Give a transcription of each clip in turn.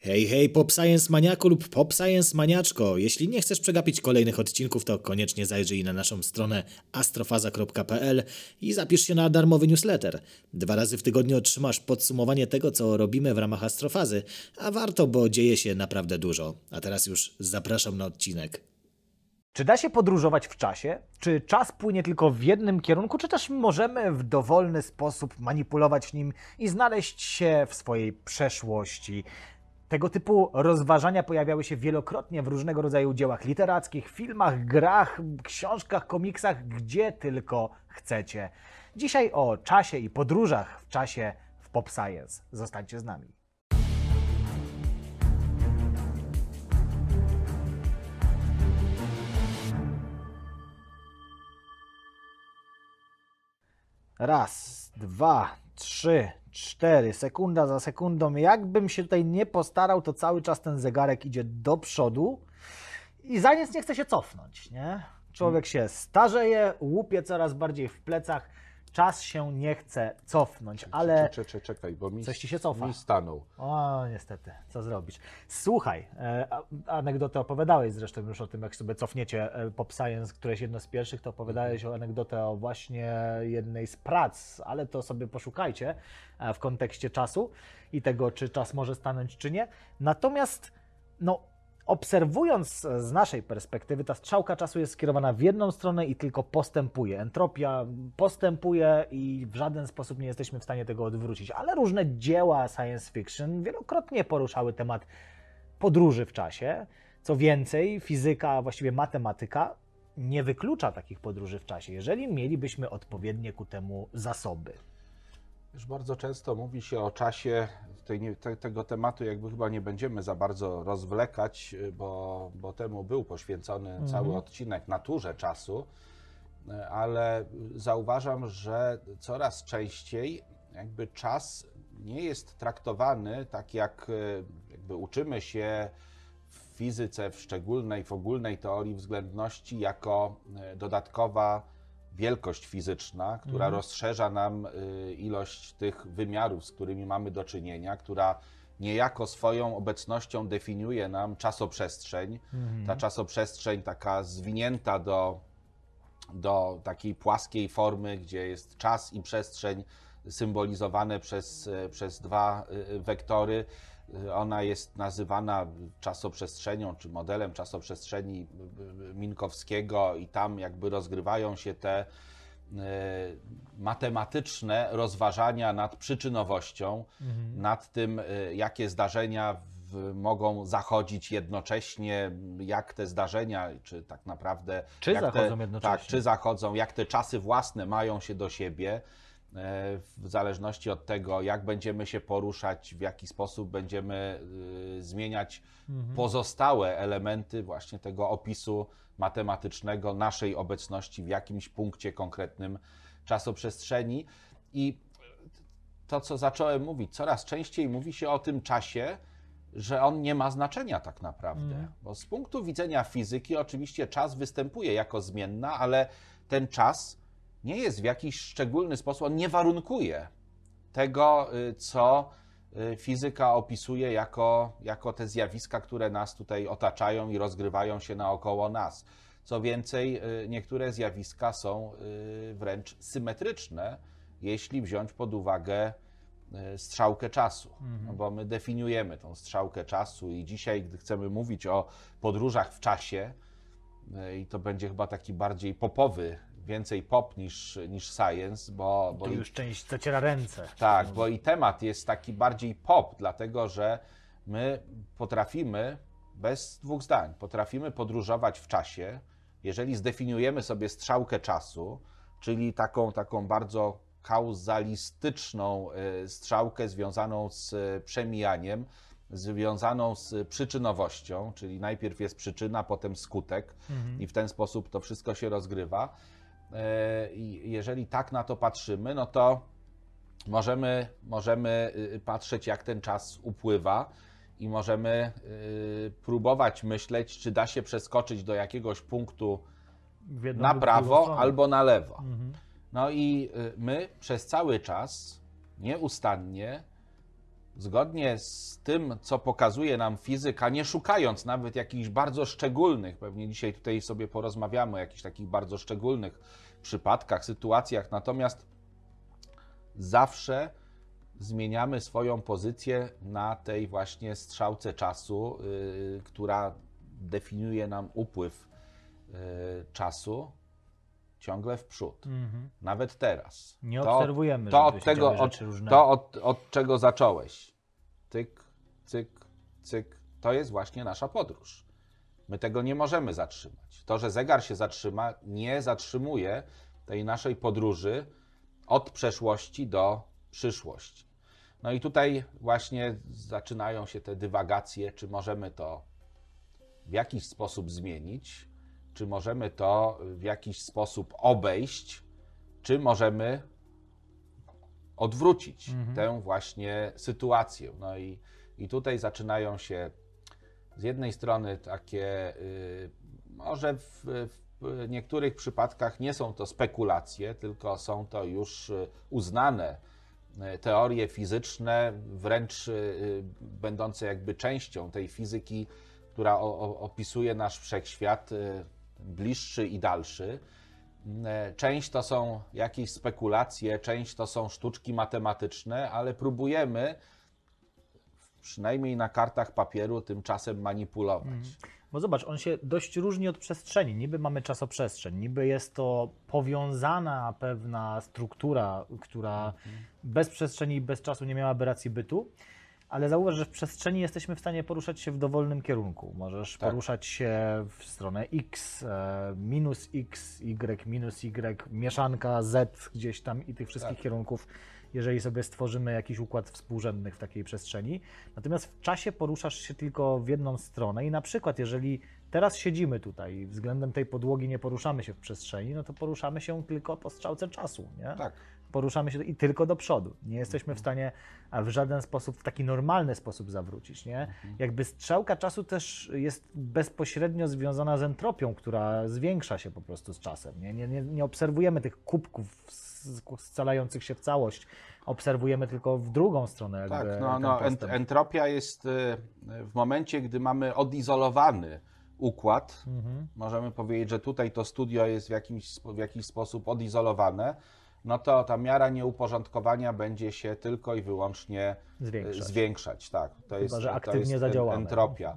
Hej, hej, Pop Science maniaku lub Pop Science maniaczko. Jeśli nie chcesz przegapić kolejnych odcinków, to koniecznie zajrzyj na naszą stronę astrofaza.pl i zapisz się na darmowy newsletter. 2 razy w tygodniu otrzymasz podsumowanie tego, co robimy w ramach Astrofazy, a warto, bo dzieje się naprawdę dużo. A teraz już zapraszam na odcinek. Czy da się podróżować w czasie? Czy czas płynie tylko w jednym kierunku, czy też możemy w dowolny sposób manipulować nim i znaleźć się w swojej przeszłości? Tego typu rozważania pojawiały się wielokrotnie w różnego rodzaju dziełach literackich, filmach, grach, książkach, komiksach, gdzie tylko chcecie. Dzisiaj o czasie i podróżach w czasie w Pop Science. Zostańcie z nami. Raz, 2, 3, 4, sekunda za sekundą. Jakbym się tutaj nie postarał, to cały czas ten zegarek idzie do przodu i za nic nie chce się cofnąć, nie? Człowiek się starzeje, łupie coraz bardziej w plecach, czas się nie chce cofnąć, ale... Czekaj, bo coś ci się cofa. mi stanął. O, niestety, co zrobić? Słuchaj, anegdotę opowiadałeś zresztą już o tym, jak sobie cofniecie Pop Science, któreś jedno z pierwszych, to opowiadałeś o anegdotę o właśnie jednej z prac, ale to sobie poszukajcie w kontekście czasu i tego, czy czas może stanąć, czy nie. Natomiast, no, obserwując z naszej perspektywy, ta strzałka czasu jest skierowana w jedną stronę i tylko postępuje. Entropia postępuje i w żaden sposób nie jesteśmy w stanie tego odwrócić. Ale różne dzieła science fiction wielokrotnie poruszały temat podróży w czasie. Co więcej, fizyka, a właściwie matematyka nie wyklucza takich podróży w czasie, jeżeli mielibyśmy odpowiednie ku temu zasoby. Już bardzo często mówi się o czasie, tego tematu jakby chyba nie będziemy za bardzo rozwlekać, bo temu był poświęcony cały odcinek naturze czasu, ale zauważam, że coraz częściej jakby czas nie jest traktowany tak jakby uczymy się w fizyce w ogólnej teorii względności jako dodatkowa wielkość fizyczna, która rozszerza nam ilość tych wymiarów, z którymi mamy do czynienia, która niejako swoją obecnością definiuje nam czasoprzestrzeń. Ta czasoprzestrzeń taka zwinięta do takiej płaskiej formy, gdzie jest czas i przestrzeń symbolizowane przez 2 wektory. Ona jest nazywana czasoprzestrzenią, czy modelem czasoprzestrzeni Minkowskiego i tam jakby rozgrywają się te matematyczne rozważania nad przyczynowością, nad tym, jakie zdarzenia mogą zachodzić jednocześnie, jak te zdarzenia, czy tak naprawdę... Czy zachodzą jednocześnie. Tak, czy zachodzą, jak te czasy własne mają się do siebie, w zależności od tego, jak będziemy się poruszać, w jaki sposób będziemy zmieniać pozostałe elementy właśnie tego opisu matematycznego naszej obecności w jakimś punkcie konkretnym czasoprzestrzeni. I to, co zacząłem mówić, coraz częściej mówi się o tym czasie, że on nie ma znaczenia tak naprawdę. Bo z punktu widzenia fizyki oczywiście czas występuje jako zmienna, ale ten czas nie jest w jakiś szczególny sposób, on nie warunkuje tego, co fizyka opisuje jako te zjawiska, które nas tutaj otaczają i rozgrywają się naokoło nas. Co więcej, niektóre zjawiska są wręcz symetryczne, jeśli wziąć pod uwagę strzałkę czasu. No bo my definiujemy tą strzałkę czasu i dzisiaj, gdy chcemy mówić o podróżach w czasie, i to będzie chyba taki bardziej popowy, więcej pop niż science, bo Tu już część zaciera ręce. Tak, bo i temat jest taki bardziej pop, dlatego że my potrafimy, bez 2 zdań, potrafimy podróżować w czasie, jeżeli zdefiniujemy sobie strzałkę czasu, czyli taką bardzo kauzalistyczną strzałkę związaną z przemijaniem, związaną z przyczynowością, czyli najpierw jest przyczyna, potem skutek i w ten sposób to wszystko się rozgrywa. I jeżeli tak na to patrzymy, no to możemy patrzeć, jak ten czas upływa i możemy próbować myśleć, czy da się przeskoczyć do jakiegoś punktu na prawo albo na lewo. No i my przez cały czas nieustannie zgodnie z tym, co pokazuje nam fizyka, nie szukając nawet jakichś bardzo szczególnych, pewnie dzisiaj tutaj sobie porozmawiamy o jakichś takich bardzo szczególnych przypadkach, sytuacjach, natomiast zawsze zmieniamy swoją pozycję na tej właśnie strzałce czasu, która definiuje nam upływ czasu ciągle w przód. Nawet teraz. Nie obserwujemy, to żeby od się tego, działy rzeczy różne. to od czego zacząłeś. Tyk, cyk, cyk. To jest właśnie nasza podróż. My tego nie możemy zatrzymać. To, że zegar się zatrzyma, nie zatrzymuje tej naszej podróży od przeszłości do przyszłości. No i tutaj właśnie zaczynają się te dywagacje, czy możemy to w jakiś sposób zmienić, czy możemy to w jakiś sposób obejść, czy możemy odwrócić tę właśnie sytuację. No i tutaj zaczynają się z jednej strony takie, może w niektórych przypadkach nie są to spekulacje, tylko są to już uznane teorie fizyczne, wręcz będące jakby częścią tej fizyki, która opisuje nasz wszechświat bliższy i dalszy. Część to są jakieś spekulacje, część to są sztuczki matematyczne, ale próbujemy, przynajmniej na kartach papieru, tymczasem manipulować. Bo zobacz, on się dość różni od przestrzeni. Niby mamy czasoprzestrzeń, niby jest to powiązana pewna struktura, która bez przestrzeni i bez czasu nie miałaby racji bytu, ale zauważ, że w przestrzeni jesteśmy w stanie poruszać się w dowolnym kierunku. Możesz poruszać się w stronę X, minus X, Y, minus Y, mieszanka Z gdzieś tam i tych wszystkich kierunków, jeżeli sobie stworzymy jakiś układ współrzędnych w takiej przestrzeni. Natomiast w czasie poruszasz się tylko w jedną stronę i na przykład jeżeli teraz siedzimy tutaj i względem tej podłogi nie poruszamy się w przestrzeni, no to poruszamy się tylko po strzałce czasu, nie? Tak. Poruszamy się i tylko do przodu. Nie jesteśmy w stanie w żaden sposób, w taki normalny sposób zawrócić, nie? Jakby strzałka czasu też jest bezpośrednio związana z entropią, która zwiększa się po prostu z czasem, nie? Nie obserwujemy tych kubków scalających się w całość, obserwujemy tylko w drugą stronę. Jakby Tak, entropia jest w momencie, gdy mamy odizolowany układ, możemy powiedzieć, że tutaj to studio jest w jakiś sposób odizolowane, no to ta miara nieuporządkowania będzie się tylko i wyłącznie zwiększać. Tak, to jest entropia.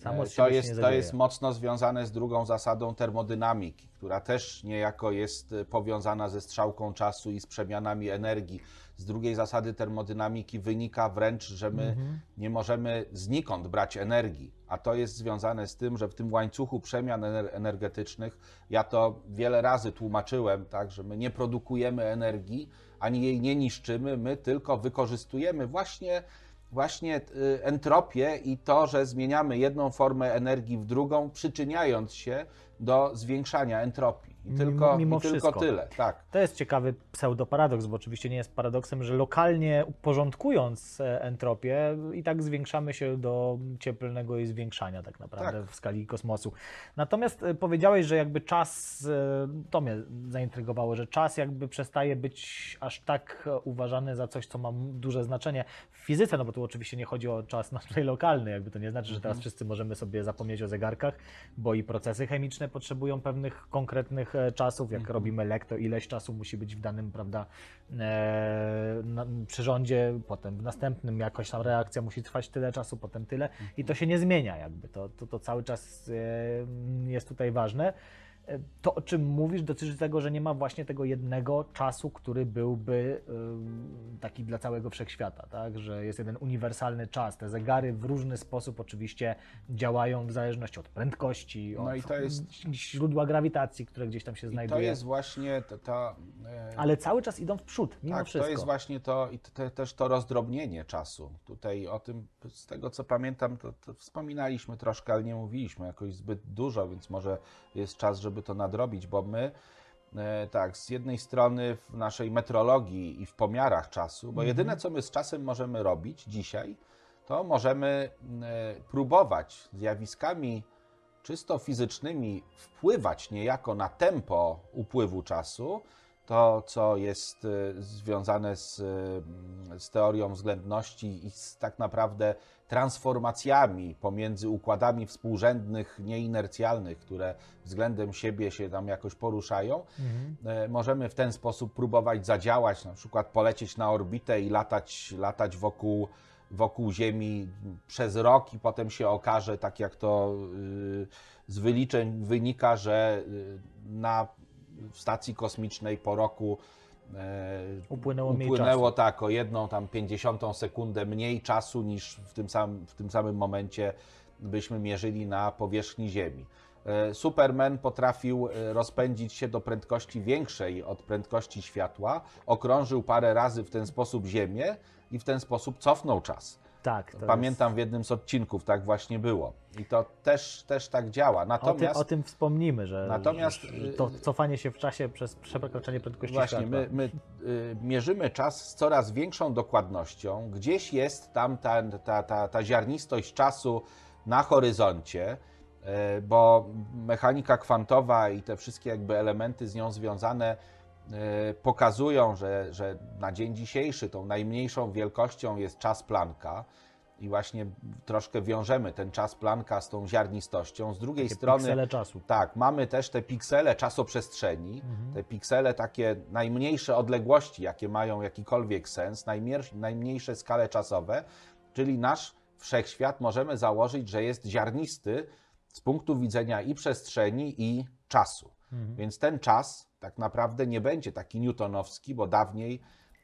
To jest mocno związane z drugą zasadą termodynamiki, która też niejako jest powiązana ze strzałką czasu i z przemianami energii. Z drugiej zasady termodynamiki wynika wręcz, że my nie możemy znikąd brać energii, a to jest związane z tym, że w tym łańcuchu przemian energetycznych, ja to wiele razy tłumaczyłem, tak, że my nie produkujemy energii, ani jej nie niszczymy, my tylko wykorzystujemy właśnie entropię i to, że zmieniamy jedną formę energii w drugą, przyczyniając się do zwiększania entropii. I tylko tyle. Tak. To jest ciekawy pseudoparadoks, bo oczywiście nie jest paradoksem, że lokalnie porządkując entropię i tak zwiększamy się do cieplnego jej zwiększania tak naprawdę w skali kosmosu. Natomiast powiedziałeś, że jakby czas, to mnie zaintrygowało, że czas jakby przestaje być aż tak uważany za coś, co ma duże znaczenie w fizyce, no bo tu oczywiście nie chodzi o czas tutaj lokalny, jakby to nie znaczy, że teraz wszyscy możemy sobie zapomnieć o zegarkach, bo i procesy chemiczne potrzebują pewnych konkretnych czasów, jak robimy lek, to ileś czasu musi być w danym, prawda, przyrządzie, potem w następnym jakoś tam reakcja musi trwać tyle czasu, potem tyle i to się nie zmienia jakby, to cały czas jest tutaj ważne. To, o czym mówisz, dotyczy tego, że nie ma właśnie tego jednego czasu, który byłby taki dla całego wszechświata, tak? Że jest jeden uniwersalny czas. Te zegary w różny sposób oczywiście działają w zależności od prędkości, od źródła grawitacji, które gdzieś tam się znajduje. To jest właśnie Ale cały czas idą w przód, mimo wszystko. To jest właśnie też to rozdrobnienie czasu. Tutaj o tym, z tego co pamiętam, to wspominaliśmy troszkę, ale nie mówiliśmy jakoś zbyt dużo, więc może jest czas, żeby to nadrobić, bo my z jednej strony w naszej metrologii i w pomiarach czasu, bo jedyne co my z czasem możemy robić dzisiaj, to możemy próbować zjawiskami czysto fizycznymi wpływać niejako na tempo upływu czasu, to, co jest związane z teorią względności i z tak naprawdę transformacjami pomiędzy układami współrzędnych, nieinercjalnych, które względem siebie się tam jakoś poruszają, możemy w ten sposób próbować zadziałać, na przykład polecieć na orbitę i latać wokół Ziemi przez rok i potem się okaże, tak jak to z wyliczeń wynika, że w stacji kosmicznej po roku upłynęło tak o 1/50 sekundę mniej czasu niż w tym samym momencie byśmy mierzyli na powierzchni Ziemi. Superman potrafił rozpędzić się do prędkości większej od prędkości światła, okrążył parę razy w ten sposób Ziemię i w ten sposób cofnął czas. Tak, Pamiętam w jednym z odcinków tak właśnie było. I to też tak działa. Natomiast o tym wspomnimy, że to cofanie się w czasie przez przekroczenie prędkości właśnie, światła. My mierzymy czas z coraz większą dokładnością. Gdzieś jest tam ta ziarnistość czasu na horyzoncie, bo mechanika kwantowa i te wszystkie jakby elementy z nią związane pokazują, że na dzień dzisiejszy tą najmniejszą wielkością jest czas Plancka i właśnie troszkę wiążemy ten czas Plancka z tą ziarnistością. Z drugiej strony piksele czasu. Tak, mamy też te piksele czasoprzestrzeni, te piksele takie najmniejsze odległości, jakie mają jakikolwiek sens, najmniejsze skale czasowe, czyli nasz wszechświat możemy założyć, że jest ziarnisty z punktu widzenia i przestrzeni, i czasu. Więc ten czas tak naprawdę nie będzie taki newtonowski, bo dawniej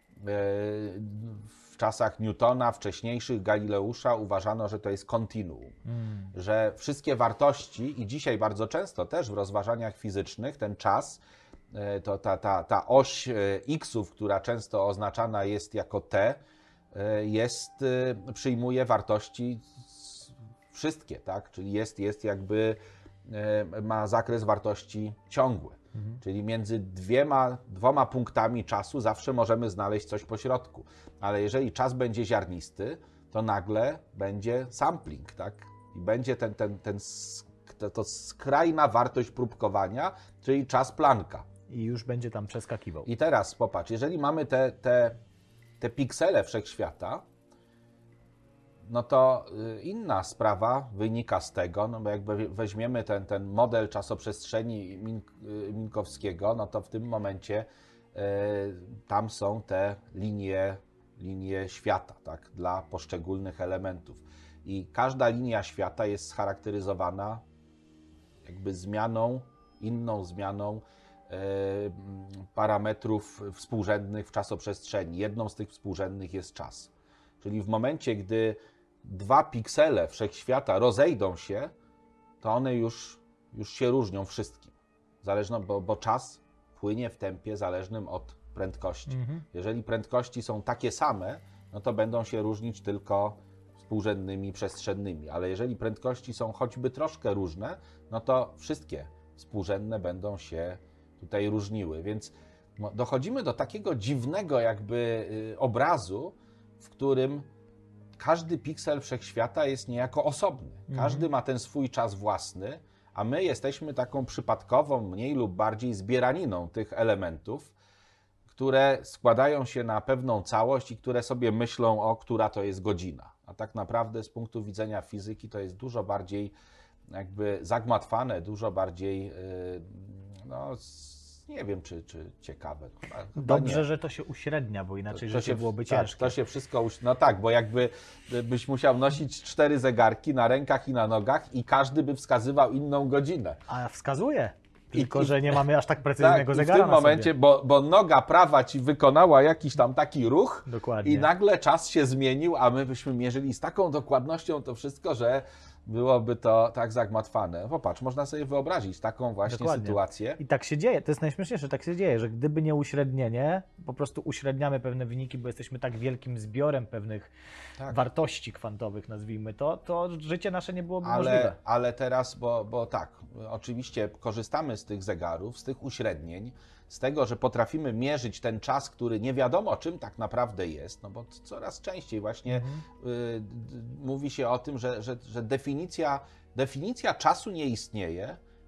w czasach Newtona, wcześniejszych Galileusza uważano, że to jest kontinuum. Że wszystkie wartości i dzisiaj bardzo często też w rozważaniach fizycznych ten czas, to ta oś x'ów, która często oznaczana jest jako t, przyjmuje wartości wszystkie, tak? Czyli jest ma zakres wartości ciągły. Czyli między dwoma punktami czasu zawsze możemy znaleźć coś pośrodku. Ale jeżeli czas będzie ziarnisty, to nagle będzie sampling, tak? I będzie to skrajna wartość próbkowania, czyli czas Plancka. I już będzie tam przeskakiwał. I teraz popatrz, jeżeli mamy te piksele wszechświata, no to inna sprawa wynika z tego, no bo jakby weźmiemy ten model czasoprzestrzeni Minkowskiego, no to w tym momencie tam są te linie świata, tak, dla poszczególnych elementów. I każda linia świata jest scharakteryzowana jakby inną zmianą parametrów współrzędnych w czasoprzestrzeni. Jedną z tych współrzędnych jest czas. Czyli w momencie, gdy dwa piksele wszechświata rozejdą się, to one już się różnią wszystkim. Bo czas płynie w tempie zależnym od prędkości. Jeżeli prędkości są takie same, no to będą się różnić tylko współrzędnymi przestrzennymi. Ale jeżeli prędkości są choćby troszkę różne, no to wszystkie współrzędne będą się tutaj różniły. Więc dochodzimy do takiego dziwnego jakby obrazu, w którym każdy piksel wszechświata jest niejako osobny. Każdy ma ten swój czas własny, a my jesteśmy taką przypadkową, mniej lub bardziej zbieraniną tych elementów, które składają się na pewną całość i które sobie myślą, która to jest godzina. A tak naprawdę z punktu widzenia fizyki to jest dużo bardziej jakby zagmatwane, dużo bardziej, nie wiem, czy ciekawe. Chyba Dobrze, nie. że to się uśrednia, bo inaczej życie byłoby ciężkie. To się wszystko, no tak, bo jakby byś musiał nosić 4 zegarki na rękach i na nogach i każdy by wskazywał inną godzinę. A wskazuje, tylko że nie mamy aż tak precyzyjnego zegara w tym momencie, bo noga prawa ci wykonała jakiś tam taki ruch. Dokładnie. I nagle czas się zmienił, a my byśmy mierzyli z taką dokładnością to wszystko, że byłoby to tak zagmatwane. Popatrz, można sobie wyobrazić taką właśnie sytuację. I tak się dzieje, to jest najśmieszniejsze, tak się dzieje, że gdyby nie uśrednienie, po prostu uśredniamy pewne wyniki, bo jesteśmy tak wielkim zbiorem pewnych wartości kwantowych, nazwijmy to życie nasze nie byłoby możliwe. Ale teraz, bo tak, oczywiście korzystamy z tych zegarów, z tych uśrednień, z tego, że potrafimy mierzyć ten czas, który nie wiadomo czym tak naprawdę jest, no bo coraz częściej właśnie mówi się o tym, że definicja czasu nie istnieje,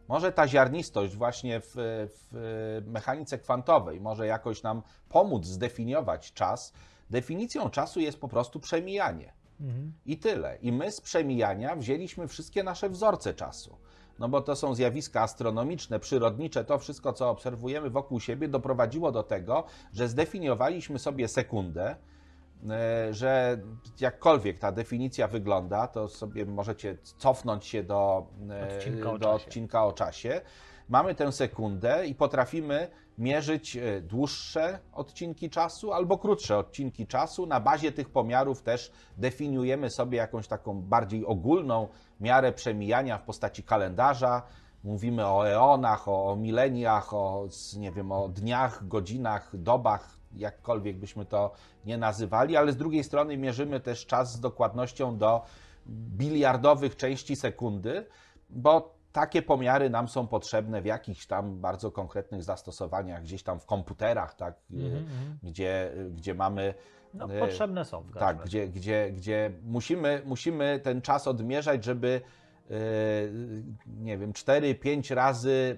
może ta ziarnistość właśnie w mechanice kwantowej może jakoś nam pomóc zdefiniować czas. Definicją czasu jest po prostu przemijanie. I tyle. I my z przemijania wzięliśmy wszystkie nasze wzorce czasu. No bo to są zjawiska astronomiczne, przyrodnicze, to wszystko, co obserwujemy wokół siebie, doprowadziło do tego, że zdefiniowaliśmy sobie sekundę, że jakkolwiek ta definicja wygląda, to sobie możecie cofnąć się do odcinka o czasie. Mamy tę sekundę i potrafimy mierzyć dłuższe odcinki czasu albo krótsze odcinki czasu. Na bazie tych pomiarów też definiujemy sobie jakąś taką bardziej ogólną miarę przemijania w postaci kalendarza. Mówimy o eonach, o mileniach, nie wiem, o dniach, godzinach, dobach, jakkolwiek byśmy to nie nazywali, ale z drugiej strony mierzymy też czas z dokładnością do biliardowych części sekundy, bo takie pomiary nam są potrzebne w jakichś tam bardzo konkretnych zastosowaniach, gdzieś tam w komputerach, tak, gdzie mamy... No, potrzebne są. Tak, gdzie musimy ten czas odmierzać, żeby nie wiem, 4-5 razy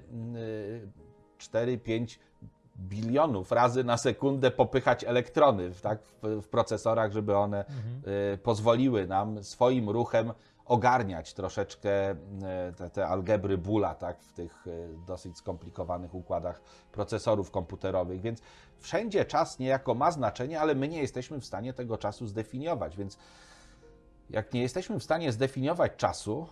4-5 bilionów razy na sekundę popychać elektrony tak, w procesorach, żeby one pozwoliły nam swoim ruchem ogarniać troszeczkę te algebry Boola tak, w tych dosyć skomplikowanych układach procesorów komputerowych. Więc wszędzie czas niejako ma znaczenie, ale my nie jesteśmy w stanie tego czasu zdefiniować. Więc jak nie jesteśmy w stanie zdefiniować czasu,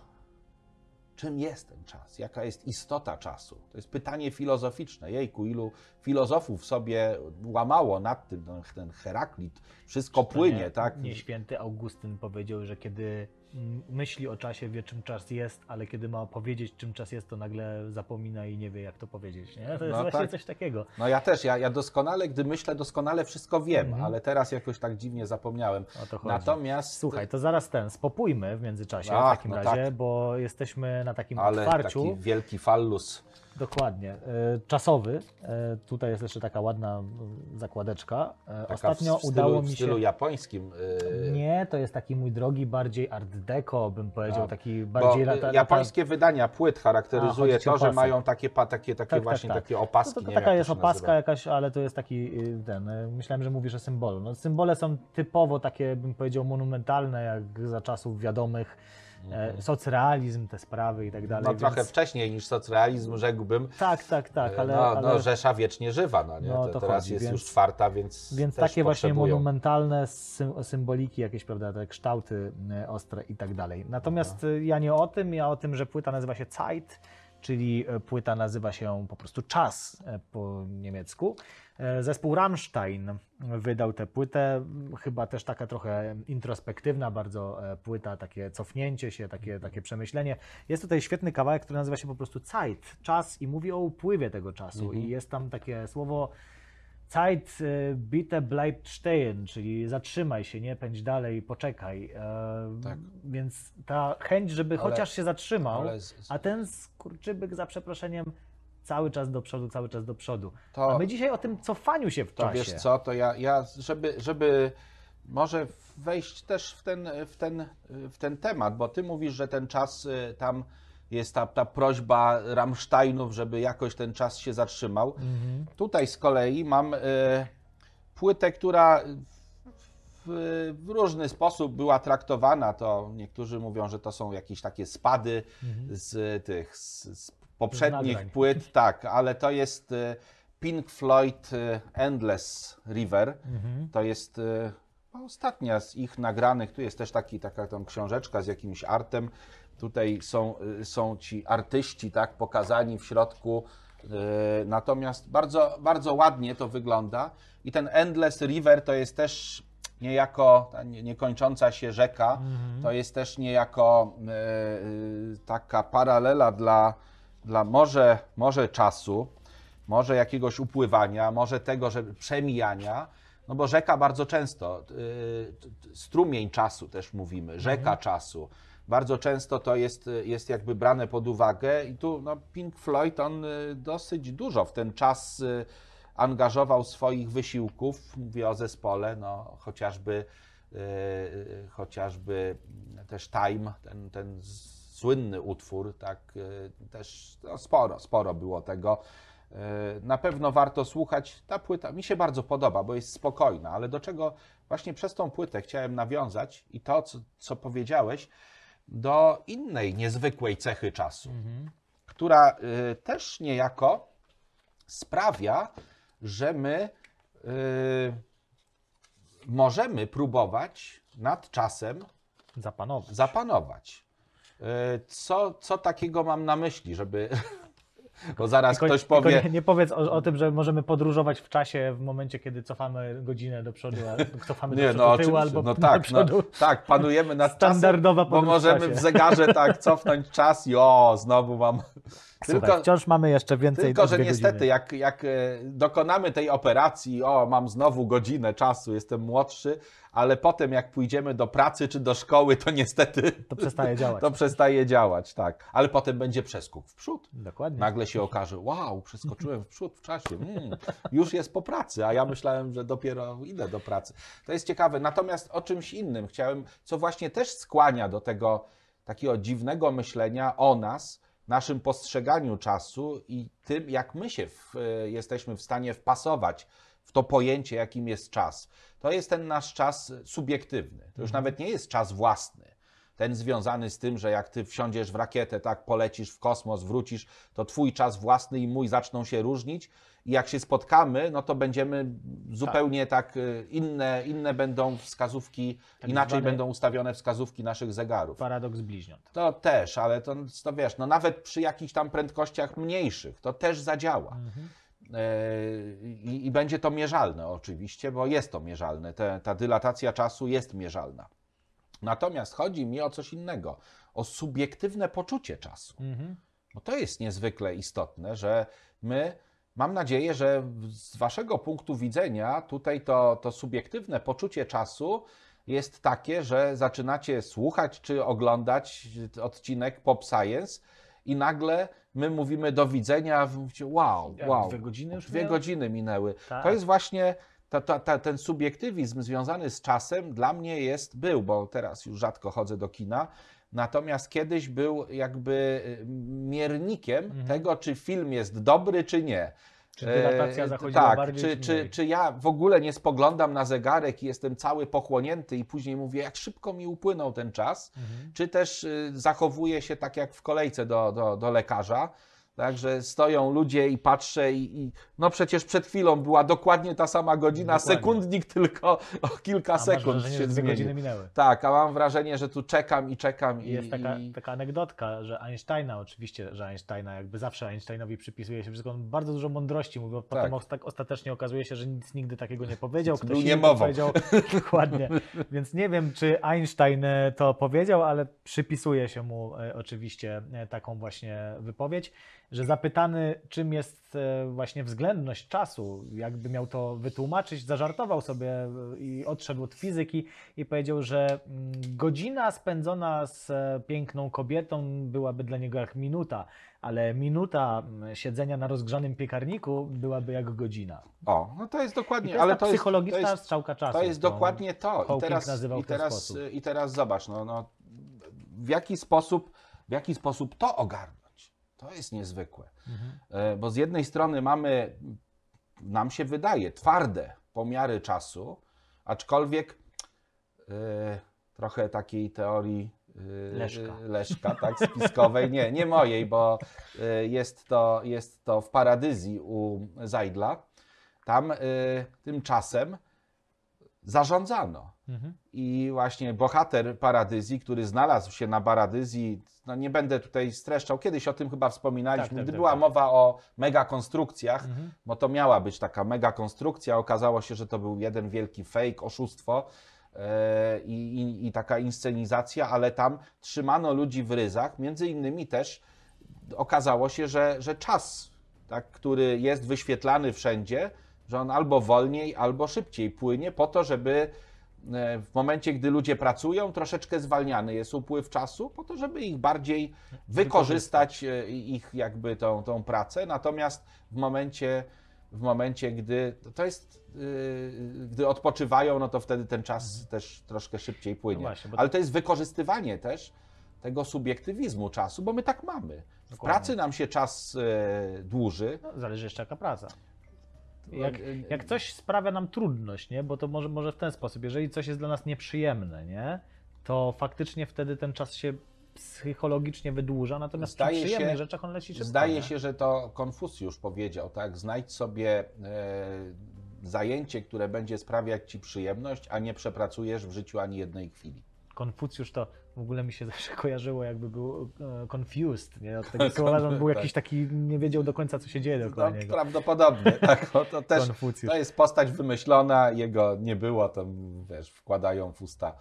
czym jest ten czas? Jaka jest istota czasu? To jest pytanie filozoficzne. Jejku, ilu filozofów sobie łamało nad tym, ten Heraklit, wszystko płynie, tak? Nie święty Augustyn powiedział, że kiedy myśli o czasie, wie czym czas jest, ale kiedy ma powiedzieć czym czas jest, to nagle zapomina i nie wie jak to powiedzieć. Nie? To jest właśnie coś takiego. No ja też, ja doskonale, gdy myślę, doskonale wszystko wiem, ale teraz jakoś tak dziwnie zapomniałem. Natomiast... Słuchaj, to zaraz spopójmy w międzyczasie w takim razie, bo jesteśmy na takim otwarciu. Taki wielki fallus. Dokładnie. Czasowy. Tutaj jest jeszcze taka ładna zakładeczka. Ostatnio udało mi się... W stylu japońskim. Nie, to jest taki mój drogi, bardziej art deco, bym powiedział, taki bardziej... Japońskie wydania płyt charakteryzuje to, że mają takie właśnie takie opaski. To taka jest opaska jakaś, ale to jest taki myślałem, że mówisz o symbolu. No, symbole są typowo takie, bym powiedział, monumentalne, jak za czasów wiadomych. Socrealizm, te sprawy i tak dalej. No trochę wcześniej niż socrealizm, rzekłbym. Tak, ale... No Rzesza wiecznie żywa, no nie? No, to teraz chodzi, jest już czwarta, więc też takie właśnie monumentalne symboliki, jakieś, prawda, te kształty ostre i tak dalej. Natomiast ja nie o tym, ja o tym, że płyta nazywa się Zeit, czyli płyta nazywa się po prostu czas po niemiecku. Zespół Rammstein wydał tę płytę, chyba też taka trochę introspektywna bardzo płyta, takie cofnięcie się, takie przemyślenie. Jest tutaj świetny kawałek, który nazywa się po prostu Zeit, czas i mówi o upływie tego czasu i jest tam takie słowo Zeit, bitte bleib stehen, czyli zatrzymaj się, nie pędź dalej, poczekaj. Więc ta chęć, żeby chociaż się zatrzymał, a ten skurczybyk za przeproszeniem cały czas do przodu. A my dzisiaj o tym cofaniu się w czasie. Wiesz co, to ja żeby może wejść też w ten temat, bo ty mówisz, że ten czas tam jest ta prośba Rammsteinów, żeby jakoś ten czas się zatrzymał. Tutaj z kolei mam płytę, która w różny sposób była traktowana. To niektórzy mówią, że to są jakieś takie spady z poprzednich płyt, tak, ale to jest Pink Floyd Endless River. To jest ostatnia z ich nagranych. Tu jest też taka tam książeczka z jakimś artem. Tutaj są ci artyści tak pokazani w środku. Natomiast bardzo, bardzo ładnie to wygląda. I ten Endless River to jest też niejako ta niekończąca się rzeka. To jest też niejako taka paralela dla może czasu, może jakiegoś upływania, może tego, że przemijania, no bo rzeka bardzo często, strumień czasu też mówimy, rzeka czasu, bardzo często to jest jakby brane pod uwagę i tu Pink Floyd, on dosyć dużo w ten czas angażował swoich wysiłków, mówię o zespole, chociażby też Time, ten słynny utwór, tak, też no, sporo było tego. Na pewno warto słuchać. Ta płyta mi się bardzo podoba, bo jest spokojna, ale do czego właśnie przez tą płytę chciałem nawiązać i to, co powiedziałeś, do innej niezwykłej cechy czasu, która też niejako sprawia, że my możemy próbować nad czasem zapanować. Co takiego mam na myśli, żeby... Bo zaraz ktoś powie... Nie powiedz o tym, że możemy podróżować w czasie w momencie, kiedy cofamy godzinę do przodu, cofamy do tyłu albo do przodu. Tak, panujemy nad Standardowa czasem, bo możemy w zegarze tak cofnąć czas i znowu mam... Słuchaj, wciąż mamy jeszcze więcej. Tylko, że niestety, jak dokonamy tej operacji, mam znowu godzinę czasu, jestem młodszy, ale potem jak pójdziemy do pracy czy do szkoły, to niestety... To przestaje działać. To przestaje działać, tak. Ale potem będzie przeskok w przód. Dokładnie. Nagle się okaże, wow, przeskoczyłem w przód w czasie. Już jest po pracy, a ja myślałem, że dopiero idę do pracy. To jest ciekawe. Natomiast o czymś innym chciałem, co właśnie też skłania do tego takiego dziwnego myślenia o nas, naszym postrzeganiu czasu i tym, jak my się jesteśmy w stanie wpasować w to pojęcie, jakim jest czas. To jest ten nasz czas subiektywny. To już nawet nie jest czas własny. Ten związany z tym, że jak ty wsiądziesz w rakietę, tak polecisz w kosmos, wrócisz, to twój czas własny i mój zaczną się różnić i jak się spotkamy, no to będziemy zupełnie tak inne będą wskazówki, tak inaczej będą ustawione wskazówki naszych zegarów. Paradoks bliźniąt. To też, ale to wiesz, no nawet przy jakichś tam prędkościach mniejszych, to też zadziała. I będzie to mierzalne oczywiście, bo jest to mierzalne. Ta dylatacja czasu jest mierzalna. Natomiast chodzi mi o coś innego, o subiektywne poczucie czasu. Bo to jest niezwykle istotne, że mam nadzieję, że z waszego punktu widzenia tutaj to subiektywne poczucie czasu jest takie, że zaczynacie słuchać czy oglądać odcinek Pop Science i nagle my mówimy do widzenia, mówicie wow. 2 godziny już 2 godziny minęły. Tak. To jest właśnie ten subiektywizm związany z czasem dla mnie był, bo teraz już rzadko chodzę do kina, natomiast kiedyś był jakby miernikiem tego, czy film jest dobry, czy nie. Czy dylatacja zachodziła bardziej, czy ja w ogóle nie spoglądam na zegarek i jestem cały pochłonięty i później mówię, jak szybko mi upłynął ten czas, czy też zachowuję się tak jak w kolejce do lekarza, Także stoją ludzie i patrzę i no przecież przed chwilą była dokładnie ta sama godzina, dokładnie. Sekundnik tylko o kilka sekund masz wrażenie, się że 2 zmienił. godziny minęły. Tak, a mam wrażenie, że tu czekam i czekam. I jest taka anegdotka, że Einsteina, oczywiście, że Einsteina, jakby zawsze Einsteinowi przypisuje się wszystko, on bardzo dużo mądrości mówi, bo potem ostatecznie okazuje się, że nic nigdy takiego nie powiedział. Ktoś był niemową. powiedział dokładnie. Więc nie wiem, czy Einstein to powiedział, ale przypisuje się mu oczywiście taką właśnie wypowiedź, że zapytany, czym jest właśnie względność czasu, jakby miał to wytłumaczyć, zażartował sobie i odszedł od fizyki i powiedział, że godzina spędzona z piękną kobietą byłaby dla niego jak minuta, ale minuta siedzenia na rozgrzanym piekarniku byłaby jak godzina. O, no to jest dokładnie, to jest ale ta psychologiczna strzałka czasu. To jest dokładnie to. I teraz zobacz, w jaki sposób to ogarnąć. To jest niezwykłe, bo z jednej strony mamy, nam się wydaje, twarde pomiary czasu, aczkolwiek trochę takiej teorii Leszka, tak, spiskowej, nie mojej, bo jest to w Paradyzji u Zajdla. Tam tymczasem zarządzano. I właśnie bohater Paradyzji, który znalazł się na Paradyzji, no nie będę tutaj streszczał, kiedyś o tym chyba wspominaliśmy, gdy była mowa o megakonstrukcjach, bo to miała być taka megakonstrukcja, okazało się, że to był jeden wielki fake, oszustwo i taka inscenizacja, ale tam trzymano ludzi w ryzach, między innymi też okazało się, że czas, tak, który jest wyświetlany wszędzie, że on albo wolniej, albo szybciej płynie po to, żeby w momencie, gdy ludzie pracują, troszeczkę zwalniany jest upływ czasu, po to, żeby ich bardziej wykorzystać ich jakby tą pracę. Natomiast w momencie, gdy to jest, gdy odpoczywają, no to wtedy ten czas też troszkę szybciej płynie. No właśnie, ale to jest wykorzystywanie też tego subiektywizmu czasu, bo my tak mamy. W Dokładnie. pracy nam się czas dłuży. No, zależy jeszcze jaka praca. Jak coś sprawia nam trudność, nie? Bo to może w ten sposób, jeżeli coś jest dla nas nieprzyjemne, nie? To faktycznie wtedy ten czas się psychologicznie wydłuża, natomiast przy przyjemnych rzeczach on leci szybko. Zdaje się, że to Konfucjusz powiedział, tak? Znajdź sobie zajęcie, które będzie sprawiać ci przyjemność, a nie przepracujesz w życiu ani jednej chwili. Konfucjusz to w ogóle mi się zawsze kojarzyło, jakby był confused, nie? Od tego słowa, że on był jakiś taki, nie wiedział do końca, co się dzieje dookoła No, niego. prawdopodobnie, tak. To też Konfucjusz. to jest postać wymyślona, jego nie było, to wiesz, wkładają w usta.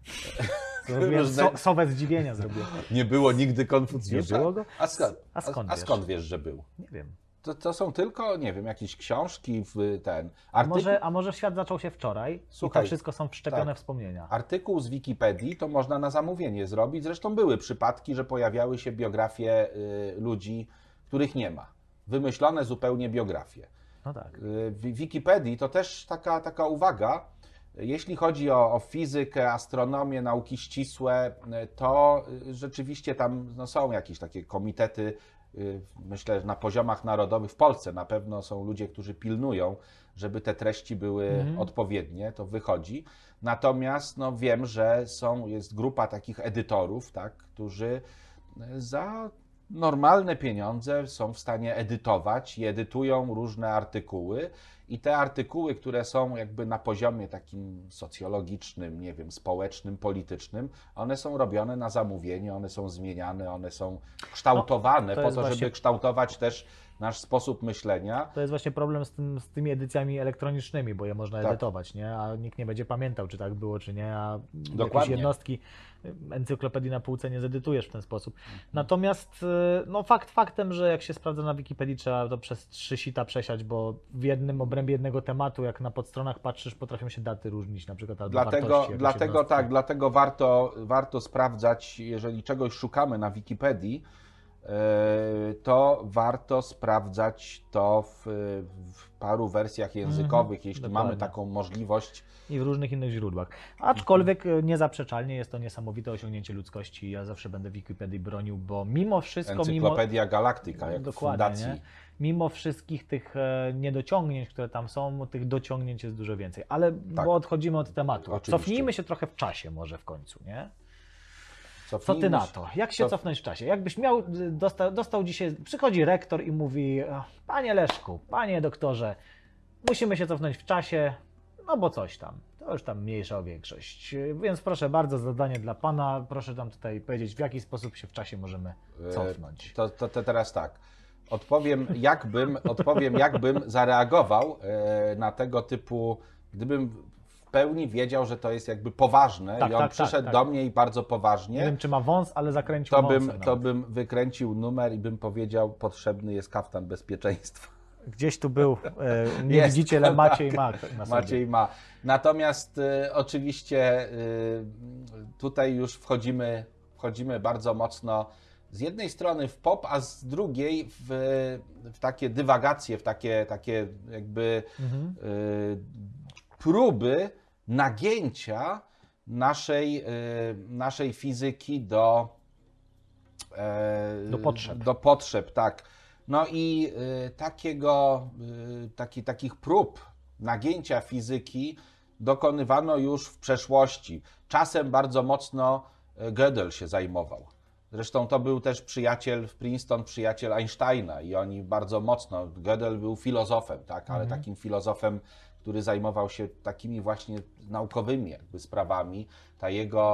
Sowę zdziwienia zrobił. Nie było nigdy Konfucjusza. Nie było go? A skąd wiesz, że był? Nie wiem. To są tylko, nie wiem, jakieś książki, A może świat zaczął się wczoraj. Słuchaj, i to wszystko są wszczepione tak. wspomnienia. Artykuł z Wikipedii to można na zamówienie zrobić. Zresztą były przypadki, że pojawiały się biografie ludzi, których nie ma. Wymyślone zupełnie biografie. No tak. W Wikipedii to też taka uwaga. Jeśli chodzi o fizykę, astronomię, nauki ścisłe, to rzeczywiście tam są jakieś takie komitety, myślę, że na poziomach narodowych, w Polsce na pewno są ludzie, którzy pilnują, żeby te treści były odpowiednie, to wychodzi. Natomiast no, wiem, że jest grupa takich edytorów, tak, którzy za normalne pieniądze są w stanie edytować i edytują różne artykuły. I te artykuły, które są jakby na poziomie takim socjologicznym, nie wiem, społecznym, politycznym, one są robione na zamówienie, one są zmieniane, one są kształtowane po to, żeby kształtować też nasz sposób myślenia. To jest właśnie problem z tymi edycjami elektronicznymi, bo je można edytować, nie? A nikt nie będzie pamiętał, czy tak było, czy nie, a jakieś jednostki encyklopedii na półce nie zedytujesz w ten sposób. Natomiast no, faktem, że jak się sprawdza na Wikipedii, trzeba to przez 3 sita przesiać, bo w jednym obrębie jednego tematu, jak na podstronach patrzysz, potrafią się daty różnić, na przykład albo wartości. Dlatego warto sprawdzać, jeżeli czegoś szukamy na Wikipedii, to warto sprawdzać to w paru wersjach językowych, jeśli mamy taką możliwość. I w różnych innych źródłach. Aczkolwiek niezaprzeczalnie jest to niesamowite osiągnięcie ludzkości. Ja zawsze będę Wikipedii bronił, bo mimo wszystko... Encyklopedia Galactica, jak w fundacji. Nie? Mimo wszystkich tych niedociągnięć, które tam są, tych dociągnięć jest dużo więcej. Ale bo odchodzimy od tematu. Oczywiście. Cofnijmy się trochę w czasie może w końcu, nie? Co ty na to? Jak się cofnąć w czasie? Jakbyś dostał dzisiaj, przychodzi rektor i mówi: panie Leszku, panie doktorze, musimy się cofnąć w czasie, no bo coś tam. To już tam mniejsza o większość. Więc proszę bardzo, zadanie dla pana. Proszę tam tutaj powiedzieć, w jaki sposób się w czasie możemy cofnąć. To teraz tak. Odpowiem, jakbym zareagował na tego typu, gdybym w pełni wiedział, że to jest jakby poważne i on przyszedł do mnie i bardzo poważnie. Nie wiem, czy ma wąs, ale zakręcił wąsem. To bym wykręcił numer i bym powiedział: potrzebny jest kaftan bezpieczeństwa. Gdzieś tu był, nie widzicie, ale Maciej ma na sobie. Maciej ma. Natomiast oczywiście tutaj już wchodzimy bardzo mocno z jednej strony w pop, a z drugiej w takie dywagacje, w takie jakby próby nagięcia naszej fizyki do potrzeb, tak. No i takich prób nagięcia fizyki dokonywano już w przeszłości. Czasem bardzo mocno Gödel się zajmował. Zresztą to był też przyjaciel w Princeton, przyjaciel Einsteina i oni bardzo mocno, Gödel był filozofem, tak, ale takim filozofem, który zajmował się takimi właśnie naukowymi jakby sprawami. Ta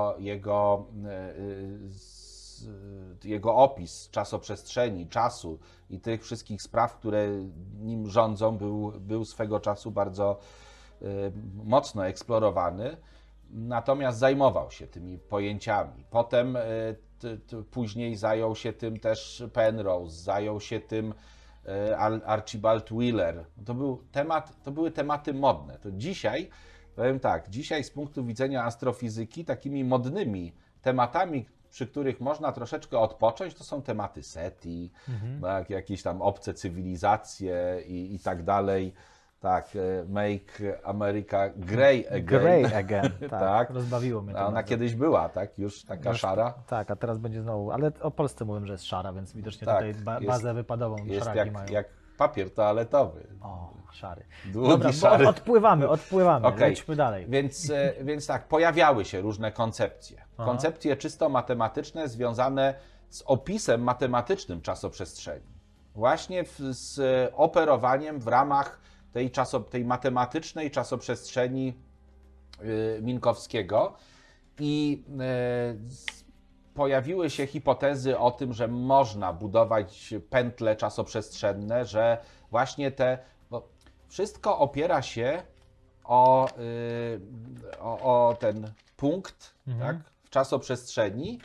jego opis czasoprzestrzeni, czasu i tych wszystkich spraw, które nim rządzą, był swego czasu bardzo mocno eksplorowany. Natomiast zajmował się tymi pojęciami. Potem później zajął się tym też Penrose, zajął się tym Archibald Wheeler. To były tematy modne. To dzisiaj, powiem tak, dzisiaj z punktu widzenia astrofizyki takimi modnymi tematami, przy których można troszeczkę odpocząć, to są tematy SETI, tak, jakieś tam obce cywilizacje i tak dalej. Tak, Make America Grey Again. Grey Again, tak. Tak. Rozbawiło mnie to. Ona bardzo. kiedyś była, tak? Już taka Już- szara. Tak, a teraz będzie znowu, ale o Polsce mówią, że jest szara, więc widocznie Tak, tutaj jest- bazę wypadową Jest szaraki mają. jak papier toaletowy. O, szary. Długi, Dobra, bo szary. odpływamy, Okej. lećmy dalej. Więc tak, pojawiały się różne koncepcje. Aha. Koncepcje czysto matematyczne związane z opisem matematycznym czasoprzestrzeni. Właśnie z operowaniem w ramach tej matematycznej czasoprzestrzeni Minkowskiego. I pojawiły się hipotezy o tym, że można budować pętle czasoprzestrzenne, że właśnie bo wszystko opiera się o ten punkt, tak, w czasoprzestrzeni,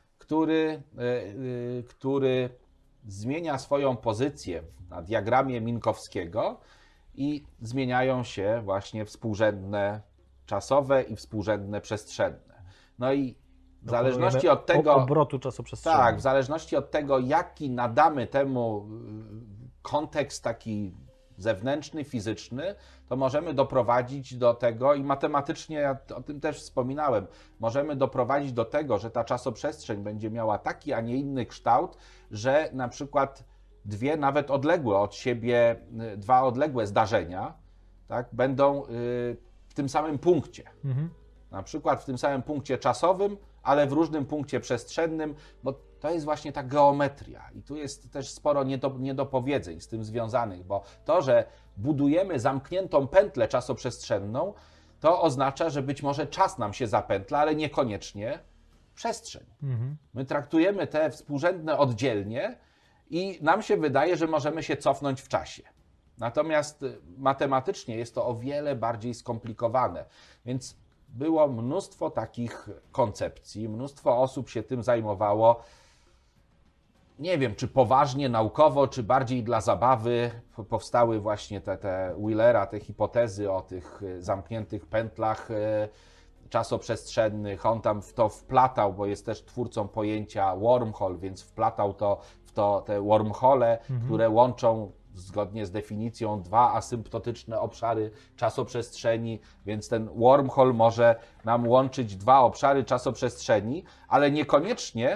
który zmienia swoją pozycję na diagramie Minkowskiego i zmieniają się właśnie współrzędne czasowe i współrzędne przestrzenne. No i w zależności od tego, obrotu czasoprzestrzeni. tak, w zależności od tego, jaki nadamy temu kontekst taki zewnętrzny, fizyczny, to możemy doprowadzić do tego i matematycznie, ja o tym też wspominałem, możemy doprowadzić do tego, że ta czasoprzestrzeń będzie miała taki, a nie inny kształt, że na przykład nawet odległe od siebie, dwa odległe zdarzenia, tak, będą w tym samym punkcie. Na przykład w tym samym punkcie czasowym, ale w różnym punkcie przestrzennym, bo to jest właśnie ta geometria. I tu jest też sporo niedopowiedzeń z tym związanych, bo to, że budujemy zamkniętą pętlę czasoprzestrzenną, to oznacza, że być może czas nam się zapętla, ale niekoniecznie przestrzeń. My traktujemy te współrzędne oddzielnie i nam się wydaje, że możemy się cofnąć w czasie. Natomiast matematycznie jest to o wiele bardziej skomplikowane, więc było mnóstwo takich koncepcji, mnóstwo osób się tym zajmowało. Nie wiem, czy poważnie, naukowo, czy bardziej dla zabawy. Powstały właśnie te Wheelera, te hipotezy o tych zamkniętych pętlach czasoprzestrzennych. On tam w to wplatał, bo jest też twórcą pojęcia wormhole, więc wplatał te wormhole, które łączą zgodnie z definicją dwa asymptotyczne obszary czasoprzestrzeni, więc ten wormhole może nam łączyć dwa obszary czasoprzestrzeni, ale niekoniecznie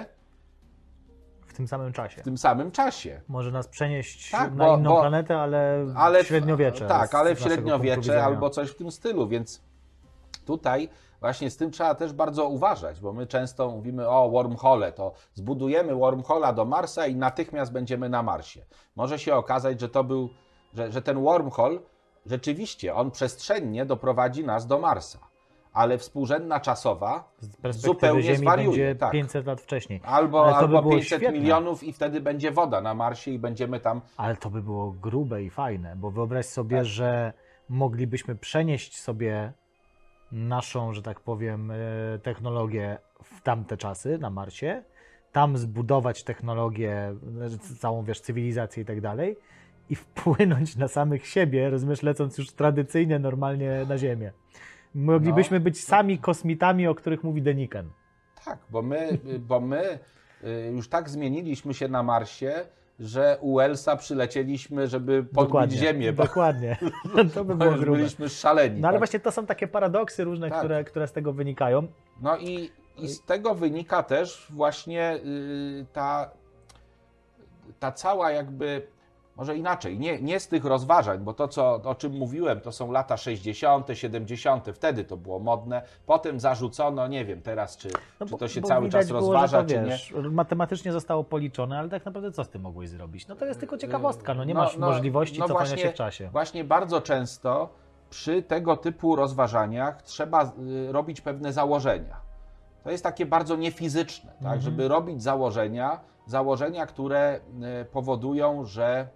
W tym samym czasie. w tym samym czasie. Może nas przenieść Tak, na inną planetę, ale w średniowiecze. Tak, ale w z naszego punktu średniowiecze widzenia. albo coś w tym stylu, więc tutaj właśnie z tym trzeba też bardzo uważać, bo my często mówimy o wormhole, to zbudujemy wormhola do Marsa i natychmiast będziemy na Marsie. Może się okazać, że ten wormhole rzeczywiście, on przestrzennie doprowadzi nas do Marsa, ale współrzędna czasowa Z perspektywy zupełnie Ziemi zwariuje. będzie Tak. 500 lat wcześniej. Albo Ale to by było 500 świetne. milionów i wtedy będzie woda na Marsie i będziemy tam. Ale to by było grube i fajne, bo wyobraź sobie, Tak. że moglibyśmy przenieść sobie naszą, że tak powiem, technologię w tamte czasy na Marsie, tam zbudować technologię, całą, wiesz, cywilizację i tak dalej i wpłynąć na samych siebie, rozumiesz, lecąc już tradycyjnie, normalnie na Ziemię. Moglibyśmy być sami kosmitami, o których mówi Deniken. Tak, bo my już tak zmieniliśmy się na Marsie, że u Wellsa przylecieliśmy, żeby podbić Ziemię. Dokładnie. To by Bo było już grube. byliśmy szaleni. No ale tak? właśnie to są takie paradoksy różne, Tak. które z tego wynikają. No i z tego wynika też właśnie ta cała jakby, może inaczej, nie z tych rozważań, bo to, o czym mówiłem, to są lata 60., 70., wtedy to było modne, potem zarzucono, nie wiem teraz, czy to się bo cały widać czas było, rozważa, że to, czy nie. wiesz, matematycznie zostało policzone, ale tak naprawdę co z tym mogłeś zrobić? No to jest tylko ciekawostka, no nie masz możliwości cofania się w czasie. Właśnie bardzo często przy tego typu rozważaniach trzeba robić pewne założenia. To jest takie bardzo niefizyczne, tak? Żeby robić założenia, które powodują, że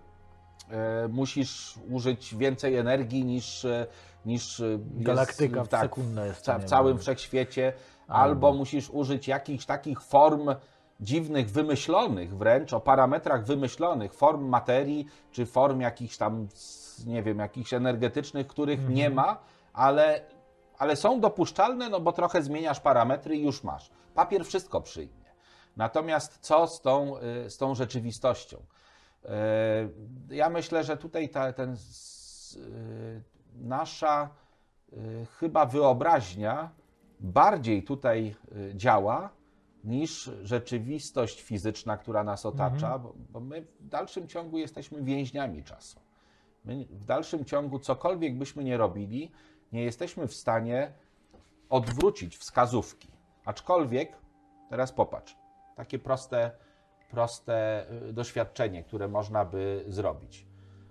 musisz użyć więcej energii niż Galaktyka jest, w sekundę jest w całym wszechświecie, albo musisz użyć jakichś takich form dziwnych, wymyślonych wręcz, o parametrach wymyślonych, form materii, czy form jakichś tam, nie wiem, jakichś energetycznych, których nie ma, ale są dopuszczalne, no bo trochę zmieniasz parametry i już masz. Papier wszystko przyjmie. Natomiast co z tą rzeczywistością? Ja myślę, że tutaj ten nasza chyba wyobraźnia bardziej tutaj działa niż rzeczywistość fizyczna, która nas otacza, bo my w dalszym ciągu jesteśmy więźniami czasu. My w dalszym ciągu, cokolwiek byśmy nie robili, nie jesteśmy w stanie odwrócić wskazówki. Aczkolwiek, teraz popatrz, takie proste doświadczenie, które można by zrobić.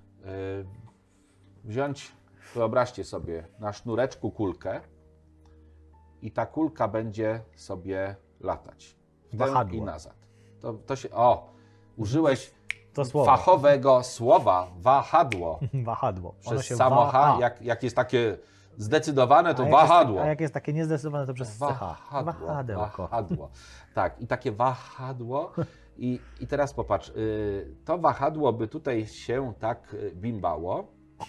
Wziąć, wyobraźcie sobie, na sznureczku kulkę i ta kulka będzie sobie latać. W tę i nazad. To się, użyłeś fachowego słowa, wahadło. Wahadło. Przez samo H, jak jest takie zdecydowane, to wahadło. A jak jest takie niezdecydowane, to przez Wahadło. Tak, i takie wahadło. I teraz popatrz, to wahadło by tutaj się tak bimbało.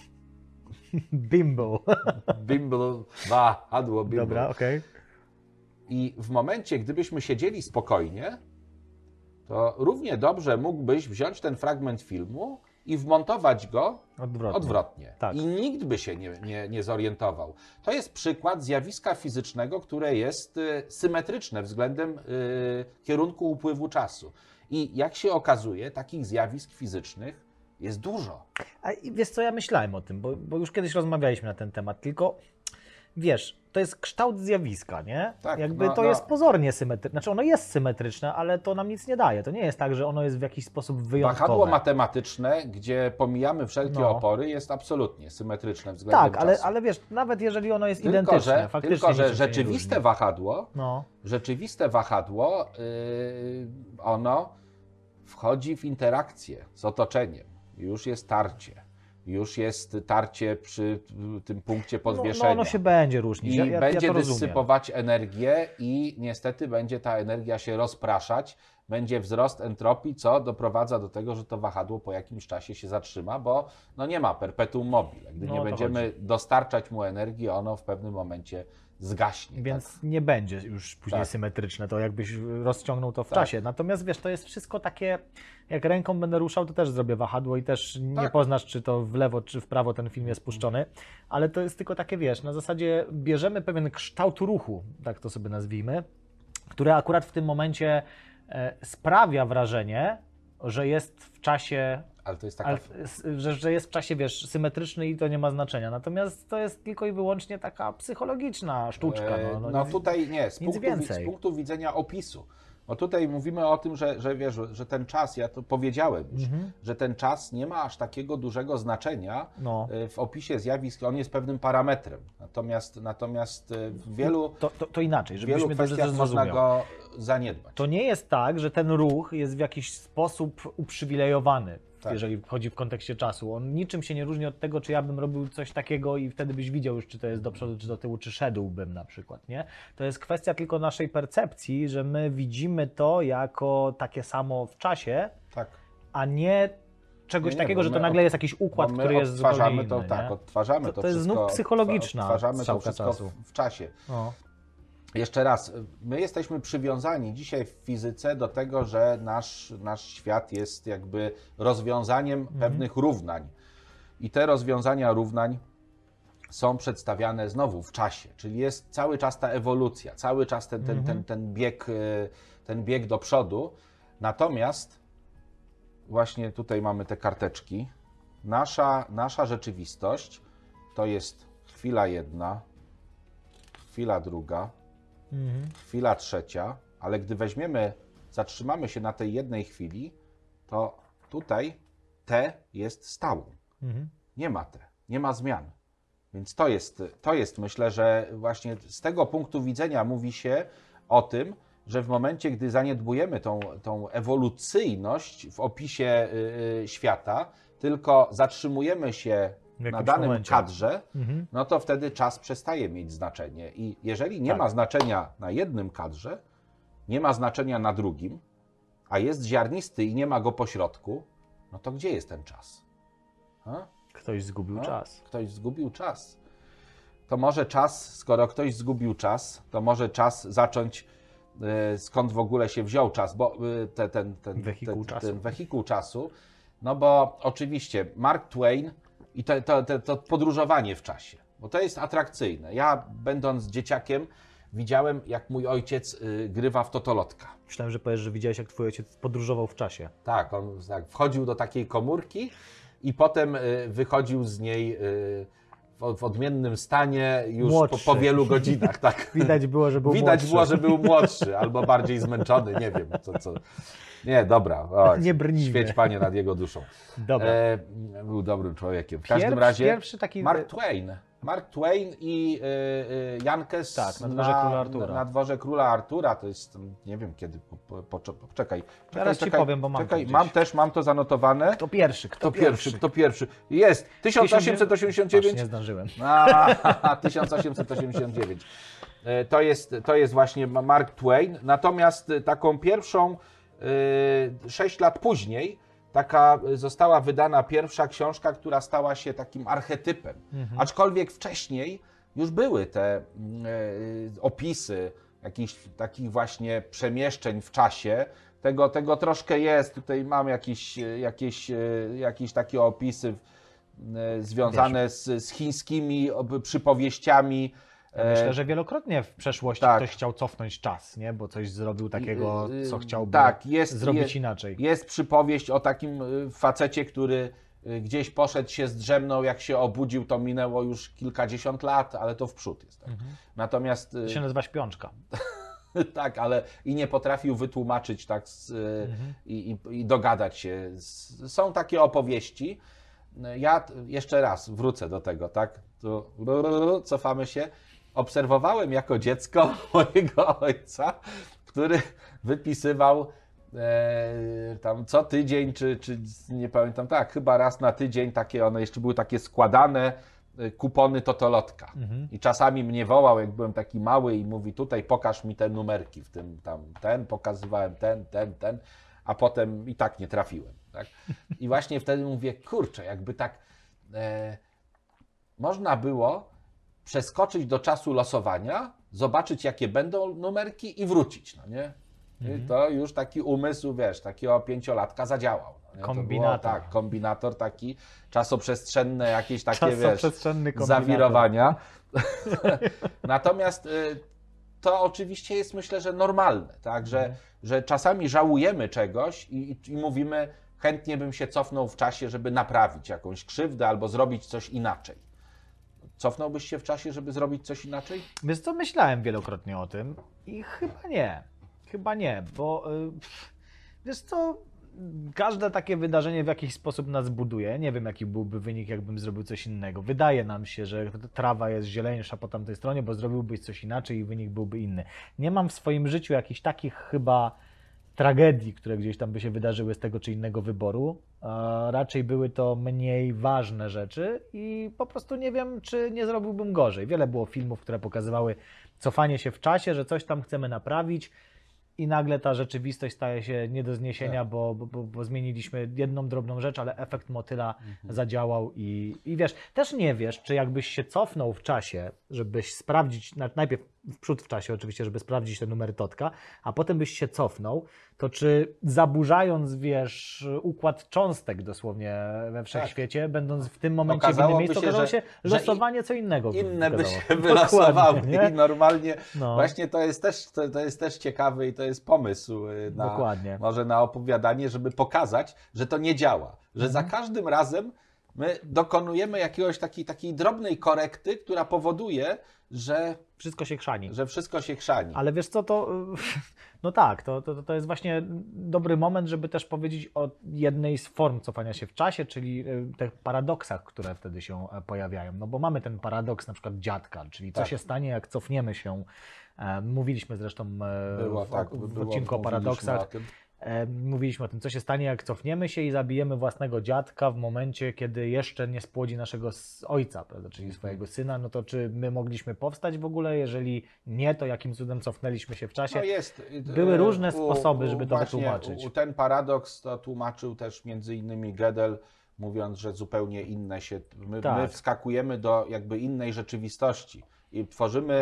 Bimbo. Bimbo, wahadło, bimbo. Dobra, okej. I w momencie, gdybyśmy siedzieli spokojnie, to równie dobrze mógłbyś wziąć ten fragment filmu i wmontować go odwrotnie. Tak. I nikt by się nie zorientował. To jest przykład zjawiska fizycznego, które jest symetryczne względem kierunku upływu czasu. I jak się okazuje, takich zjawisk fizycznych jest dużo. A wiesz co, ja myślałem o tym, bo już kiedyś rozmawialiśmy na ten temat, tylko wiesz, to jest kształt zjawiska, nie? Tak, jakby to jest pozornie symetryczne, znaczy ono jest symetryczne, ale to nam nic nie daje. To nie jest tak, że ono jest w jakiś sposób wyjątkowe. Wahadło matematyczne, gdzie pomijamy wszelkie opory, jest absolutnie symetryczne względem czasu. Tak, ale wiesz, nawet jeżeli ono jest identyczne, faktycznie tylko że rzeczywiste wahadło, ono wchodzi w interakcję z otoczeniem. Już jest tarcie. Już jest tarcie przy tym punkcie podwieszenia. No ono się będzie różnić. I będzie to dysypować energię i niestety będzie ta energia się rozpraszać, będzie wzrost entropii, co doprowadza do tego, że to wahadło po jakimś czasie się zatrzyma, bo nie ma perpetuum mobile. Gdy nie będziemy dostarczać mu energii, ono w pewnym momencie zgaśnie. Więc nie będzie już później symetryczne, to jakbyś rozciągnął to w czasie. Natomiast wiesz, to jest wszystko takie, jak ręką będę ruszał, to też zrobię wahadło i też nie poznasz, czy to w lewo, czy w prawo ten film jest puszczony, ale to jest tylko takie, wiesz, na zasadzie bierzemy pewien kształt ruchu, tak to sobie nazwijmy, który akurat w tym momencie sprawia wrażenie, że jest w czasie... Ale to jest taka... że jest w czasie, wiesz, symetryczny i to nie ma znaczenia. Natomiast to jest tylko i wyłącznie taka psychologiczna sztuczka. Tutaj nie, z punktu widzenia opisu. Bo tutaj mówimy o tym, że wiesz, że ten czas, ja to powiedziałem już, że ten czas nie ma aż takiego dużego znaczenia w opisie zjawisk, on jest pewnym parametrem. Natomiast w wielu, to inaczej, żebyśmy w wielu kwestiach można go zaniedbać. To nie jest tak, że ten ruch jest w jakiś sposób uprzywilejowany. Jeżeli chodzi w kontekście czasu. On niczym się nie różni od tego, czy ja bym robił coś takiego i wtedy byś widział już, czy to jest do przodu, czy do tyłu, czy szedłbym na przykład, nie? To jest kwestia tylko naszej percepcji, że my widzimy to jako takie samo w czasie, a nie czegoś takiego, że to nagle jest jakiś układ, który jest zupełnie inny. Odtwarzamy to to wszystko. jest znów psychologiczna odtwarzamy to wszystko czasu. w czasie. Jeszcze raz, my jesteśmy przywiązani dzisiaj w fizyce do tego, że nasz świat jest jakby rozwiązaniem pewnych równań. I te rozwiązania równań są przedstawiane znowu w czasie, czyli jest cały czas ta ewolucja, cały czas ten bieg do przodu. Natomiast właśnie tutaj mamy te karteczki. Nasza rzeczywistość to jest chwila jedna, chwila druga, chwila trzecia, ale gdy zatrzymamy się na tej jednej chwili, to tutaj T jest stałą. Nie ma T, nie ma zmian. Więc to jest, myślę, że właśnie z tego punktu widzenia mówi się o tym, że w momencie, gdy zaniedbujemy tą ewolucyjność w opisie świata, tylko zatrzymujemy się na danym kadrze, no to wtedy czas przestaje mieć znaczenie. I jeżeli nie ma znaczenia na jednym kadrze, nie ma znaczenia na drugim, a jest ziarnisty i nie ma go po środku, no to gdzie jest ten czas? Ktoś zgubił czas. Ktoś zgubił czas. To może czas, skoro ktoś zgubił czas, to może czas zacząć, skąd w ogóle się wziął czas, bo ten wehikuł czasu. No bo oczywiście Mark Twain I to podróżowanie w czasie, bo to jest atrakcyjne. Ja, będąc dzieciakiem, widziałem, jak mój ojciec grywa w totolotka. Myślałem, że powiesz, że widziałeś, jak twój ojciec podróżował w czasie. Tak, on tak wchodził do takiej komórki i potem wychodził z niej w odmiennym stanie już po wielu godzinach. Tak. Widać było, że był Widać młodszy. było, że był młodszy albo bardziej zmęczony, nie wiem co. Nie, dobra. O, Nie brnijmy. Świeć Panie nad jego duszą. Dobra. Był dobrym człowiekiem. W każdym razie Pierwszy taki... Mark Twain i Jankes Tak, na dworze Króla Artura. Na dworze Króla Artura, to jest, nie wiem kiedy, czekaj. Zaraz ci powiem, bo mam to gdzieś. Mam to zanotowane. Kto pierwszy? Kto pierwszy? Jest, 1889. Nie zdążyłem. 1889. To jest właśnie Mark Twain, natomiast taką pierwszą 6 lat później została wydana pierwsza książka, która stała się takim archetypem. Aczkolwiek wcześniej już były te opisy jakichś takich właśnie przemieszczeń w czasie. Tego troszkę jest. Tutaj mam jakieś takie opisy związane z chińskimi przypowieściami. Myślę, że wielokrotnie w przeszłości ktoś chciał cofnąć czas, nie? Bo coś zrobił takiego, co chciałby zrobić inaczej. Jest przypowieść o takim facecie, który gdzieś poszedł, się zdrzemnął, jak się obudził, to minęło już kilkadziesiąt lat, ale to w przód jest. Tak? Natomiast... To się nazywa śpiączka. Tak, ale i nie potrafił wytłumaczyć tak i dogadać się. Są takie opowieści. Ja jeszcze raz wrócę do tego, tak? Cofamy się. Obserwowałem jako dziecko mojego ojca, który wypisywał tam co tydzień, czy nie pamiętam, tak, chyba raz na tydzień, one jeszcze były takie składane kupony totolotka. I czasami mnie wołał, jak byłem taki mały i mówi, tutaj pokaż mi te numerki, w tym tam pokazywałem ten, a potem i tak nie trafiłem. Tak? I właśnie wtedy mówię, kurczę, jakby tak można było przeskoczyć do czasu losowania, zobaczyć jakie będą numerki i wrócić, no nie? I to już taki umysł, wiesz, takiego pięciolatka zadziałał. No Kombinator. Tak, kombinator taki, czasoprzestrzenne jakieś takie, wiesz, kombinator. zawirowania. Natomiast to oczywiście jest, myślę, że normalne, tak, że czasami żałujemy czegoś i mówimy, chętnie bym się cofnął w czasie, żeby naprawić jakąś krzywdę albo zrobić coś inaczej. Cofnąłbyś się w czasie, żeby zrobić coś inaczej? Wiesz co, myślałem wielokrotnie o tym i chyba nie, bo wiesz co, każde takie wydarzenie w jakiś sposób nas buduje. Nie wiem, jaki byłby wynik, jakbym zrobił coś innego. Wydaje nam się, że trawa jest zieleńsza po tamtej stronie, bo zrobiłbyś coś inaczej i wynik byłby inny. Nie mam w swoim życiu jakichś takich chyba tragedii, które gdzieś tam by się wydarzyły z tego czy innego wyboru. Raczej były to mniej ważne rzeczy i po prostu nie wiem, czy nie zrobiłbym gorzej. Wiele było filmów, które pokazywały cofanie się w czasie, że coś tam chcemy naprawić i nagle ta rzeczywistość staje się nie do zniesienia, bo zmieniliśmy jedną drobną rzecz, ale efekt motyla zadziałał i wiesz, też nie wiesz, czy jakbyś się cofnął w czasie, żebyś sprawdzić, najpierw w przód w czasie oczywiście, żeby sprawdzić te numery totka, a potem byś się cofnął, to czy zaburzając, wiesz, układ cząstek dosłownie we wszechświecie, będąc w tym momencie w innym miejscu, okazało się losowanie co innego. Inne by się wylosowały i normalnie. No. Właśnie to jest też ciekawy i to jest pomysł może na opowiadanie, żeby pokazać, że to nie działa. Że za każdym razem my dokonujemy jakiegoś takiej drobnej korekty, która powoduje, że wszystko się chrzani. Ale wiesz co, no tak, to jest właśnie dobry moment, żeby też powiedzieć o jednej z form cofania się w czasie, czyli tych paradoksach, które wtedy się pojawiają. No bo mamy ten paradoks na przykład dziadka, czyli co się stanie, jak cofniemy się. Mówiliśmy zresztą w odcinku o paradoksach. Mówiliśmy o tym, co się stanie, jak cofniemy się i zabijemy własnego dziadka w momencie, kiedy jeszcze nie spłodzi naszego ojca, prawda, czyli swojego syna, no to czy my mogliśmy powstać w ogóle? Jeżeli nie, to jakim cudem cofnęliśmy się w czasie? Były różne sposoby, żeby to wytłumaczyć. Ten paradoks to tłumaczył też między innymi Gödel, mówiąc, że zupełnie inne się... My wskakujemy do jakby innej rzeczywistości i tworzymy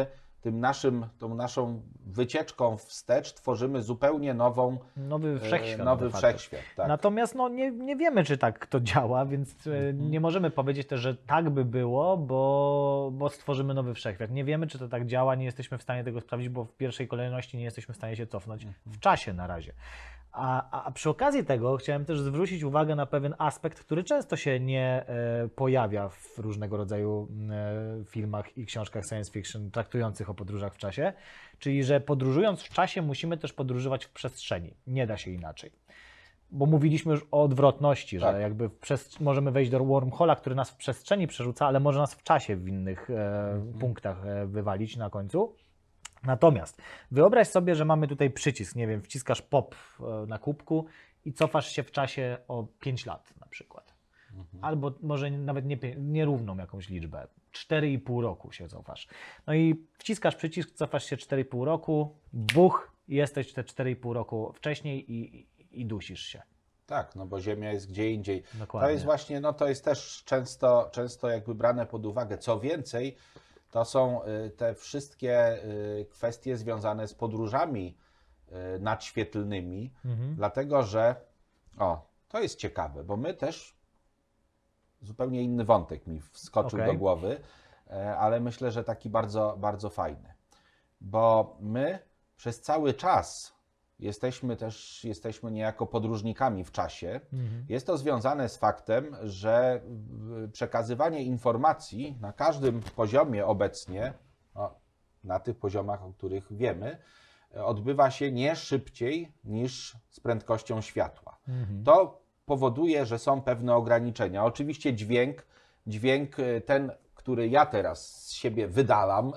tą naszą wycieczką wstecz tworzymy zupełnie Nowy wszechświat. nowy wszechświat. Tak. Natomiast no, nie wiemy, czy tak to działa, więc nie możemy powiedzieć też, że tak by było, bo stworzymy nowy wszechświat. Nie wiemy, czy to tak działa, nie jesteśmy w stanie tego sprawdzić, bo w pierwszej kolejności nie jesteśmy w stanie się cofnąć w czasie na razie. A przy okazji tego chciałem też zwrócić uwagę na pewien aspekt, który często się nie pojawia w różnego rodzaju filmach i książkach science fiction traktujących o podróżach w czasie, czyli że podróżując w czasie musimy też podróżować w przestrzeni. Nie da się inaczej. Bo mówiliśmy już o odwrotności, Tak. że jakby możemy wejść do wormhola, który nas w przestrzeni przerzuca, ale może nas w czasie w innych punktach wywalić na końcu. Natomiast wyobraź sobie, że mamy tutaj przycisk, nie wiem, wciskasz pop na kubku i cofasz się w czasie o 5 lat na przykład. Albo może nawet nierówną jakąś liczbę. 4,5 roku się cofasz. No i wciskasz przycisk, cofasz się 4,5 roku, buch, jesteś te 4,5 roku wcześniej i dusisz się. Tak, no bo Ziemia jest gdzie indziej. Dokładnie. To jest właśnie, no to jest też często jakby brane pod uwagę. Co więcej, to są te wszystkie kwestie związane z podróżami nadświetlnymi, dlatego że, to jest ciekawe, bo my też, zupełnie inny wątek mi wskoczył do głowy, ale myślę, że taki bardzo, bardzo fajny, bo my przez cały czas jesteśmy niejako podróżnikami w czasie. Jest to związane z faktem, że przekazywanie informacji na każdym poziomie obecnie, na tych poziomach, o których wiemy, odbywa się nie szybciej niż z prędkością światła. To powoduje, że są pewne ograniczenia. Oczywiście dźwięk ten, który ja teraz z siebie wydalam,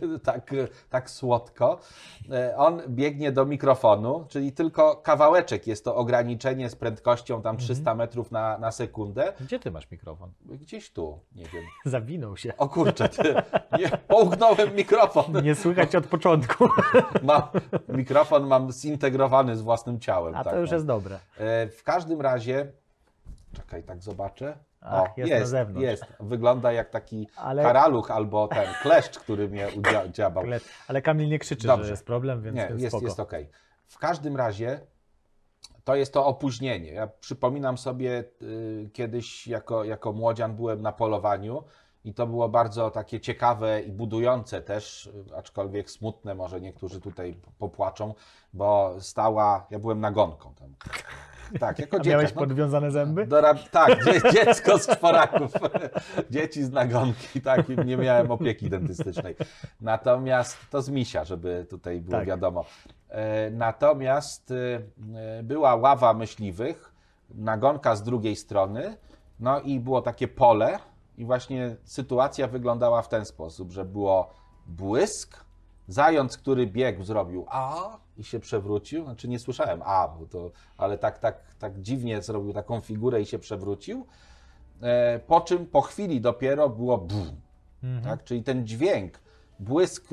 tak słodko, on biegnie do mikrofonu, czyli tylko kawałeczek jest to ograniczenie z prędkością tam 300 metrów na sekundę. Gdzie ty masz mikrofon? Gdzieś tu, nie wiem. Zawinął się. O kurczę, połknąłem mikrofon. Nie słychać od początku. Mikrofon mam zintegrowany z własnym ciałem. A to już jest dobre. W każdym razie, czekaj, tak zobaczę. Jest na zewnątrz. Jest. Wygląda jak taki karaluch albo ten kleszcz, który mnie udziabał. Ale Kamil nie krzyczy, Dobrze. że jest problem, więc jest okej. W każdym razie to jest to opóźnienie. Ja przypominam sobie kiedyś jako młodzian byłem na polowaniu i to było bardzo takie ciekawe i budujące też, aczkolwiek smutne, może niektórzy tutaj popłaczą, bo ja byłem nagonką tam. Tak, jako dzieciak. Miałeś podwiązane zęby? Tak, dziecko z czworaków, dzieci z nagonki, tak, nie miałem opieki dentystycznej. Natomiast to z misia, żeby tutaj było wiadomo. Natomiast była ława myśliwych, nagonka z drugiej strony, no i było takie pole i właśnie sytuacja wyglądała w ten sposób, że było błysk, zając, który biegł, zrobił i się przewrócił. Znaczy nie słyszałem ale tak dziwnie zrobił taką figurę i się przewrócił. Po czym po chwili dopiero było bum. Tak? Czyli ten dźwięk, błysk,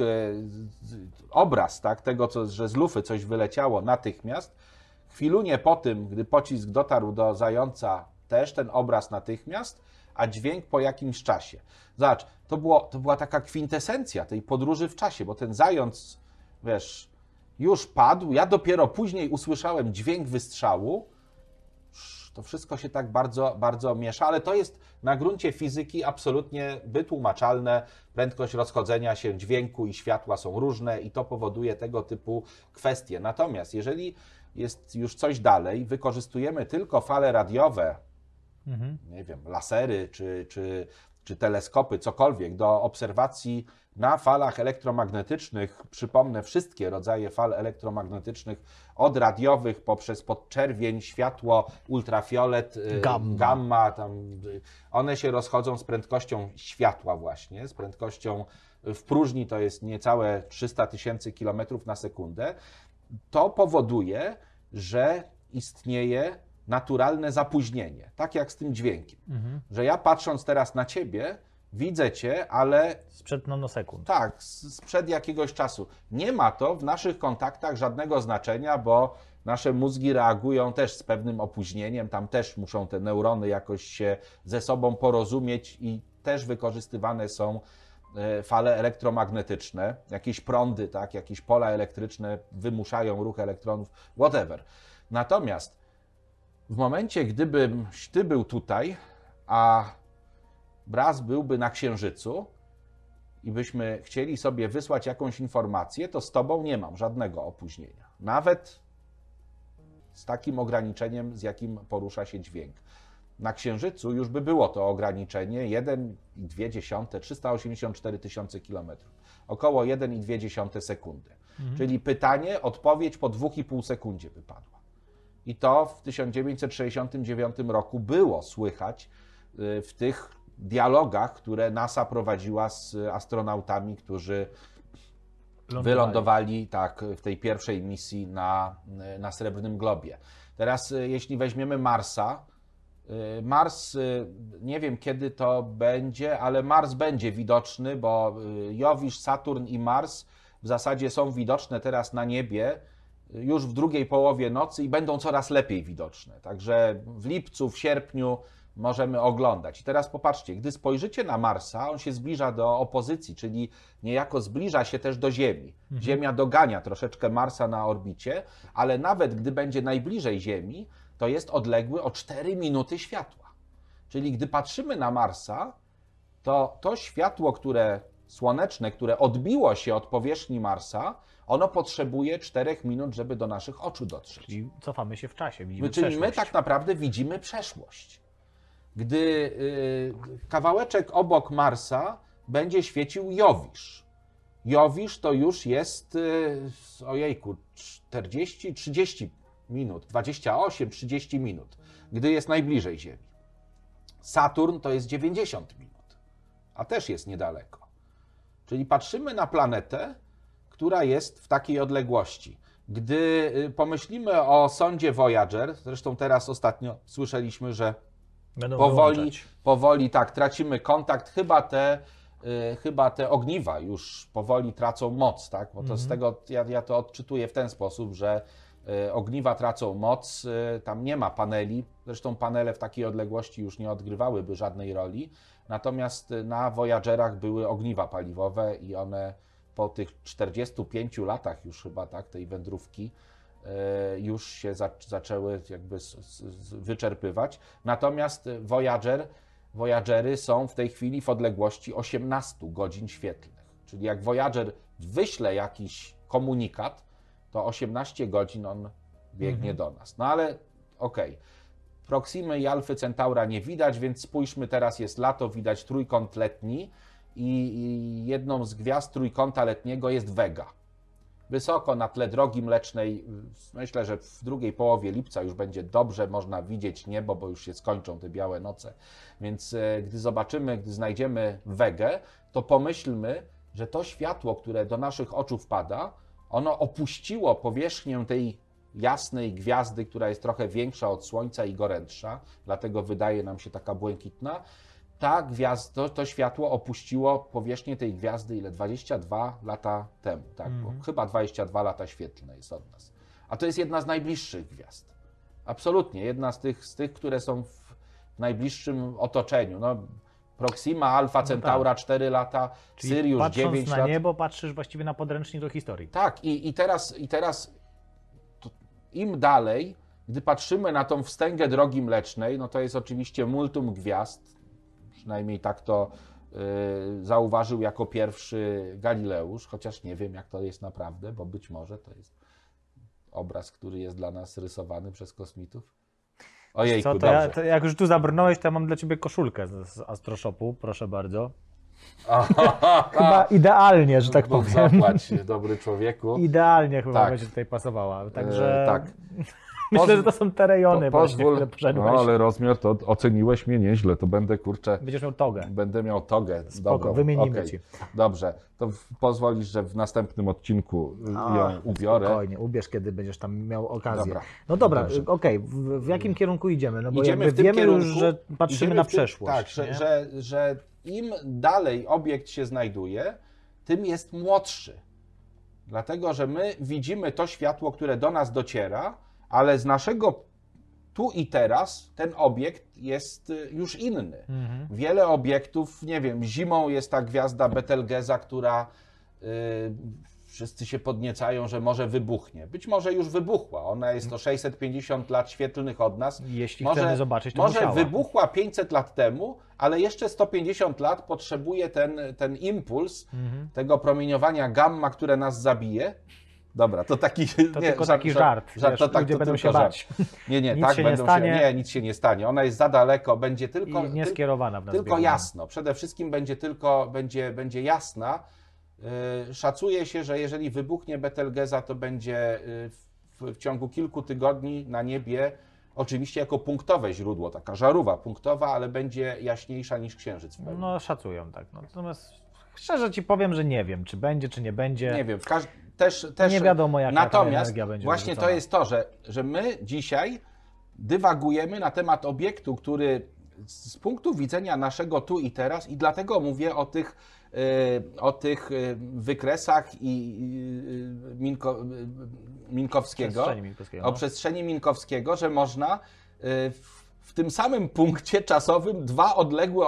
obraz tego, że z lufy coś wyleciało natychmiast. Chwilunię po tym, gdy pocisk dotarł do zająca, też ten obraz natychmiast, a dźwięk po jakimś czasie. Zobacz, to była taka kwintesencja tej podróży w czasie, bo ten zając, wiesz, już padł, ja dopiero później usłyszałem dźwięk wystrzału. To wszystko się tak bardzo, bardzo miesza, ale to jest na gruncie fizyki absolutnie wytłumaczalne. Prędkość rozchodzenia się dźwięku i światła są różne i to powoduje tego typu kwestie. Natomiast jeżeli jest już coś dalej, wykorzystujemy tylko fale radiowe, nie wiem, lasery czy teleskopy, cokolwiek, do obserwacji na falach elektromagnetycznych, przypomnę, wszystkie rodzaje fal elektromagnetycznych, od radiowych poprzez podczerwień, światło, ultrafiolet, gamma, one się rozchodzą z prędkością światła właśnie, z prędkością w próżni to jest niecałe 300 000 kilometrów na sekundę. To powoduje, że istnieje naturalne zapóźnienie, tak jak z tym dźwiękiem, że ja patrząc teraz na Ciebie, widzę Cię, ale... Sprzed nanosekund. Tak, sprzed jakiegoś czasu. Nie ma to w naszych kontaktach żadnego znaczenia, bo nasze mózgi reagują też z pewnym opóźnieniem, tam też muszą te neurony jakoś się ze sobą porozumieć i też wykorzystywane są fale elektromagnetyczne, jakieś prądy, tak, jakieś pola elektryczne wymuszają ruch elektronów, whatever. Natomiast w momencie, gdybyś ty był tutaj, a Braz byłby na Księżycu i byśmy chcieli sobie wysłać jakąś informację, to z tobą nie mam żadnego opóźnienia. Nawet z takim ograniczeniem, z jakim porusza się dźwięk. Na Księżycu już by było to ograniczenie 1,2, 384 tysiące kilometrów. Około 1,2 sekundy. Czyli pytanie, odpowiedź po 2,5 sekundzie by padła. I to w 1969 roku było słychać w tych dialogach, które NASA prowadziła z astronautami, którzy wylądowali tak, w tej pierwszej misji na Srebrnym Globie. Teraz jeśli weźmiemy Marsa, Mars, nie wiem kiedy to będzie, ale Mars będzie widoczny, bo Jowisz, Saturn i Mars w zasadzie są widoczne teraz na niebie już w drugiej połowie nocy i będą coraz lepiej widoczne. Także w lipcu, w sierpniu możemy oglądać. I teraz popatrzcie, gdy spojrzycie na Marsa, on się zbliża do opozycji, czyli niejako zbliża się też do Ziemi. Ziemia dogania troszeczkę Marsa na orbicie, ale nawet gdy będzie najbliżej Ziemi, to jest odległy o 4 minuty światła. Czyli gdy patrzymy na Marsa, to światło, słoneczne, które odbiło się od powierzchni Marsa, ono potrzebuje 4 minut, żeby do naszych oczu dotrzeć. Czyli cofamy się w czasie, widzimy Czyli przeszłość. my tak naprawdę widzimy przeszłość. Gdy kawałeczek obok Marsa będzie świecił Jowisz. Jowisz to już jest, ojejku, 30 minut, 28-30 minut, gdy jest najbliżej Ziemi. Saturn to jest 90 minut, a też jest niedaleko. Czyli patrzymy na planetę, która jest w takiej odległości. Gdy pomyślimy o sondzie Voyager, zresztą teraz ostatnio słyszeliśmy, że powoli tak, tracimy kontakt, chyba te ogniwa już powoli tracą moc, tak? Bo to z tego ja to odczytuję w ten sposób, że ogniwa tracą moc, tam nie ma paneli, zresztą panele w takiej odległości już nie odgrywałyby żadnej roli, natomiast na Voyagerach były ogniwa paliwowe i one po tych 45 latach już chyba tak, tej wędrówki już się zaczęły jakby wyczerpywać. Natomiast Voyagery są w tej chwili w odległości 18 godzin świetlnych. Czyli jak Voyager wyśle jakiś komunikat, to 18 godzin on biegnie do nas. No ale okej. Proximy i Alfy Centaura nie widać, więc spójrzmy, teraz jest lato, widać trójkąt letni i jedną z gwiazd trójkąta letniego jest Vega. Wysoko na tle Drogi Mlecznej, myślę, że w drugiej połowie lipca już będzie dobrze można widzieć niebo, bo już się skończą te białe noce. Więc gdy zobaczymy, gdy znajdziemy Wegę, to pomyślmy, że to światło, które do naszych oczu wpada, ono opuściło powierzchnię tej jasnej gwiazdy, która jest trochę większa od Słońca i gorętsza, dlatego wydaje nam się taka błękitna. Ta gwiazda, to światło opuściło powierzchnię tej gwiazdy 22 lata temu, tak? Bo chyba 22 lata świetlne jest od nas. A to jest jedna z najbliższych gwiazd. Absolutnie, jedna z tych, które są w najbliższym otoczeniu. No, Proxima, Alfa Centaura tak. 4 lata, Czyli Sirius 9 lat. lat. Na niebo patrzysz właściwie na podręcznik do historii. Tak, i teraz im dalej, gdy patrzymy na tą wstęgę Drogi Mlecznej, no to jest oczywiście multum gwiazd, przynajmniej tak to zauważył jako pierwszy Galileusz, chociaż nie wiem, jak to jest naprawdę, bo być może to jest obraz, który jest dla nas rysowany przez kosmitów. Ojejku, Co, dobrze. jak już tu zabrnąłeś, to ja mam dla ciebie koszulkę z Astroshopu, proszę bardzo. Chyba idealnie, że tak Bóg powiem. zapłać, dobry człowieku. Idealnie chyba Tak. będzie tutaj pasowała. Także tak. myślę, że to są te rejony właśnie, Pozwól, które poszedłeś. no ale rozmiar to oceniłeś mnie nieźle, to będę, kurczę, Będziesz miał togę. będę miał togę. Spoko, dobrą. wymienimy Okej. ci. Dobrze, to pozwolisz, że w następnym odcinku ją ubiorę. Spokojnie, ubierz, kiedy będziesz tam miał okazję. Dobra. No dobra, Dobrze. okej, w jakim kierunku idziemy? No bo Idziemy jakby w tym wiemy kierunku, już, że patrzymy idziemy na w tym- przeszłość. Tak, nie? że im dalej obiekt się znajduje, tym jest młodszy. Dlatego, że my widzimy to światło, które do nas dociera, ale z naszego tu i teraz ten obiekt jest już inny. Wiele obiektów, nie wiem, zimą jest ta gwiazda Betelgeza, która wszyscy się podniecają, że może wybuchnie. Być może już wybuchła. Ona jest o 650 lat świetlnych od nas. Jeśli chcemy zobaczyć, to może musiała. wybuchła 500 lat temu, ale jeszcze 150 lat potrzebuje ten impuls tego promieniowania gamma, które nas zabije. Dobra, to taki... To nie, tylko taki żart. Wiesz, to tak, ludzie to będą się żart. bać. Nie, Nic tak się będą nie stanie. Nie, nic się nie stanie. Ona jest za daleko, będzie tylko... I nie skierowana w nas Tylko jasno. Przede wszystkim będzie jasna. Szacuje się, że jeżeli wybuchnie Betelgeza, to będzie w ciągu kilku tygodni na niebie, oczywiście jako punktowe źródło, taka żarówa punktowa, ale będzie jaśniejsza niż księżyc w pełni. No szacują tak. No, natomiast szczerze Ci powiem, że nie wiem, czy będzie, czy nie będzie. Nie wiem, też nie wiadomo, jaka natomiast energia będzie właśnie wyrzucona. to jest to, że my dzisiaj dywagujemy na temat obiektu, który z punktu widzenia naszego tu i teraz, i dlatego mówię o tych wykresach Minkowskiego, o przestrzeni Minkowskiego, że można w tym samym punkcie czasowym dwa odległe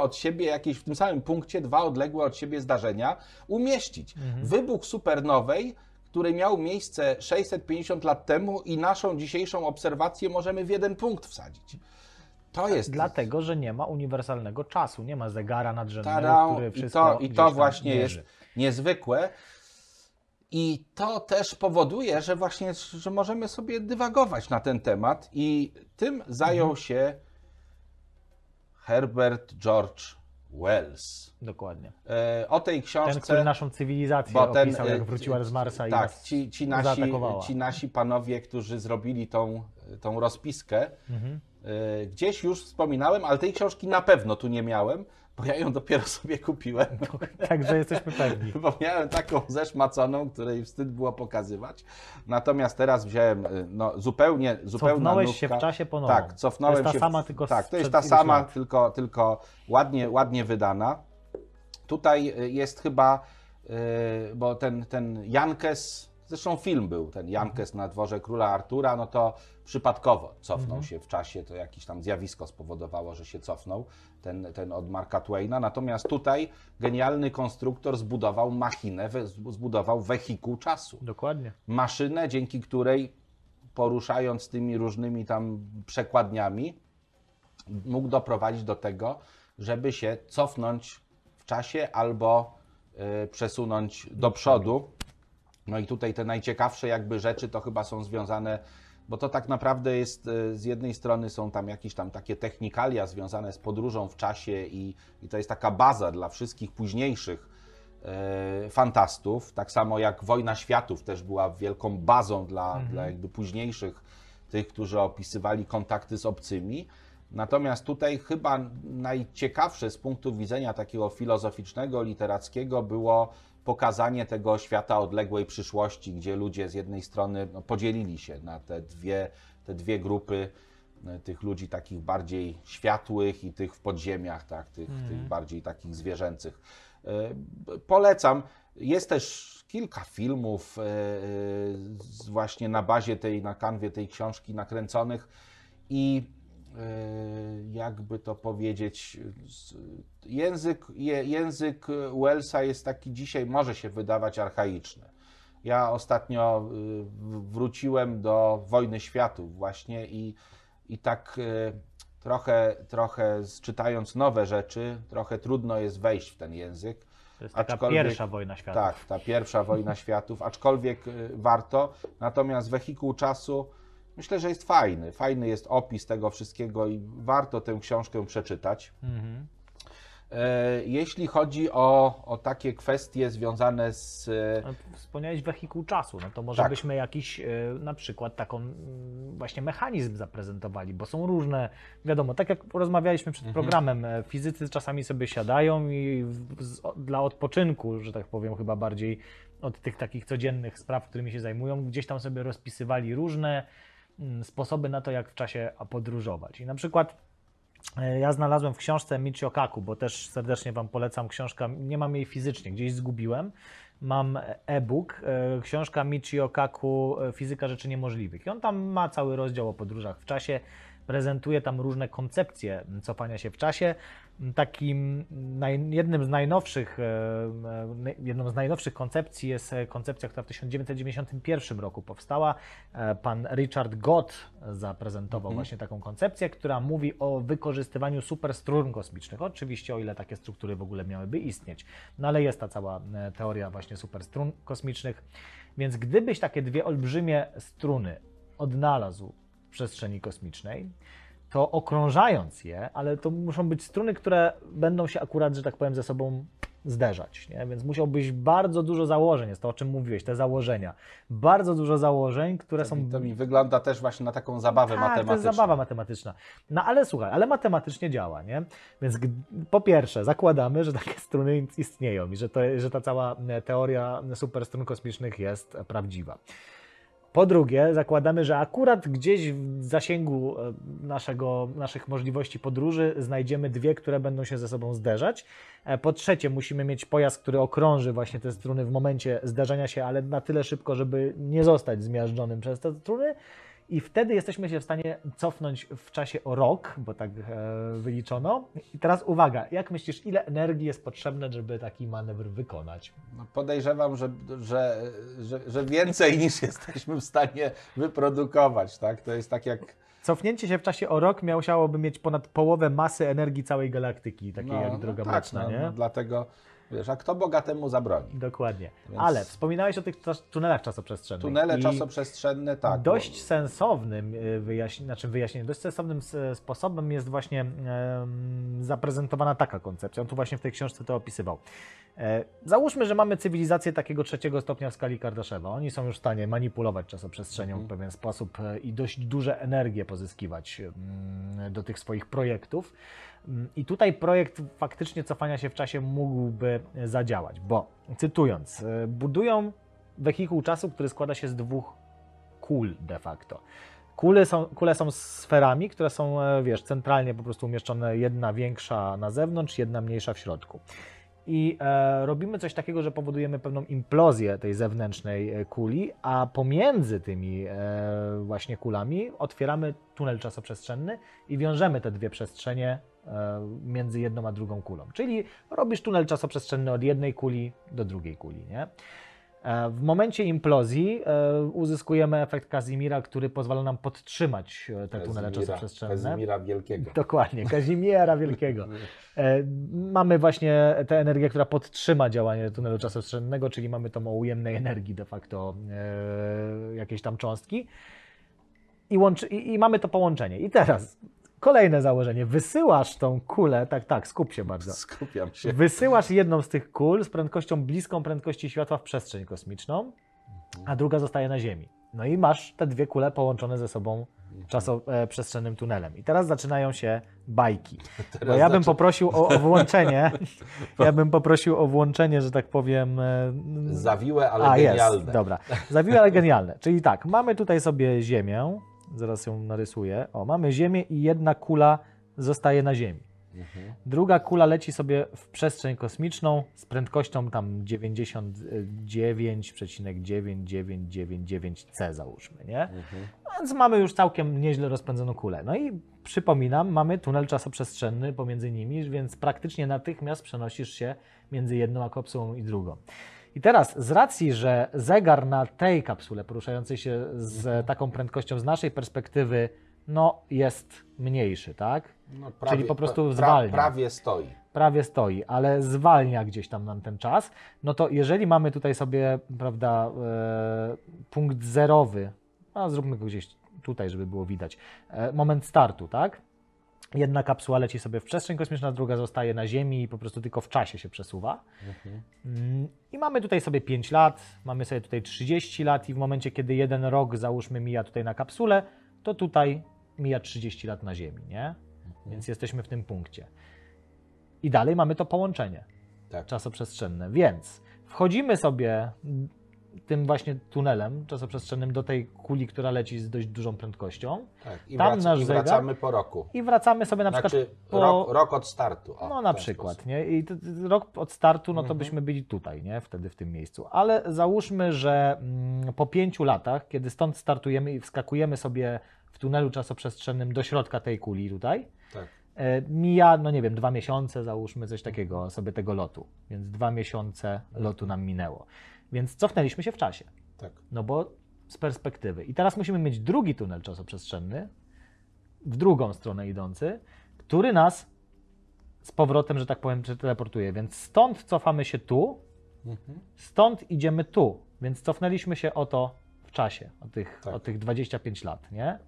od siebie zdarzenia umieścić. Wybuch supernowej, który miał miejsce 650 lat temu, i naszą dzisiejszą obserwację możemy w jeden punkt wsadzić. To jest... Dlatego, że nie ma uniwersalnego czasu, nie ma zegara nadrzędnego, który wszystko I to właśnie mierzy. jest niezwykłe. I to też powoduje, że właśnie, że możemy sobie dywagować na ten temat, i tym zajął się Herbert George Wells. Dokładnie. O tej książce... Ten, który naszą cywilizację opisał, jak wróciła z Marsa i tak, nas zaatakowała. ci nasi panowie, którzy zrobili tą rozpiskę, gdzieś już wspominałem, ale tej książki na pewno tu nie miałem, bo ja ją dopiero sobie kupiłem. Także jesteśmy pewni. Bo miałem taką zeszmaconą, której wstyd było pokazywać. Natomiast teraz wziąłem zupełnie Cofnąłeś nówka. się w czasie ponownie. Tak, cofnąłem się. To jest ta sama, tylko tak, to jest sprzed ta iluś sama, lat. tylko ładnie wydana. Tutaj jest chyba, bo ten Jankes, zresztą film był, ten Jankes na dworze króla Artura, no to przypadkowo cofnął się w czasie, to jakieś tam zjawisko spowodowało, że się cofnął, ten od Marka Twaina. Natomiast tutaj genialny konstruktor zbudował machinę, zbudował wehikuł czasu. Dokładnie. Maszynę, dzięki której, poruszając tymi różnymi tam przekładniami, mógł doprowadzić do tego, żeby się cofnąć w czasie albo przesunąć do przodu. No i tutaj te najciekawsze jakby rzeczy to chyba są związane, bo to tak naprawdę jest, z jednej strony są tam jakieś tam takie technikalia związane z podróżą w czasie, i to jest taka baza dla wszystkich późniejszych fantastów, tak samo jak Wojna Światów też była wielką bazą dla jakby późniejszych tych, którzy opisywali kontakty z obcymi. Natomiast tutaj chyba najciekawsze z punktu widzenia takiego filozoficznego, literackiego było pokazanie tego świata odległej przyszłości, gdzie ludzie z jednej strony podzielili się na te dwie grupy, tych ludzi takich bardziej światłych i tych w podziemiach, tak, tych bardziej takich zwierzęcych. Polecam. Jest też kilka filmów właśnie na bazie na kanwie tej książki nakręconych, i jakby to powiedzieć, język Wellsa jest taki dzisiaj, może się wydawać archaiczny. Ja ostatnio wróciłem do Wojny Światów właśnie i tak trochę czytając nowe rzeczy, trochę trudno jest wejść w ten język. To jest taka pierwsza wojna światów. Tak, ta pierwsza wojna światów, aczkolwiek warto. Natomiast wehikuł czasu, myślę, że jest fajny. Fajny jest opis tego wszystkiego i warto tę książkę przeczytać. Jeśli chodzi o takie kwestie związane z... Wspomniałeś wehikuł czasu, no to może tak. byśmy jakiś na przykład taką właśnie mechanizm zaprezentowali, bo są różne, wiadomo, tak jak rozmawialiśmy przed programem, fizycy czasami sobie siadają i dla odpoczynku, że tak powiem, chyba bardziej od tych takich codziennych spraw, którymi się zajmują, gdzieś tam sobie rozpisywali różne sposoby na to, jak w czasie podróżować. I na przykład ja znalazłem w książce Michio Kaku, bo też serdecznie Wam polecam książkę, nie mam jej fizycznie, gdzieś zgubiłem. Mam e-book, książka Michio Kaku, Fizyka rzeczy niemożliwych. I on tam ma cały rozdział o podróżach w czasie. prezentuje tam różne koncepcje cofania się w czasie. Jedną z najnowszych koncepcji jest koncepcja, która w 1991 roku powstała. Pan Richard Gott zaprezentował właśnie taką koncepcję, która mówi o wykorzystywaniu superstrun kosmicznych. Oczywiście o ile takie struktury w ogóle miałyby istnieć. No ale jest ta cała teoria właśnie superstrun kosmicznych. Więc gdybyś takie dwie olbrzymie struny odnalazł w przestrzeni kosmicznej, to okrążając je, ale to muszą być struny, które będą się akurat, że tak powiem, ze sobą zderzać, nie? Więc musiałbyś bardzo dużo założeń, jest to, o czym mówiłeś, te założenia. Bardzo dużo założeń, które są... To mi wygląda też właśnie na taką zabawę matematyczną. To jest zabawa matematyczna. No ale słuchaj, ale matematycznie działa, nie? Więc po pierwsze zakładamy, że takie struny istnieją i że ta cała teoria superstrun kosmicznych jest prawdziwa. Po drugie, zakładamy, że akurat gdzieś w zasięgu naszych możliwości podróży znajdziemy dwie, które będą się ze sobą zderzać. Po trzecie, musimy mieć pojazd, który okrąży właśnie te struny w momencie zderzenia się, ale na tyle szybko, żeby nie zostać zmiażdżonym przez te struny. I wtedy jesteśmy się w stanie cofnąć w czasie o rok, bo tak wyliczono. I teraz uwaga, jak myślisz, ile energii jest potrzebne, żeby taki manewr wykonać? No podejrzewam, że więcej niż jesteśmy w stanie wyprodukować, tak? To jest tak jak... Cofnięcie się w czasie o rok musiałoby mieć ponad połowę masy energii całej galaktyki, takiej jak Droga Mleczna, nie? No, dlatego, wiesz, a kto bogatemu zabroni? Dokładnie. Więc... Ale wspominałeś o tych tunelach czasoprzestrzennych. Tunele czasoprzestrzenne, tak. Dość sensownym dość sensownym sposobem jest właśnie zaprezentowana taka koncepcja. On tu właśnie w tej książce to opisywał. Załóżmy, że mamy cywilizację takiego 3. stopnia w skali Kardaszewa. Oni są już w stanie manipulować czasoprzestrzenią w pewien sposób i dość duże energie pozyskiwać do tych swoich projektów. I tutaj projekt faktycznie cofania się w czasie mógłby zadziałać, bo cytując, budują wehikuł czasu, który składa się z dwóch kul de facto. Kule są sferami, które są, wiesz, centralnie po prostu umieszczone, jedna większa na zewnątrz, jedna mniejsza w środku. I robimy coś takiego, że powodujemy pewną implozję tej zewnętrznej kuli, a pomiędzy tymi właśnie kulami otwieramy tunel czasoprzestrzenny i wiążemy te dwie przestrzenie między jedną a drugą kulą. Czyli robisz tunel czasoprzestrzenny od jednej kuli do drugiej kuli, nie? W momencie implozji uzyskujemy efekt Kazimira, który pozwala nam podtrzymać te tunele czasoprzestrzenne. Kazimira Wielkiego. Dokładnie, Kazimiera Wielkiego. Mamy właśnie tę energię, która podtrzyma działanie tunelu czasoprzestrzennego, czyli mamy tą o ujemnej energii de facto jakieś tam cząstki i mamy to połączenie. I teraz kolejne założenie. Wysyłasz tą kulę, tak, skup się bardzo. Skupiam się. Wysyłasz jedną z tych kul z prędkością bliską prędkości światła w przestrzeń kosmiczną, a druga zostaje na Ziemi. No i masz te dwie kule połączone ze sobą czasoprzestrzennym tunelem. I teraz zaczynają się bajki. Bo ja bym poprosił o włączenie. Ja bym poprosił o włączenie, że tak powiem. Zawiłe, ale genialne. Jest, dobra. Zawiłe, ale genialne. Czyli tak, mamy tutaj sobie Ziemię. Zaraz ją narysuję. O, mamy Ziemię i jedna kula zostaje na Ziemi. Druga kula leci sobie w przestrzeń kosmiczną z prędkością tam 99,9999C załóżmy, nie? Więc mamy już całkiem nieźle rozpędzoną kulę. No i przypominam, mamy tunel czasoprzestrzenny pomiędzy nimi, więc praktycznie natychmiast przenosisz się między jedną a kapsułą i drugą. I teraz z racji, że zegar na tej kapsule poruszającej się z taką prędkością z naszej perspektywy jest mniejszy, tak? No, prawie, czyli po prostu zwalnia. Prawie stoi, ale zwalnia gdzieś tam nam ten czas. No to jeżeli mamy tutaj sobie, prawda, punkt zerowy, zróbmy go gdzieś tutaj, żeby było widać, moment startu, tak? Jedna kapsuła leci sobie w przestrzeń kosmiczną, druga zostaje na Ziemi i po prostu tylko w czasie się przesuwa. I mamy tutaj sobie 5 lat, mamy sobie tutaj 30 lat i w momencie, kiedy jeden rok, załóżmy, mija tutaj na kapsule, to tutaj mija 30 lat na Ziemi, nie? Więc jesteśmy w tym punkcie. I dalej mamy to połączenie czasoprzestrzenne, więc wchodzimy sobie tym właśnie tunelem czasoprzestrzennym do tej kuli, która leci z dość dużą prędkością. Tak, i wracamy po roku. I wracamy sobie na przykład rok od startu. Na przykład, nie? I rok od startu, to byśmy byli tutaj, nie? Wtedy w tym miejscu. Ale załóżmy, że po 5 latach, kiedy stąd startujemy i wskakujemy sobie w tunelu czasoprzestrzennym do środka tej kuli tutaj, Tak. mija, no nie wiem, 2 miesiące, załóżmy coś takiego sobie tego lotu. Więc 2 miesiące lotu nam minęło. Więc cofnęliśmy się w czasie. Tak. No bo z perspektywy. I teraz musimy mieć drugi tunel czasoprzestrzenny, w drugą stronę idący, który nas z powrotem, że tak powiem, teleportuje. Więc stąd cofamy się tu, stąd idziemy tu. Więc cofnęliśmy się o to w czasie, o tych 25 lat, nie?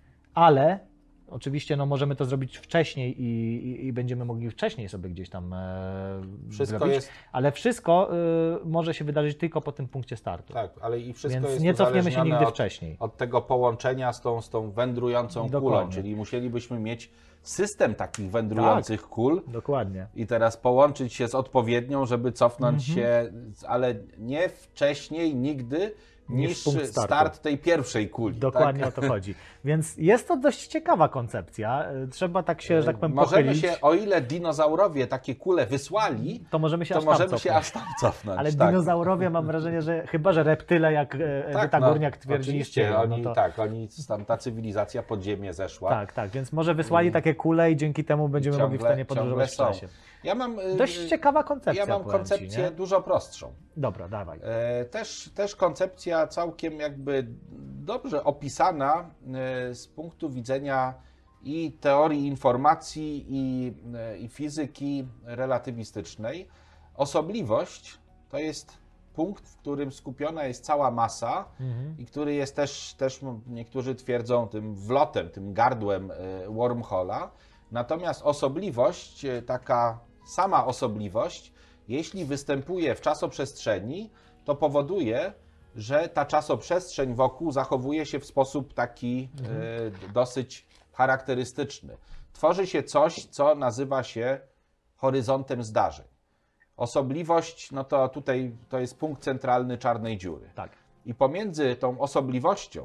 Ale oczywiście no, możemy to zrobić wcześniej i będziemy mogli wcześniej sobie gdzieś tam Wszystko zrobić, jest... ale wszystko może się wydarzyć tylko po tym punkcie startu. Tak, ale i wszystko Więc jest nie cofniemy się uzależnione nigdy wcześniej. od tego połączenia z tą wędrującą kulą, Dokładnie. czyli musielibyśmy mieć system takich wędrujących kul Dokładnie. i teraz połączyć się z odpowiednią, żeby cofnąć się, ale nie wcześniej nigdy niż punkt startu. start tej pierwszej kuli. Dokładnie tak? o to chodzi. Więc jest to dość ciekawa koncepcja. Trzeba tak się, że tak powiem, Możemy pochylić. się, o ile dinozaurowie takie kule wysłali, To możemy się to aż tam możemy się cofnąć. aż tam cofnąć. Ale tak. dinozaurowie mam wrażenie, że chyba, że reptyle, jak Edyta Górniak twierdzi, oczywiście, istnieją, oni, no to... tak, oni, tam ta cywilizacja pod ziemię zeszła. Tak, tak, więc może wysłali takie kule i dzięki temu będziemy mogli w stanie podróżować w ciągle czasie. Ja mam, Dość ciekawa koncepcja, ja mam powiem koncepcję ci, nie? dużo prostszą. Dobra, dawaj. Też koncepcja całkiem jakby dobrze opisana z punktu widzenia i teorii informacji, i fizyki relatywistycznej. Osobliwość to jest punkt, w którym skupiona jest cała masa i który jest też niektórzy twierdzą tym wlotem, tym gardłem wormhola. Natomiast osobliwość, taka sama osobliwość, jeśli występuje w czasoprzestrzeni, to powoduje, że ta czasoprzestrzeń wokół zachowuje się w sposób taki dosyć charakterystyczny. Tworzy się coś, co nazywa się horyzontem zdarzeń. Osobliwość, no to tutaj to jest punkt centralny czarnej dziury. Tak. I pomiędzy tą osobliwością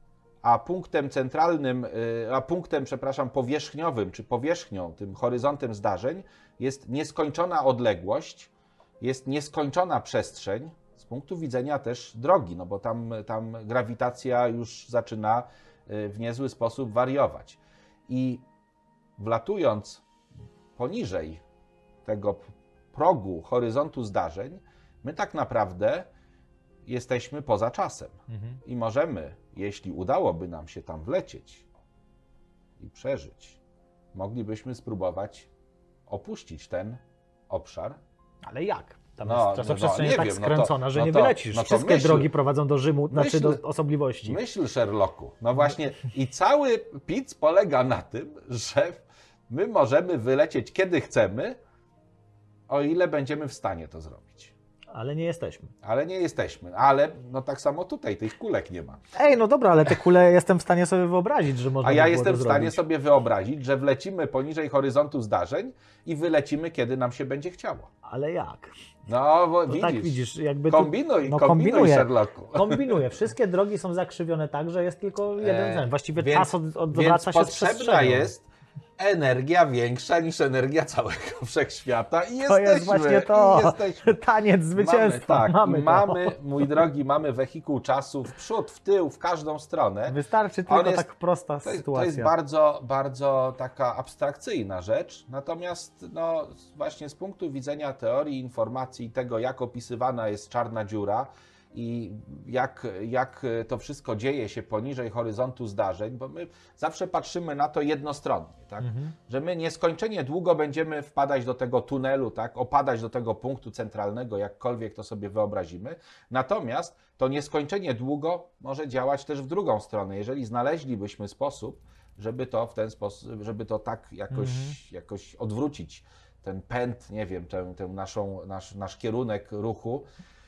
a punktem centralnym, powierzchniowym, czy powierzchnią, tym horyzontem zdarzeń, jest nieskończona odległość, jest nieskończona przestrzeń, z punktu widzenia też drogi, no bo tam grawitacja już zaczyna w niezły sposób wariować. I wlatując poniżej tego progu horyzontu zdarzeń, my tak naprawdę jesteśmy poza czasem. I możemy, jeśli udałoby nam się tam wlecieć i przeżyć, moglibyśmy spróbować opuścić ten obszar. Ale jak? Tam No, jest czasoprzestrzeń nie tak wiem, skręcona, że no nie to- wylecisz. no to Wszystkie myśl- drogi prowadzą do Rzymu, znaczy do myśl- osobliwości. Myśl, Sherlocku. No właśnie, i cały pic polega na tym, że my możemy wylecieć kiedy chcemy, o ile będziemy w stanie to zrobić. Ale nie jesteśmy. Ale nie jesteśmy. Ale no tak samo tutaj, tych kulek nie ma. Ej, no dobra, ale te kule jestem w stanie sobie wyobrazić, że można A by ja było jestem to w stanie zrobić. sobie wyobrazić, że wlecimy poniżej horyzontu zdarzeń i wylecimy, kiedy nam się będzie chciało. Ale jak? No, bo No widzisz. tak widzisz, jakby tu- Kombinuj, no kombinuj, kombinuję. Sherlocku. Kombinuję. Wszystkie drogi są zakrzywione tak, że jest tylko jeden ten. Właściwie Więc- czas odwraca się z potrzebna przestrzenią. jest energia większa niż energia całego wszechświata i To jesteśmy. jest właśnie to. I jesteśmy. Taniec zwycięstwa. Mamy, Mamy to. mój drogi, mamy wehikuł czasu w przód, w tył, w każdą stronę. Wystarczy On tylko jest- tak prosta To jest sytuacja. bardzo, bardzo taka abstrakcyjna rzecz, natomiast no, właśnie z punktu widzenia teorii informacji i tego, jak opisywana jest czarna dziura i jak to wszystko dzieje się poniżej horyzontu zdarzeń, bo my zawsze patrzymy na to jednostronnie, tak? Że my nieskończenie długo będziemy wpadać do tego tunelu, tak? Opadać do tego punktu centralnego, jakkolwiek to sobie wyobrazimy, natomiast to nieskończenie długo może działać też w drugą stronę. Jeżeli znaleźlibyśmy sposób, żeby to w ten sposób, żeby to tak jakoś odwrócić, ten pęd, nie wiem, nasz kierunek ruchu,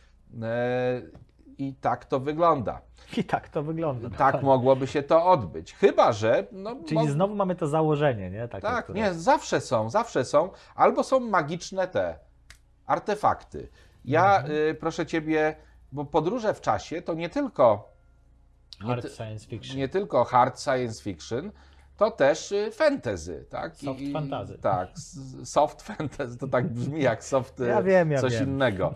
i tak to wygląda. I tak to wygląda. Tak mogłoby się to odbyć. Chyba że. No, Czyli znowu mamy to założenie, nie? Takie, tak, które... nie, zawsze są. Albo są magiczne te artefakty. Ja, proszę ciebie, bo podróże w czasie to nie tylko. Hard science fiction. Nie tylko hard science fiction, to też fantasy, tak? Soft fantasy. Tak, soft fantasy, to tak brzmi jak soft Ja wiem. coś innego.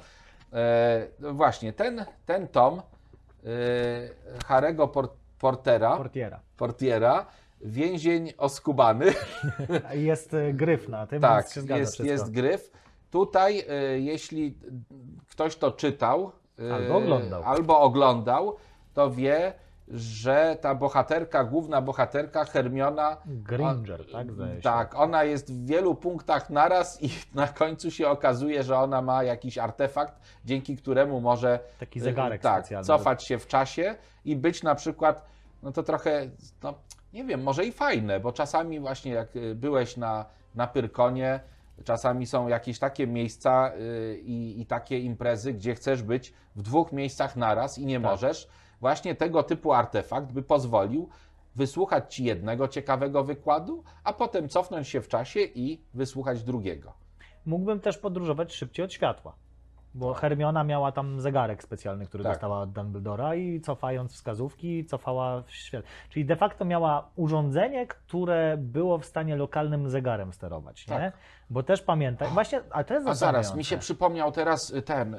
Właśnie, ten tom Harry'ego portiera, więzień oskubany. Jest gryf na tym, Tak, więc się zgadza wszystko. jest gryf. Tutaj, jeśli ktoś to czytał albo oglądał, to wie, że ta bohaterka, główna bohaterka Hermiona... Granger, tak? Zdaje się. Tak, ona jest w wielu punktach naraz i na końcu się okazuje, że ona ma jakiś artefakt, dzięki któremu może taki zegarek specjalny. cofać się w czasie i być na przykład, no to trochę, no nie wiem, może i fajne, bo czasami właśnie jak byłeś na Pyrkonie, czasami są jakieś takie miejsca i takie imprezy, gdzie chcesz być w 2 miejscach naraz i nie możesz. Właśnie tego typu artefakt by pozwolił wysłuchać ci jednego ciekawego wykładu, a potem cofnąć się w czasie i wysłuchać drugiego. Mógłbym też podróżować szybciej od światła, bo Hermiona miała tam zegarek specjalny, który dostała od Dumbledora i cofając wskazówki, cofała w świat. Czyli de facto miała urządzenie, które było w stanie lokalnym zegarem sterować, nie? Tak. Bo też pamiętaj, właśnie, a to jest A zaraz, mi się przypomniał teraz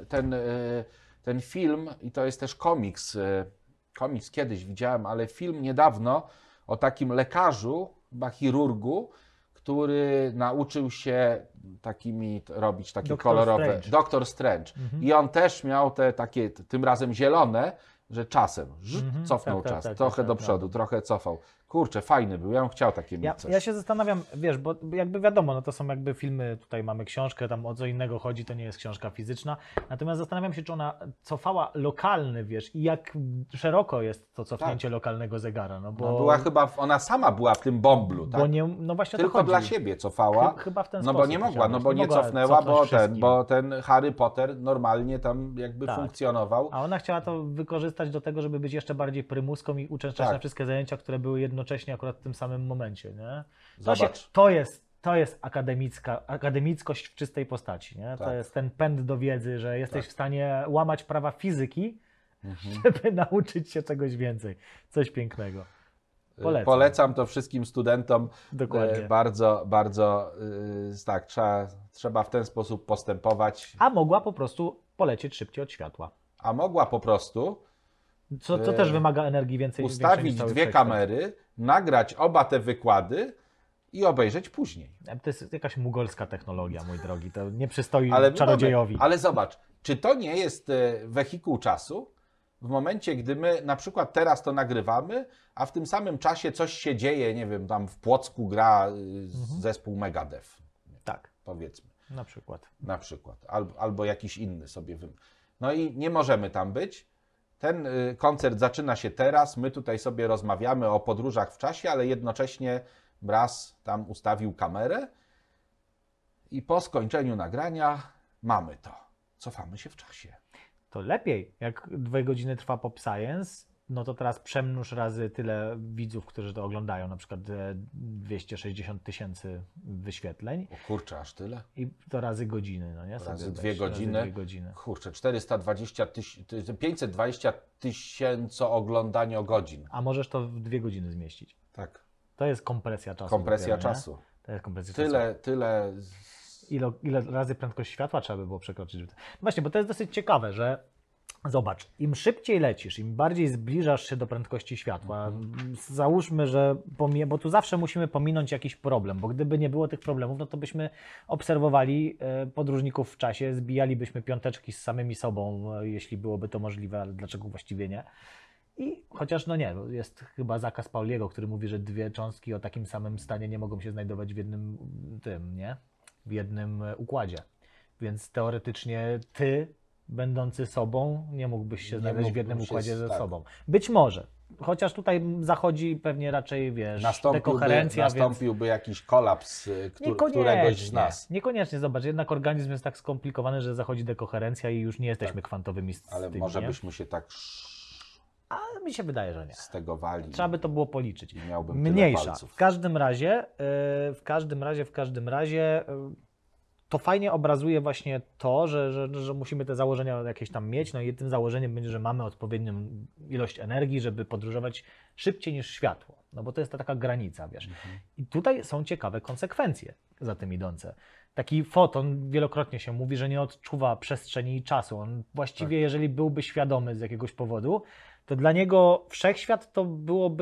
ten film i to jest też komiks. Komiks kiedyś widziałem, ale film niedawno o takim lekarzu, chyba chirurgu, który nauczył się robić takie Doktor kolorowe. Strange. Doktor Strange. I on też miał te takie, tym razem zielone, że czasem cofnął tak, czas, tak, trochę tak, do tak, przodu, trochę cofał. Kurczę, fajny był, ja bym chciał takie mieć coś. Ja się zastanawiam, wiesz, bo jakby wiadomo, no to są jakby filmy, tutaj mamy książkę, tam o co innego chodzi, to nie jest książka fizyczna, natomiast zastanawiam się, czy ona cofała lokalny, wiesz, i jak szeroko jest to cofnięcie lokalnego zegara, no bo... No była chyba, ona sama była w tym bąblu, tak? Bo nie, no właśnie tylko o to chodzi. dla siebie cofała, Chyba w ten no sposób. bo nie mogła, no bo nie cofnęła, wszystkim. bo ten Harry Potter normalnie tam jakby funkcjonował. A ona chciała to wykorzystać do tego, żeby być jeszcze bardziej prymuską i uczęszczać na wszystkie zajęcia, które były jednocześnie akurat w tym samym momencie, nie? Zobacz. To jest akademickość w czystej postaci, nie? To jest ten pęd do wiedzy, że jesteś w stanie łamać prawa fizyki, żeby nauczyć się czegoś więcej. Coś pięknego. Polecam to wszystkim studentom. Dokładnie. Bardzo, bardzo tak, trzeba w ten sposób postępować. A mogła po prostu polecieć szybciej od światła. A mogła po prostu Co też wymaga energii więcej. ustawić 2 kamery, nagrać oba te wykłady i obejrzeć później. To jest jakaś mugolska technologia, mój drogi. To nie przystoi Ale czarodziejowi. Ale zobacz, czy to nie jest wehikuł czasu? W momencie, gdy my na przykład teraz to nagrywamy, a w tym samym czasie coś się dzieje, nie wiem, tam w Płocku gra zespół Megadeth. Tak. Powiedzmy. Na przykład. Albo jakiś inny sobie. No i nie możemy tam być. Ten koncert zaczyna się teraz, my tutaj sobie rozmawiamy o podróżach w czasie, ale jednocześnie Braz tam ustawił kamerę i po skończeniu nagrania mamy to. Cofamy się w czasie. To lepiej, jak 2 godziny trwa Pop Science, no to teraz przemnóż razy tyle widzów, którzy to oglądają, na przykład 260 000 wyświetleń. O kurczę, aż tyle? I to razy godziny, no nie? Razy 2 godziny. Razy 2 godziny. Kurczę, 520 000 oglądaniogodzin. A możesz to w 2 godziny zmieścić. Tak. To jest kompresja czasu. Kompresja dopiero, czasu. To jest kompresja Tyle. Ile razy prędkość światła trzeba by było przekroczyć? Właśnie, bo to jest dosyć ciekawe, że zobacz, im szybciej lecisz, im bardziej zbliżasz się do prędkości światła, załóżmy, że bo tu zawsze musimy pominąć jakiś problem, bo gdyby nie było tych problemów, no to byśmy obserwowali podróżników w czasie, zbijalibyśmy piąteczki z samymi sobą, jeśli byłoby to możliwe, ale dlaczego właściwie nie? I chociaż no nie, jest chyba zakaz Pauliego, który mówi, że 2 cząstki o takim samym stanie nie mogą się znajdować w jednym w jednym układzie. Więc teoretycznie ty, będący sobą, nie mógłbyś się znaleźć w jednym układzie ze sobą. Być może. Chociaż tutaj zachodzi pewnie raczej, wiesz, dekoherencja. Nastąpiłby jakiś kolaps któregoś z nas. Niekoniecznie, zobacz, jednak organizm jest tak skomplikowany, że zachodzi dekoherencja i już nie jesteśmy kwantowymi ale może byśmy się tak ale mi się wydaje, że nie. stegowali. Trzeba by to było policzyć. Mniejsza. W każdym razie to fajnie obrazuje właśnie to, że musimy te założenia jakieś tam mieć. No i tym założeniem będzie, że mamy odpowiednią ilość energii, żeby podróżować szybciej niż światło. No bo to jest ta taka granica, wiesz. I tutaj są ciekawe konsekwencje za tym idące. Taki foton, wielokrotnie się mówi, że nie odczuwa przestrzeni i czasu. On właściwie, jeżeli byłby świadomy z jakiegoś powodu, to dla niego wszechświat to byłoby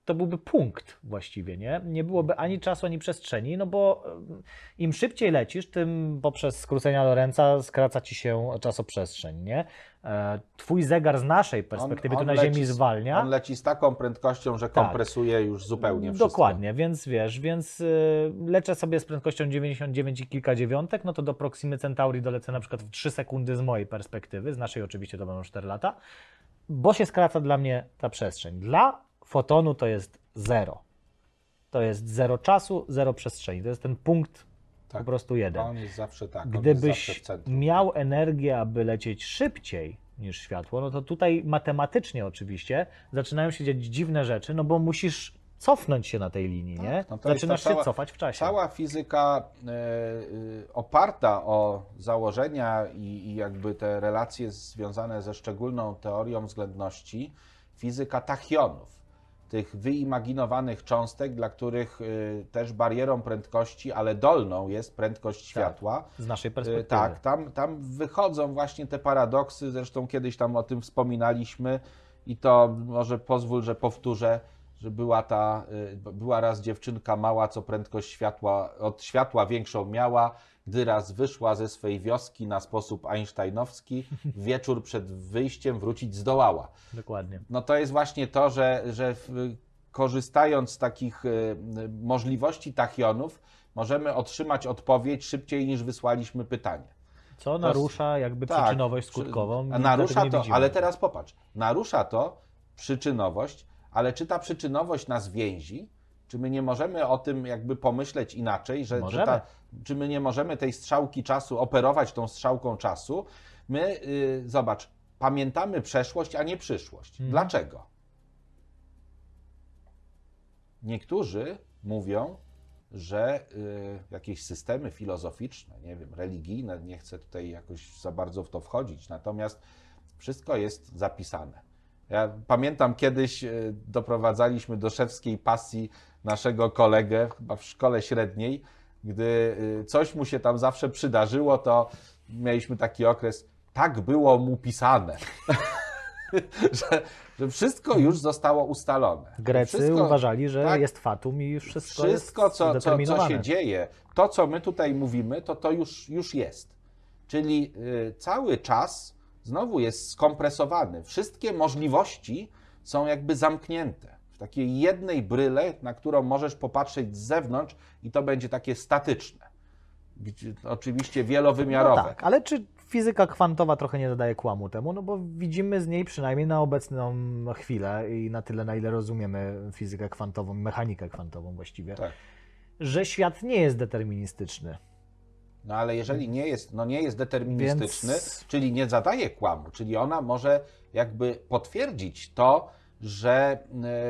to byłby punkt właściwie, nie? Nie byłoby ani czasu, ani przestrzeni, no bo im szybciej lecisz, tym poprzez skrócenia Lorenza skraca ci się czasoprzestrzeń, nie? Twój zegar z naszej perspektywy tu na Ziemi zwalnia. On leci z taką prędkością, że kompresuje już zupełnie wszystko. Dokładnie, więc wiesz, lecę sobie z prędkością 99 i kilka dziewiątek, no to do Proximy Centauri dolecę na przykład w 3 sekundy z mojej perspektywy, z naszej oczywiście to będą 4 lata, bo się skraca dla mnie ta przestrzeń. Dla fotonu to jest 0. To jest 0 czasu, 0 przestrzeni. To jest ten punkt po prostu 1. On jest zawsze tak. Gdybyś miał energię, aby lecieć szybciej niż światło, no to tutaj matematycznie oczywiście zaczynają się dziać dziwne rzeczy, no bo musisz cofnąć się na tej linii, nie? No to zaczynasz się cofać w czasie. Cała fizyka oparta o założenia i jakby te relacje związane ze szczególną teorią względności, fizyka tachionów, tych wyimaginowanych cząstek, dla których też barierą prędkości, ale dolną jest prędkość światła. Z naszej perspektywy. Tak, tam wychodzą właśnie te paradoksy, zresztą kiedyś tam o tym wspominaliśmy i to może pozwól, że powtórzę, że była raz dziewczynka mała, co prędkość światła, od światła większą miała, gdy raz wyszła ze swej wioski na sposób einsteinowski, wieczór przed wyjściem wrócić zdołała. Dokładnie. No to jest właśnie to, że korzystając z takich możliwości tachionów, możemy otrzymać odpowiedź szybciej niż wysłaliśmy pytanie. Co narusza jakby przyczynowość skutkową. Narusza to, ale teraz popatrz, narusza to przyczynowość, ale czy ta przyczynowość nas więzi? Czy my nie możemy o tym jakby pomyśleć inaczej, czy my nie możemy tej strzałki czasu operować tą strzałką czasu? My, zobacz, pamiętamy przeszłość, a nie przyszłość. Dlaczego? Niektórzy mówią, że jakieś systemy filozoficzne, nie wiem, religijne, nie chcę tutaj jakoś za bardzo w to wchodzić, natomiast wszystko jest zapisane. Ja pamiętam kiedyś doprowadzaliśmy do szewskiej pasji naszego kolegę, chyba w szkole średniej, gdy coś mu się tam zawsze przydarzyło, to mieliśmy taki okres, tak było mu pisane, że wszystko już zostało ustalone. Grecy uważali, że jest fatum i już wszystko jest co się dzieje, to co my tutaj mówimy, to już jest. Czyli cały czas znowu jest skompresowany. Wszystkie możliwości są jakby zamknięte w takiej jednej bryle, na którą możesz popatrzeć z zewnątrz i to będzie takie statyczne. Oczywiście wielowymiarowe. No tak, ale czy fizyka kwantowa trochę nie dodaje kłamu temu? No bo widzimy z niej przynajmniej na obecną chwilę i na tyle, na ile rozumiemy fizykę kwantową, mechanikę kwantową właściwie, że świat nie jest deterministyczny. No ale jeżeli nie jest deterministyczny, czyli nie zadaje kłamu, czyli ona może jakby potwierdzić to, że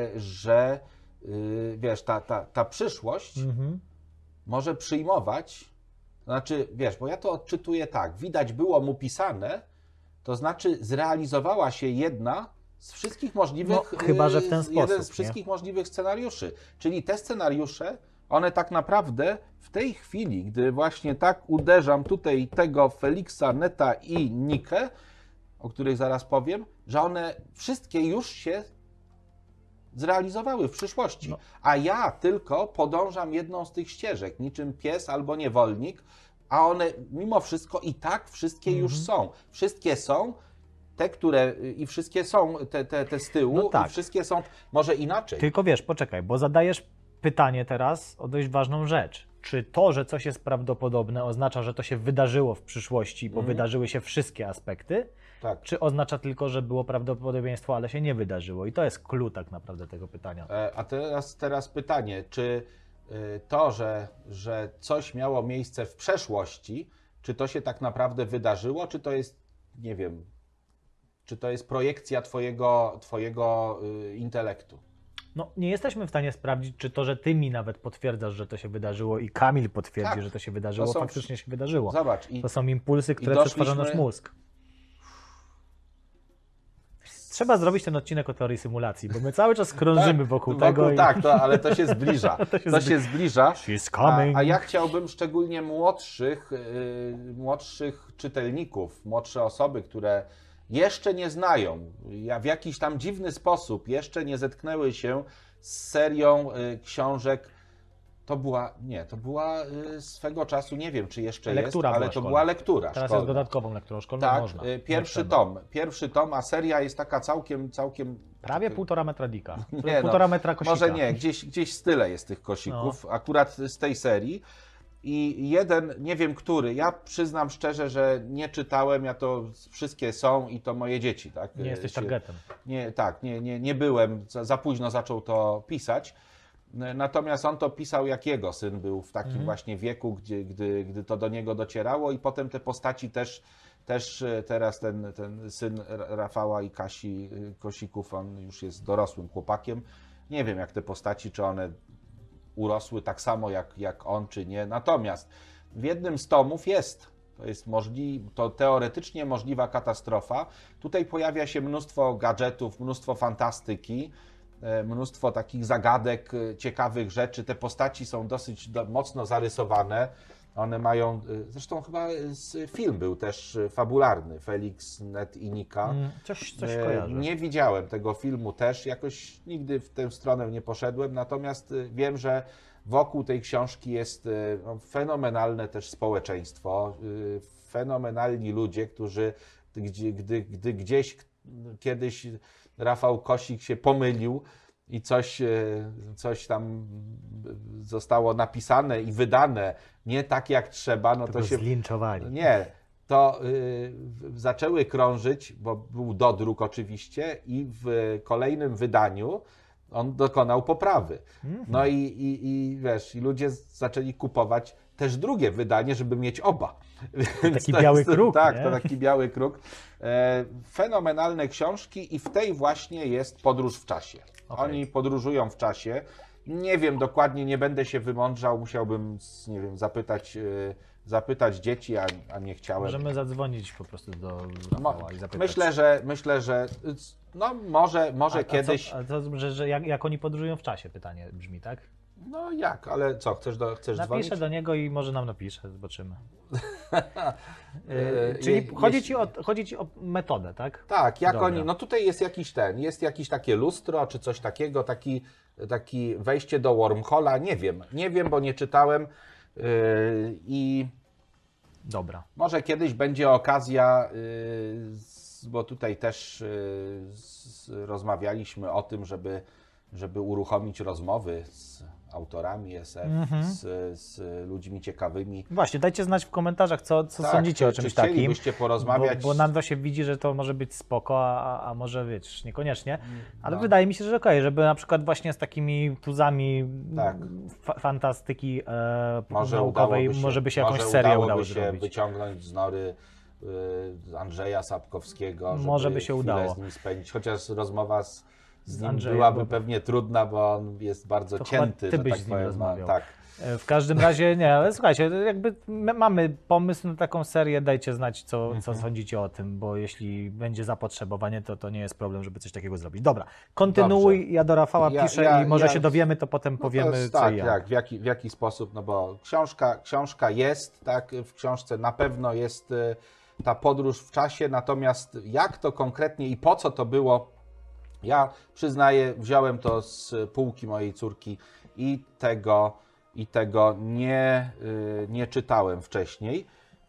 wiesz, ta przyszłość może przyjmować, znaczy wiesz, bo ja to odczytuję tak, widać było mu pisane, to znaczy zrealizowała się jedna z wszystkich możliwych, chyba że w ten sposób, jeden z wszystkich możliwych scenariuszy, czyli te scenariusze, one tak naprawdę w tej chwili, gdy właśnie tak uderzam tutaj tego Feliksa, Neta i Nikę, o których zaraz powiem, że one wszystkie już się zrealizowały w przyszłości. A ja tylko podążam jedną z tych ścieżek, niczym pies albo niewolnik, a one mimo wszystko i tak wszystkie już są. Wszystkie są, te, które i wszystkie są te z tyłu, i wszystkie są może inaczej. Tylko wiesz, poczekaj, bo zadajesz pytanie teraz o dość ważną rzecz. Czy to, że coś jest prawdopodobne, oznacza, że to się wydarzyło w przyszłości, bo wydarzyły się wszystkie aspekty? Tak. Czy oznacza tylko, że było prawdopodobieństwo, ale się nie wydarzyło? I to jest clue tak naprawdę tego pytania. A teraz pytanie, czy to, że coś miało miejsce w przeszłości, czy to się tak naprawdę wydarzyło, czy to jest, nie wiem, czy to jest projekcja twojego intelektu? No, nie jesteśmy w stanie sprawdzić, czy to, że ty mi nawet potwierdzasz, że to się wydarzyło i Kamil potwierdzi, że to się wydarzyło, faktycznie się wydarzyło. Zobacz. To są impulsy, które przetwarza nasz mózg. Trzeba zrobić ten odcinek o teorii symulacji, bo my cały czas krążymy wokół tego. Tak, ale to się zbliża. to się zbliża. She's coming. A ja chciałbym szczególnie młodszych czytelników, młodsze osoby, które jeszcze nie znają, w jakiś tam dziwny sposób jeszcze nie zetknęły się z serią książek. To była swego czasu, nie wiem czy jeszcze Lektura jest, ale była to szkolna. była lektura Teraz szkolna. jest dodatkową lekturą szkolną, Tak, można. pierwszy tom, a seria jest taka całkiem... Prawie 1,5 metra dika. Nie, 1,5 metra kosika. Może nie, gdzieś z tyle jest tych kosików, akurat z tej serii. I jeden, nie wiem który, ja przyznam szczerze, że nie czytałem, ja to wszystkie są i to moje dzieci, tak? Nie jesteś targetem. Nie byłem, za późno zaczął to pisać. Natomiast on to pisał, jak jego syn był w takim właśnie wieku, gdy to do niego docierało i potem te postaci też teraz ten syn Rafała i Kasi Kosików, on już jest dorosłym chłopakiem. Nie wiem, jak te postaci, czy one urosły tak samo jak on, czy nie. Natomiast w jednym z tomów to teoretycznie możliwa katastrofa. Tutaj pojawia się mnóstwo gadżetów, mnóstwo fantastyki, mnóstwo takich zagadek, ciekawych rzeczy. Te postaci są dosyć mocno zarysowane. One mają, zresztą chyba film był też fabularny, Felix, Ned i Nika. Coś kojarzę. Nie widziałem tego filmu też, jakoś nigdy w tę stronę nie poszedłem, natomiast wiem, że wokół tej książki jest fenomenalne też społeczeństwo, fenomenalni ludzie, którzy gdy gdzieś kiedyś Rafał Kosik się pomylił i coś tam zostało napisane i wydane nie tak jak trzeba, no to się zlinczowali. Nie, to zaczęły krążyć, bo był dodruk oczywiście i w kolejnym wydaniu on dokonał poprawy. No i wiesz, i ludzie zaczęli kupować też drugie wydanie, żeby mieć oba. Taki biały kruk. Tak, nie? to taki biały kruk. Fenomenalne książki i w tej właśnie jest podróż w czasie. Okay. Oni podróżują w czasie. Nie wiem dokładnie, nie będę się wymądrzał, musiałbym, nie wiem, zapytać dzieci, a nie chciałem. Możemy zadzwonić po prostu do Rafała i zapytać. Myślę, że no może kiedyś... Jak oni podróżują w czasie, pytanie brzmi, tak? No jak, ale co, chcesz dzwonić? Napiszę do niego i może nam napisze, zobaczymy. Czyli chodzi ci o metodę, tak? Tak, jak Dobra. oni, no tutaj jest jakieś takie lustro, czy coś takiego, taki wejście do wormhola, nie wiem, bo nie czytałem i Dobra. może kiedyś będzie okazja, bo tutaj też rozmawialiśmy o tym, żeby uruchomić rozmowy z autorami SF, z ludźmi ciekawymi. Właśnie, dajcie znać w komentarzach, co sądzicie o czymś takim. Chcielibyście porozmawiać? Bo nam to się widzi, że to może być spoko, a może wiesz, niekoniecznie. Ale wydaje mi się, że okej, żeby na przykład właśnie z takimi tuzami fantastyki naukowej, może by się jakąś serię udało zrobić. Wyciągnąć z nory Andrzeja Sapkowskiego, żeby może by się udało z nim spędzić, chociaż rozmowa z nim Andrzejem byłaby pewnie trudna, bo on jest bardzo to cięty, ty że byś tak z nim powiem. rozmawiał. Tak. W każdym razie nie, ale słuchajcie, jakby mamy pomysł na taką serię, dajcie znać, co sądzicie o tym, bo jeśli będzie zapotrzebowanie, to nie jest problem, żeby coś takiego zrobić. Dobra, kontynuuj, Dobrze. ja do Rafała piszę i może się dowiemy, to potem powiemy, to jest, co tak, i jak. Tak, w jaki sposób, no bo książka jest, tak, w książce na pewno jest ta podróż w czasie, natomiast jak to konkretnie i po co to było, ja przyznaję, wziąłem to z półki mojej córki i tego nie czytałem wcześniej.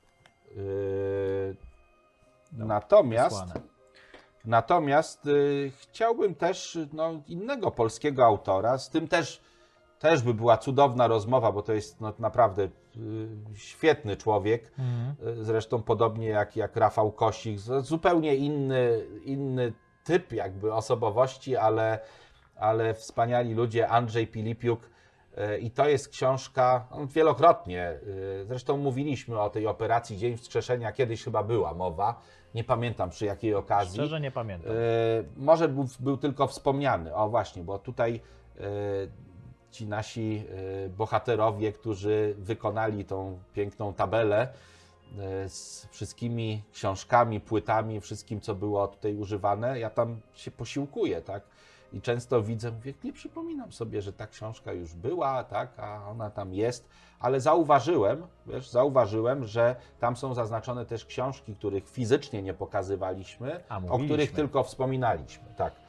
Natomiast chciałbym też innego polskiego autora, z tym też by była cudowna rozmowa, bo to jest naprawdę świetny człowiek, zresztą podobnie jak Rafał Kosik, zupełnie inny typ jakby osobowości, ale wspaniali ludzie, Andrzej Pilipiuk. I to jest książka, wielokrotnie, zresztą mówiliśmy o tej operacji Dzień Wskrzeszenia, kiedyś chyba była mowa, nie pamiętam przy jakiej okazji. Szczerze nie pamiętam. Może był tylko wspomniany, o właśnie, bo tutaj ci nasi bohaterowie, którzy wykonali tą piękną tabelę z wszystkimi książkami, płytami, wszystkim, co było tutaj używane, ja tam się posiłkuję, tak? I często widzę, mówię, nie przypominam sobie, że ta książka już była, tak, a ona tam jest, ale zauważyłem, że tam są zaznaczone też książki, których fizycznie nie pokazywaliśmy, o których tylko wspominaliśmy, tak.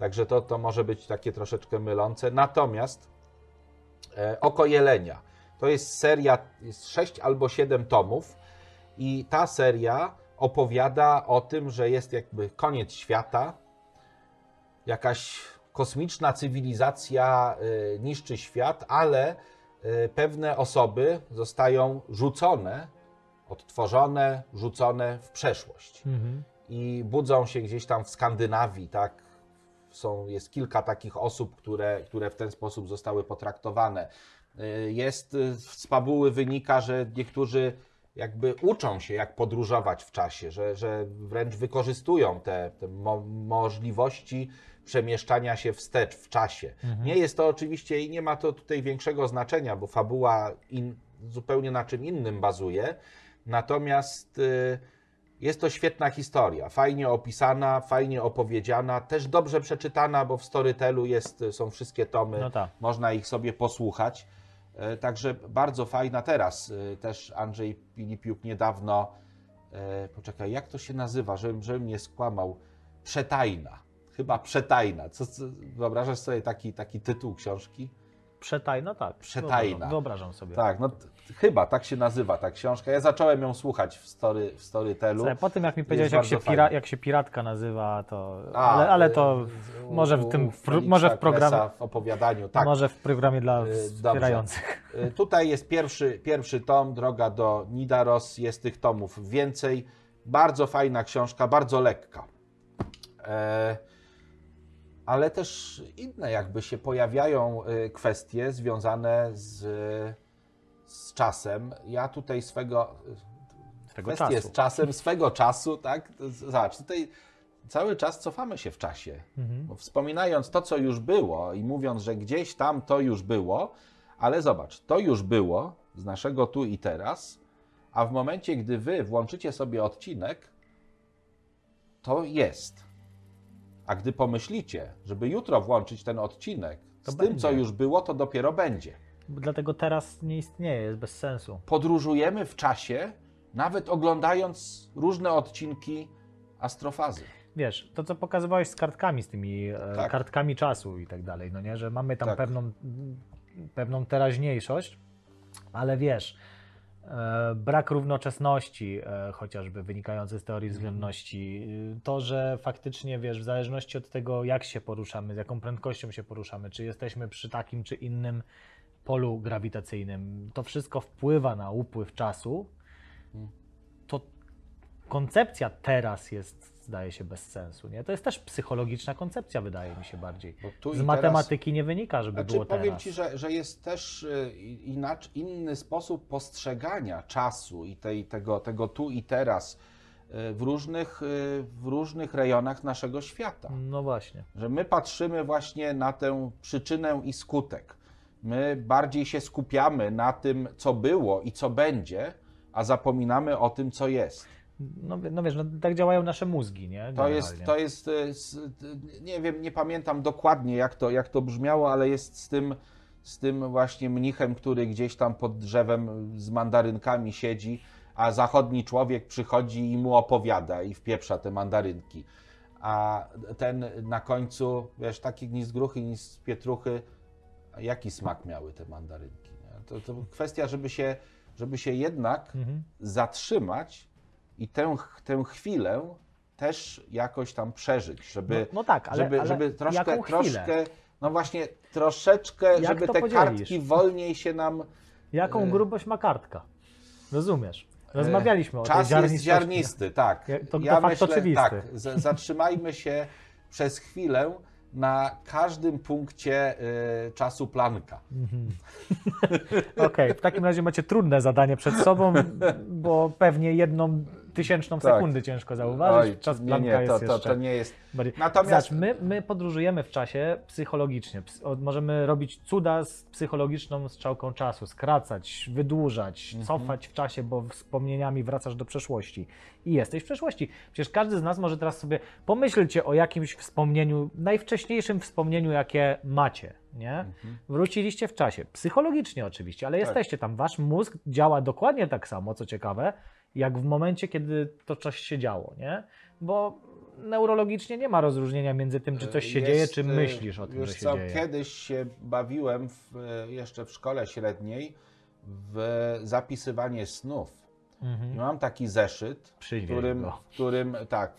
Także to może być takie troszeczkę mylące. Natomiast Oko Jelenia to jest seria, jest 6 albo 7 tomów i ta seria opowiada o tym, że jest jakby koniec świata, jakaś kosmiczna cywilizacja niszczy świat, ale pewne osoby zostają rzucone, odtworzone, rzucone w przeszłość. I budzą się gdzieś tam w Skandynawii, tak? Jest kilka takich osób, które w ten sposób zostały potraktowane. Z fabuły wynika, że niektórzy jakby uczą się, jak podróżować w czasie, że wręcz wykorzystują te możliwości przemieszczania się wstecz w czasie. Nie jest to oczywiście i nie ma to tutaj większego znaczenia, bo fabuła zupełnie na czym innym bazuje, natomiast jest to świetna historia, fajnie opisana, fajnie opowiedziana, też dobrze przeczytana, bo w Storytelu są wszystkie tomy, No tak. można ich sobie posłuchać. Także bardzo fajna. Teraz też Andrzej Pilipiuk niedawno, poczekaj, jak to się nazywa, żebym nie skłamał, Przetajna. Chyba Przetajna. Wyobrażasz sobie taki tytuł książki? Przetajna, tak. Przetajna. Wyobrażam sobie. Tak, no chyba tak się nazywa ta książka. Ja zacząłem ją słuchać w Storytelu. Słuchaj, po tym jak mi powiedziałeś, jak się piratka nazywa, to. Ale to może w tym. Może w programie. W opowiadaniu, tak. Może w programie dla wspierających. Tutaj jest pierwszy tom, Droga do Nidaros. Jest tych tomów więcej. Bardzo fajna książka, bardzo lekka. Ale też inne jakby się pojawiają kwestie związane z czasem. Ja tutaj kwestie z czasem, swego czasu, tak? Zobacz, tutaj cały czas cofamy się w czasie. Bo wspominając to, co już było i mówiąc, że gdzieś tam to już było, ale zobacz, to już było z naszego tu i teraz, a w momencie, gdy wy włączycie sobie odcinek, to jest. A gdy pomyślicie, żeby jutro włączyć ten odcinek z tym, co już było, to dopiero będzie. Dlatego teraz nie istnieje, jest bez sensu. Podróżujemy w czasie, nawet oglądając różne odcinki Astrofazy. Wiesz, to co pokazywałeś z kartkami, z tymi kartkami czasu i tak dalej, no nie, że mamy tam pewną teraźniejszość, ale wiesz, brak równoczesności, chociażby wynikający z teorii względności, to, że faktycznie, wiesz, w zależności od tego, jak się poruszamy, z jaką prędkością się poruszamy, czy jesteśmy przy takim czy innym polu grawitacyjnym, to wszystko wpływa na upływ czasu, to koncepcja teraz jest, zdaje się, bez sensu, nie? To jest też psychologiczna koncepcja, wydaje mi się bardziej. Z matematyki nie wynika, żeby było teraz. Powiem Ci, że jest też inny sposób postrzegania czasu i tego tu i teraz w różnych rejonach naszego świata. No właśnie. Że my patrzymy właśnie na tę przyczynę i skutek. My bardziej się skupiamy na tym, co było i co będzie, a zapominamy o tym, co jest. No wiesz, tak działają nasze mózgi, nie? To jest, nie wiem, nie pamiętam dokładnie jak to brzmiało, ale jest z tym właśnie mnichem, który gdzieś tam pod drzewem z mandarynkami siedzi, a zachodni człowiek przychodzi i mu opowiada i wpieprza te mandarynki. A ten na końcu, wiesz, taki ni z gruchy, ni z pietruchy, jaki smak miały te mandarynki? Nie? To kwestia, żeby się jednak zatrzymać i tę chwilę też jakoś tam przeżyć, żeby, żeby troszkę, no właśnie troszeczkę, jak żeby te podzielisz? kartki wolniej się nam... Jaką grubość ma kartka? Rozumiesz? Rozmawialiśmy o tej Czas jest ziarnisty, tak. To fakt oczywisty. Tak, zatrzymajmy się przez chwilę na każdym punkcie czasu Plancka. Okej, w takim razie macie trudne zadanie przed sobą, bo pewnie 1/1000 sekundy ciężko zauważyć. Czas Plancka jest jeszcze... To nie jest... Natomiast my podróżujemy w czasie psychologicznie. Możemy robić cuda z psychologiczną strzałką czasu, skracać, wydłużać, cofać w czasie, bo wspomnieniami wracasz do przeszłości i jesteś w przeszłości. Przecież każdy z nas może teraz sobie pomyślcie o jakimś wspomnieniu, najwcześniejszym wspomnieniu, jakie macie, nie? Wróciliście w czasie. Psychologicznie oczywiście, ale jesteście tam. Wasz mózg działa dokładnie tak samo, co ciekawe, jak w momencie, kiedy to coś się działo, nie? Bo neurologicznie nie ma rozróżnienia między tym, czy coś się dzieje, czy myślisz o tym, wiesz że się co, dzieje. Kiedyś się bawiłem jeszcze w szkole średniej w zapisywanie snów. I mam taki zeszyt, w którym tak,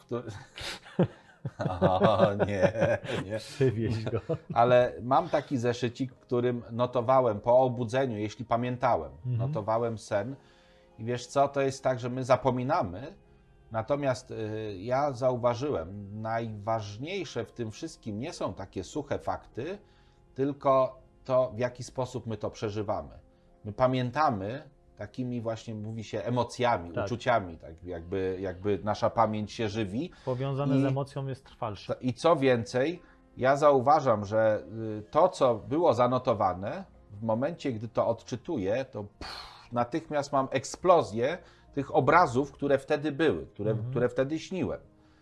o, nie. Przywieź go. Ale mam taki zeszycik, w którym notowałem po obudzeniu, jeśli pamiętałem, notowałem sen. I wiesz co, to jest tak, że my zapominamy, natomiast ja zauważyłem, najważniejsze w tym wszystkim nie są takie suche fakty, tylko to, w jaki sposób my to przeżywamy. My pamiętamy takimi właśnie, mówi się, emocjami, uczuciami, tak jakby nasza pamięć się żywi. Powiązane z emocją jest trwalsze. I co więcej, ja zauważam, że to, co było zanotowane, w momencie, gdy to odczytuję, to natychmiast mam eksplozję tych obrazów, które wtedy były, które wtedy śniłem.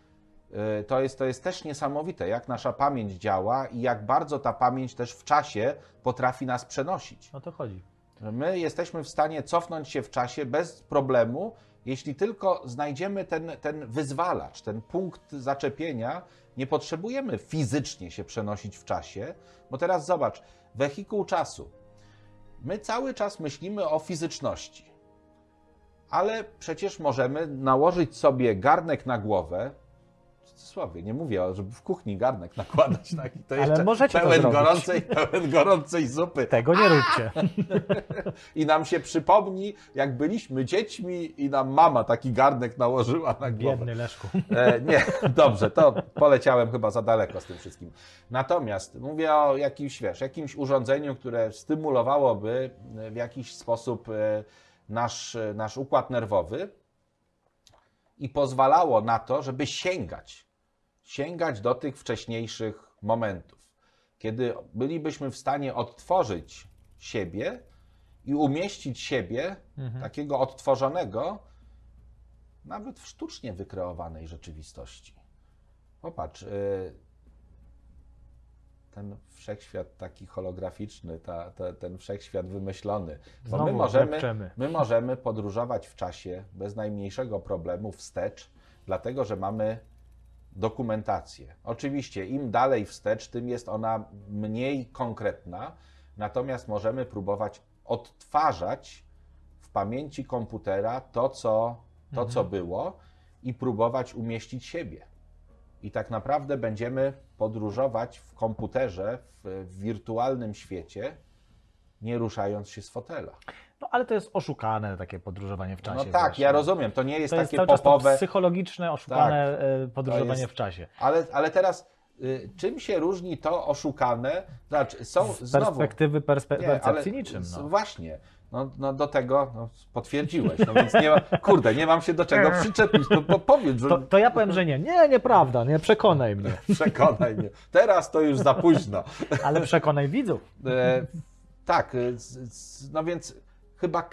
To jest też niesamowite, jak nasza pamięć działa i jak bardzo ta pamięć też w czasie potrafi nas przenosić. O to chodzi. My jesteśmy w stanie cofnąć się w czasie bez problemu, jeśli tylko znajdziemy ten wyzwalacz, ten punkt zaczepienia. Nie potrzebujemy fizycznie się przenosić w czasie, bo teraz zobacz, wehikuł czasu. My cały czas myślimy o fizyczności, ale przecież możemy nałożyć sobie garnek na głowę. W cudzysłowie, nie mówię, żeby w kuchni garnek nakładać, tak? I to ale jeszcze możecie pełen gorącej zupy. Tego nie róbcie. I nam się przypomni, jak byliśmy dziećmi i nam mama taki garnek nałożyła na głowę. Biedny Leszku. Nie, dobrze, to poleciałem chyba za daleko z tym wszystkim. Natomiast mówię o jakimś urządzeniu, które stymulowałoby w jakiś sposób nasz układ nerwowy i pozwalało na to, żeby sięgać do tych wcześniejszych momentów, kiedy bylibyśmy w stanie odtworzyć siebie i umieścić siebie, takiego odtworzonego, nawet w sztucznie wykreowanej rzeczywistości. Popatrz, ten wszechświat taki holograficzny, ten wszechświat wymyślony. Bo my możemy podróżować w czasie bez najmniejszego problemu wstecz, dlatego że mamy dokumentację. Oczywiście im dalej wstecz, tym jest ona mniej konkretna, natomiast możemy próbować odtwarzać w pamięci komputera to, co było i próbować umieścić siebie. I tak naprawdę będziemy podróżować w komputerze, w wirtualnym świecie, nie ruszając się z fotela. No ale to jest oszukane takie podróżowanie w czasie. No tak, właśnie. Ja rozumiem, to nie jest takie cały czas popowe. To psychologiczne, oszukane podróżowanie w czasie. Ale teraz czym się różni to oszukane? Znaczy, z perspektywy percepcji niczym. No. Właśnie. No do tego potwierdziłeś, no więc nie mam się do czego przyczepić, no powiedz, że... To ja powiem, że nie. Nieprawda, nie, przekonaj mnie. Przekonaj mnie. Teraz to już za późno. Ale przekonaj widzów. Tak, no więc chyba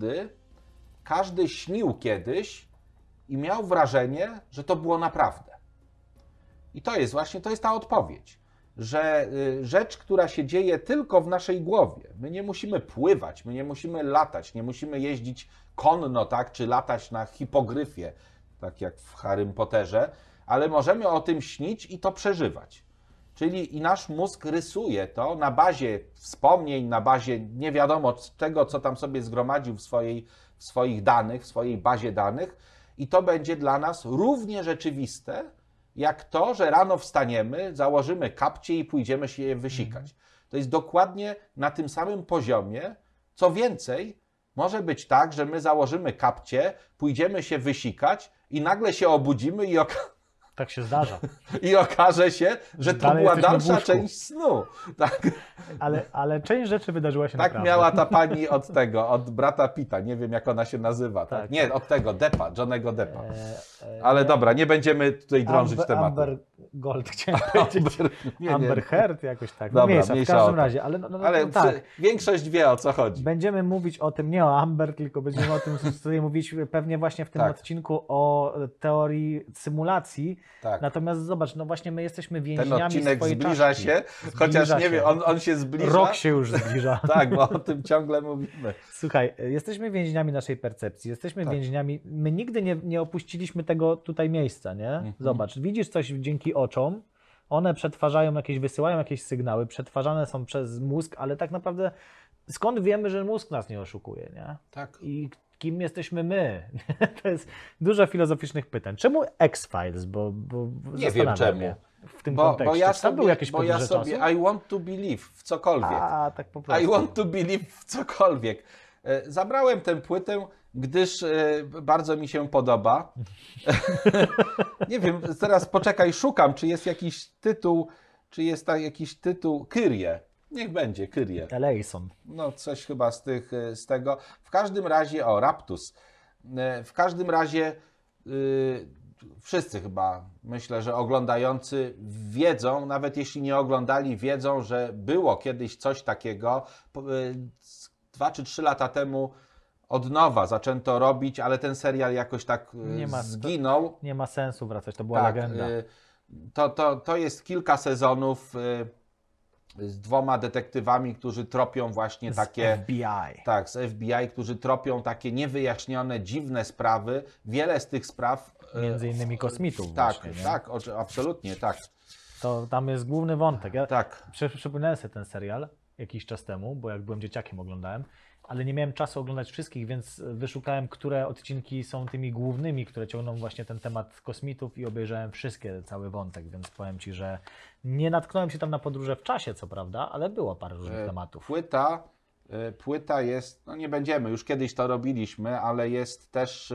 każdy śnił kiedyś i miał wrażenie, że to było naprawdę. I to jest ta odpowiedź. Że rzecz, która się dzieje tylko w naszej głowie, my nie musimy pływać, my nie musimy latać, nie musimy jeździć konno, tak, czy latać na hipogryfie, tak jak w Harrym Potterze, ale możemy o tym śnić i to przeżywać. Czyli i nasz mózg rysuje to na bazie wspomnień, na bazie nie wiadomo tego, co tam sobie zgromadził w swoich danych, w swojej bazie danych i to będzie dla nas równie rzeczywiste, jak to, że rano wstaniemy, założymy kapcie i pójdziemy się je wysikać. To jest dokładnie na tym samym poziomie. Co więcej, może być tak, że my założymy kapcie, pójdziemy się wysikać i nagle się obudzimy i tak się zdarza. I okaże się, że to była dalsza część snu. Tak. Ale część rzeczy wydarzyła się tak naprawdę. Miała ta pani od brata Pitta, nie wiem jak ona się nazywa. Tak? Nie, od tego, Johnnego Deppa. Ale dobra, nie będziemy tutaj drążyć tematu. Amber Gold chciałem powiedzieć. Amber Heard jakoś tak. Dobra, w każdym razie. Ale tak. Większość wie, o co chodzi. Będziemy mówić o tym, nie o Amber, tylko będziemy o tym sobie mówić pewnie właśnie w tym odcinku o teorii symulacji, Tak. Natomiast zobacz, no właśnie my jesteśmy Ten więźniami odcinek swojej zbliża czaszki. się, chociaż Zbliża nie wiem, on się zbliża. Rok się już zbliża. Tak, bo o tym ciągle mówimy. Słuchaj, jesteśmy więźniami naszej percepcji, jesteśmy Tak. więźniami, my nigdy nie opuściliśmy tego tutaj miejsca, nie? Zobacz, widzisz coś dzięki oczom, one przetwarzają wysyłają jakieś sygnały, przetwarzane są przez mózg, ale tak naprawdę skąd wiemy, że mózg nas nie oszukuje, nie? Tak. I kim jesteśmy my? To jest dużo filozoficznych pytań. Czemu X-Files? Bo Nie wiem zastanawiam czemu. mnie w tym Bo kontekście. ja Czy tam były jakieś bo ja podróże sobie czasu? I want to believe w cokolwiek. A, tak po prostu. I want to believe w cokolwiek. Zabrałem tę płytę, gdyż bardzo mi się podoba. Nie wiem, teraz poczekaj, szukam, czy jest jakiś tytuł, Kyrie. Niech będzie Kyrie. Eleison. No coś chyba z tego. W każdym razie, Raptus. W każdym razie wszyscy chyba, myślę, że oglądający wiedzą, nawet jeśli nie oglądali, wiedzą, że było kiedyś coś takiego. 2 czy 3 lata temu od nowa zaczęto robić, ale ten serial jakoś tak zginął. Nie ma sensu wracać, to była Tak, legenda. To jest kilka sezonów z 2 detektywami, którzy tropią właśnie takie... FBI. Tak, z FBI, którzy tropią takie niewyjaśnione, dziwne sprawy. Wiele z tych spraw... Między innymi kosmitów Tak, właśnie, nie? tak, absolutnie, tak. To tam jest główny wątek. Ja Tak. przypomniałem sobie ten serial jakiś czas temu, bo jak byłem dzieciakiem oglądałem, ale nie miałem czasu oglądać wszystkich, więc wyszukałem, które odcinki są tymi głównymi, które ciągną właśnie ten temat kosmitów i obejrzałem wszystkie, cały wątek, więc powiem Ci, że nie natknąłem się tam na podróże w czasie, co prawda, ale było parę różnych tematów. Płyta jest, no nie będziemy, już kiedyś to robiliśmy, ale jest też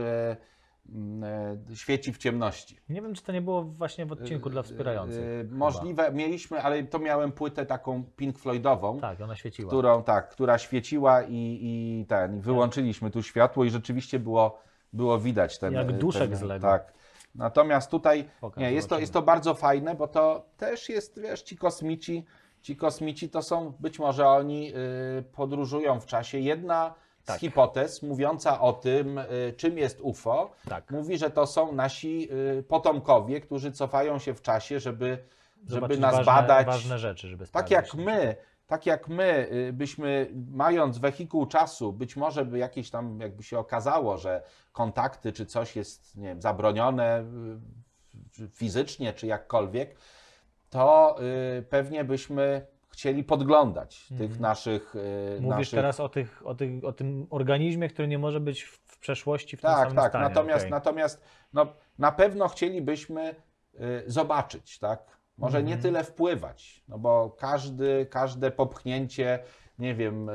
Świeci w ciemności. Nie wiem, czy to nie było właśnie w odcinku dla wspierających. Możliwe, mieliśmy, ale to miałem płytę taką Pink Floydową. Tak, ona świeciła. Która świeciła i wyłączyliśmy tu światło i rzeczywiście było widać ten... Jak duszek z Lego. Tak. Natomiast tutaj Pokaż, jest to bardzo fajne, bo to też jest, wiesz, ci kosmici to są, być może oni podróżują w czasie. Jedna z hipotez mówiąca o tym, czym jest UFO, mówi, że to są nasi potomkowie, którzy cofają się w czasie, żeby nas badać. Ważne rzeczy, żeby Tak jak my byśmy, mając wehikuł czasu, być może by jakieś tam, jakby się okazało, że kontakty czy coś jest, nie wiem, zabronione fizycznie czy jakkolwiek, to pewnie byśmy chcieli podglądać tych naszych... Mówisz teraz o tym organizmie, który nie może być w przeszłości w tym samym stanie. Natomiast no, na pewno chcielibyśmy zobaczyć, tak? Może nie tyle wpływać, no bo każde popchnięcie, nie wiem,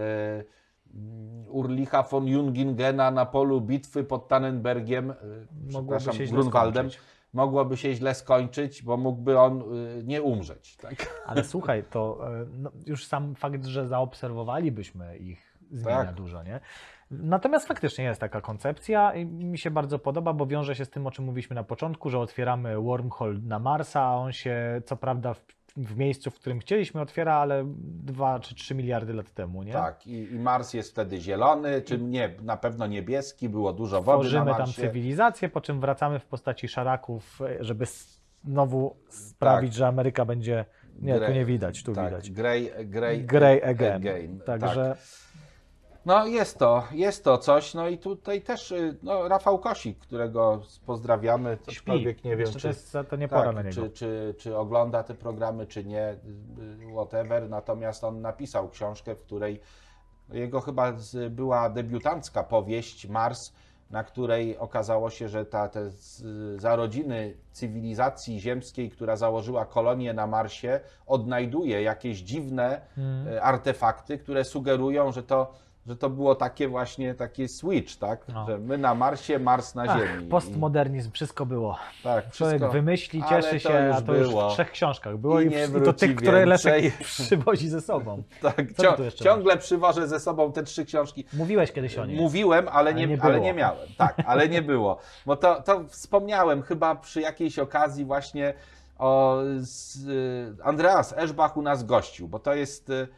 Ulricha von Jungingena na polu bitwy pod Tannenbergiem, Grunwaldem, mogłoby się źle skończyć, bo mógłby on nie umrzeć. Tak? Ale słuchaj, to już sam fakt, że zaobserwowalibyśmy ich zmienia dużo, nie? Natomiast faktycznie jest taka koncepcja i mi się bardzo podoba, bo wiąże się z tym, o czym mówiliśmy na początku, że otwieramy wormhole na Marsa, a on się co prawda w miejscu, w którym chcieliśmy, otwiera, ale 2 czy 3 miliardy lat temu, nie? Tak, i Mars jest wtedy zielony, czy nie, na pewno niebieski, było dużo wody Tworzymy na Marsie. tam cywilizację, po czym wracamy w postaci szaraków, żeby znowu sprawić, że Ameryka będzie... Nie, tu nie widać, tu widać. Grey again. Także... No jest to coś, no i tutaj też Rafał Kosik, którego pozdrawiamy, cokolwiek nie wiem, to nie pora na niego. Czy ogląda te programy, czy nie, whatever, natomiast on napisał książkę, w której jego chyba była debiutancka powieść Mars, na której okazało się, że te zarodziny cywilizacji ziemskiej, która założyła kolonię na Marsie, odnajduje jakieś dziwne artefakty, które sugerują, że to było taki switch, tak? No. Że my na Marsie, Mars na Ziemi. Postmodernizm, wszystko było. Tak, Człowiek wymyśli, cieszy się, a to już w 3 książkach było i to tych, które Leszek przywozi ze sobą. Tak, ciągle przywożę ze sobą te 3 książki. Mówiłeś kiedyś o niej. Mówiłem, ale nie miałem. Tak, ale nie było. Bo to wspomniałem chyba przy jakiejś okazji właśnie Andreas Eschbach u nas gościł, bo to jest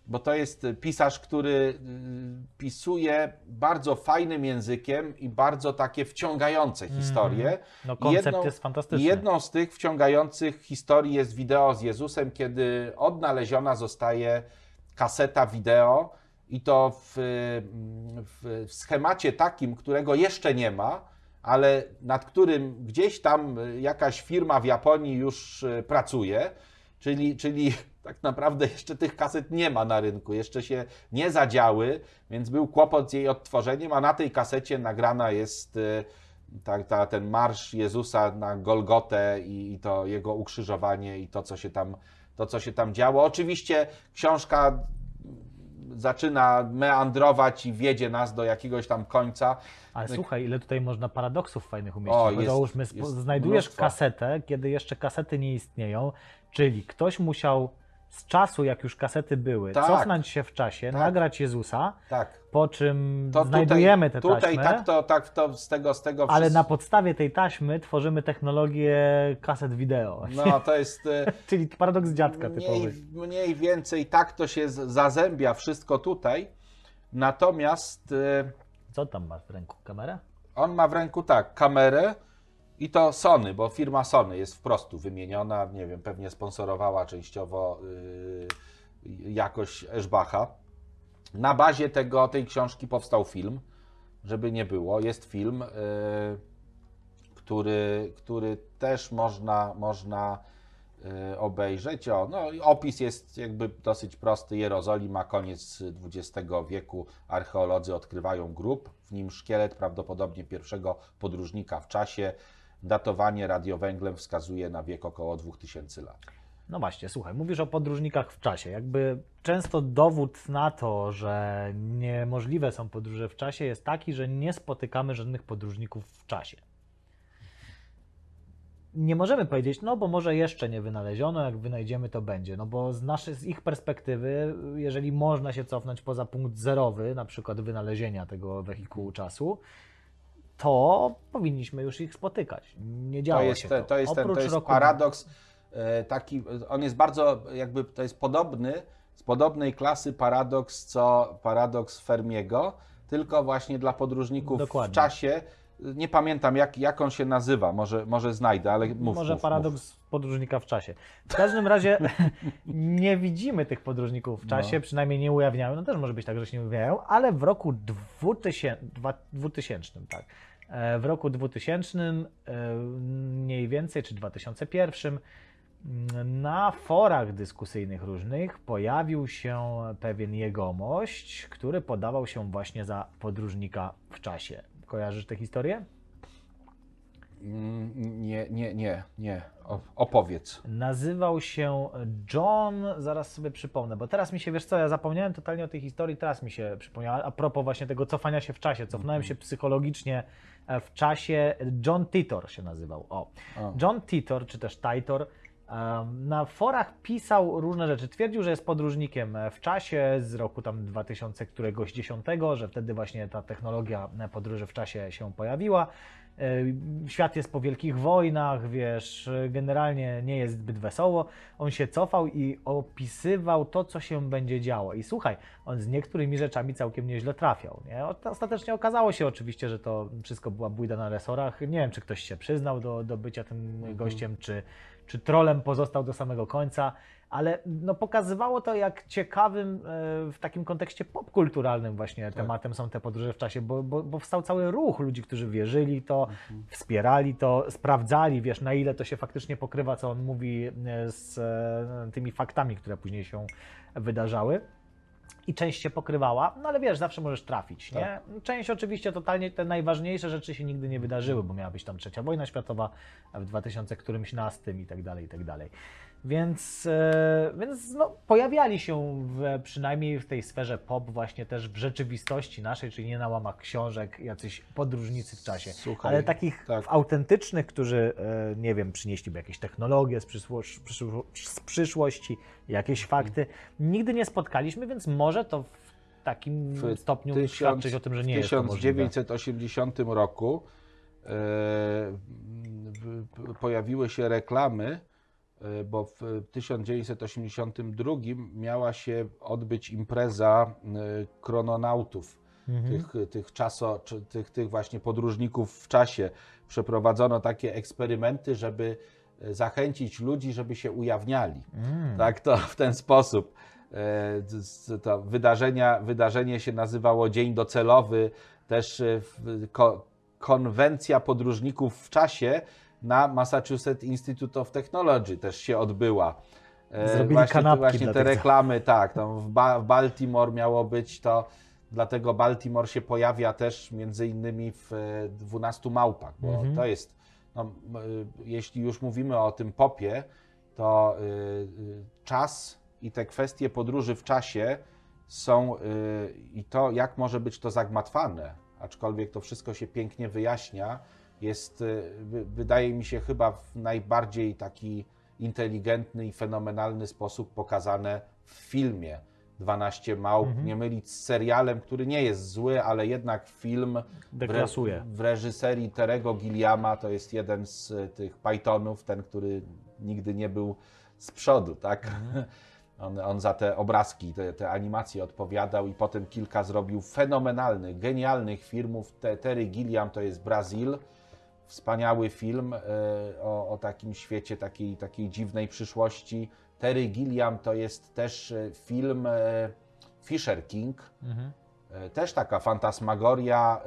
bo to jest pisarz, który pisuje bardzo fajnym językiem i bardzo takie wciągające historie. No koncept jest fantastyczny. Jedną z tych wciągających historii jest wideo z Jezusem, kiedy odnaleziona zostaje kaseta wideo i to w schemacie takim, którego jeszcze nie ma, ale nad którym gdzieś tam jakaś firma w Japonii już pracuje, czyli tak naprawdę jeszcze tych kaset nie ma na rynku, jeszcze się nie zadziały, więc był kłopot z jej odtworzeniem, a na tej kasecie nagrana jest ten marsz Jezusa na Golgotę i to jego ukrzyżowanie i to, co się tam działo. Oczywiście książka zaczyna meandrować i wiedzie nas do jakiegoś tam końca. Ale słuchaj, ile tutaj można paradoksów fajnych umieścić. Załóżmy, znajdujesz mnóstwo. kasetę, kiedy jeszcze kasety nie istnieją, czyli ktoś musiał z czasu, jak już kasety były, Tak. cofnąć się w czasie, Tak. nagrać Jezusa, Tak. po czym To znajdujemy tę tutaj taśmę, z tego ale wszystko- na podstawie tej taśmy tworzymy technologię kaset wideo. No to jest Czyli paradoks dziadka typowy. mniej więcej tak to się zazębia wszystko tutaj. Natomiast Co tam masz w ręku? Kamerę? on ma w ręku kamerę i to Sony, bo firma Sony jest wprost wymieniona, nie wiem, pewnie sponsorowała częściowo jakoś Eschbacha. Na bazie tej książki powstał film, żeby nie było. Jest film, który też można obejrzeć. Opis jest jakby dosyć prosty. Jerozolima, koniec XX wieku. Archeolodzy odkrywają grób, w nim szkielet prawdopodobnie pierwszego podróżnika w czasie. Datowanie radiowęglem wskazuje na wiek około 2000 lat. No właśnie, słuchaj, mówisz o podróżnikach w czasie. Jakby często dowód na to, że niemożliwe są podróże w czasie jest taki, że nie spotykamy żadnych podróżników w czasie. Nie możemy powiedzieć, no bo może jeszcze nie wynaleziono, jak wynajdziemy to będzie. No bo z ich perspektywy, jeżeli można się cofnąć poza punkt zerowy, na przykład wynalezienia tego wehikułu czasu, to powinniśmy już ich spotykać. Nie działo się to. To jest roku... paradoks taki, on jest bardzo jakby, to jest z podobnej klasy paradoks, co paradoks Fermiego, tylko właśnie dla podróżników Dokładnie. w czasie. Nie pamiętam jak on się nazywa, może znajdę, ale mów. Może paradoks podróżnika w czasie. W każdym razie nie widzimy tych podróżników w czasie, przynajmniej nie ujawniają. No też może być tak, że się nie ujawniają, ale w roku 2000, tak. W roku 2000 mniej więcej, czy 2001, na forach dyskusyjnych różnych pojawił się pewien jegomość, który podawał się właśnie za podróżnika w czasie. Kojarzysz tę historię? Nie. Opowiedz. Nazywał się John, zaraz sobie przypomnę, bo teraz mi się, wiesz co, ja zapomniałem totalnie o tej historii, teraz mi się przypomniała, a propos właśnie tego cofania się w czasie, cofnąłem się psychologicznie w czasie, John Titor się nazywał, John Titor, czy też Titor, na forach pisał różne rzeczy, twierdził, że jest podróżnikiem w czasie z roku tam 2000 któregoś 10, że wtedy właśnie ta technologia podróży w czasie się pojawiła. Świat jest po wielkich wojnach, wiesz, generalnie nie jest zbyt wesoło. On się cofał i opisywał to, co się będzie działo. I słuchaj, on z niektórymi rzeczami całkiem nieźle trafiał. Nie? Ostatecznie okazało się oczywiście, że to wszystko była bójda na resorach. Nie wiem, czy ktoś się przyznał do bycia tym gościem, czy trolem pozostał do samego końca, ale no pokazywało to, jak ciekawym w takim kontekście popkulturalnym właśnie tematem są te podróże w czasie, bo powstał cały ruch ludzi, którzy wierzyli to, wspierali to, sprawdzali, wiesz, na ile to się faktycznie pokrywa, co on mówi z tymi faktami, które później się wydarzały. I część się pokrywała, no ale wiesz, zawsze możesz trafić, nie? Tak. Część oczywiście totalnie, te najważniejsze rzeczy się nigdy nie wydarzyły, bo miała być tam trzecia wojna światowa w 2000 którymś nastym i tak dalej, i tak dalej. Więc no, pojawiali się przynajmniej w tej sferze pop właśnie też w rzeczywistości naszej, czyli nie na łamach książek, jacyś podróżnicy w czasie. Słuchaj, ale takich tak. autentycznych, którzy, nie wiem, przynieśliby jakieś technologie z przyszłości, jakieś fakty, nigdy nie spotkaliśmy, więc może to w takim stopniu świadczyć o tym, że nie jest to możliwe. W 1980 roku pojawiły się reklamy bo w 1982 miała się odbyć impreza krononautów, tych właśnie podróżników w czasie. Przeprowadzono takie eksperymenty, żeby zachęcić ludzi, żeby się ujawniali. Tak, to w ten sposób. To wydarzenie się nazywało Dzień Docelowy, też konwencja podróżników w czasie na Massachusetts Institute of Technology też się odbyła. Zrobili kanapki właśnie dla te tych reklamy, tak, tam w Baltimore miało być to, dlatego Baltimore się pojawia też między innymi w 12 małpach, bo to jest, no, jeśli już mówimy o tym popie, to czas i te kwestie podróży w czasie są i to, jak może być to zagmatwane, aczkolwiek to wszystko się pięknie wyjaśnia, jest, wydaje mi się, chyba w najbardziej taki inteligentny i fenomenalny sposób pokazane w filmie 12 małp. Nie mylić z serialem, który nie jest zły, ale jednak film w reżyserii Terego Gilliama, to jest jeden z tych Pythonów, ten, który nigdy nie był z przodu, tak? On za te obrazki, te animacje odpowiadał i potem kilka zrobił fenomenalnych, genialnych filmów. Terry Gilliam to jest Brazil, wspaniały film o takim świecie, takiej dziwnej przyszłości. Terry Gilliam to jest też film Fisher King, też taka fantasmagoria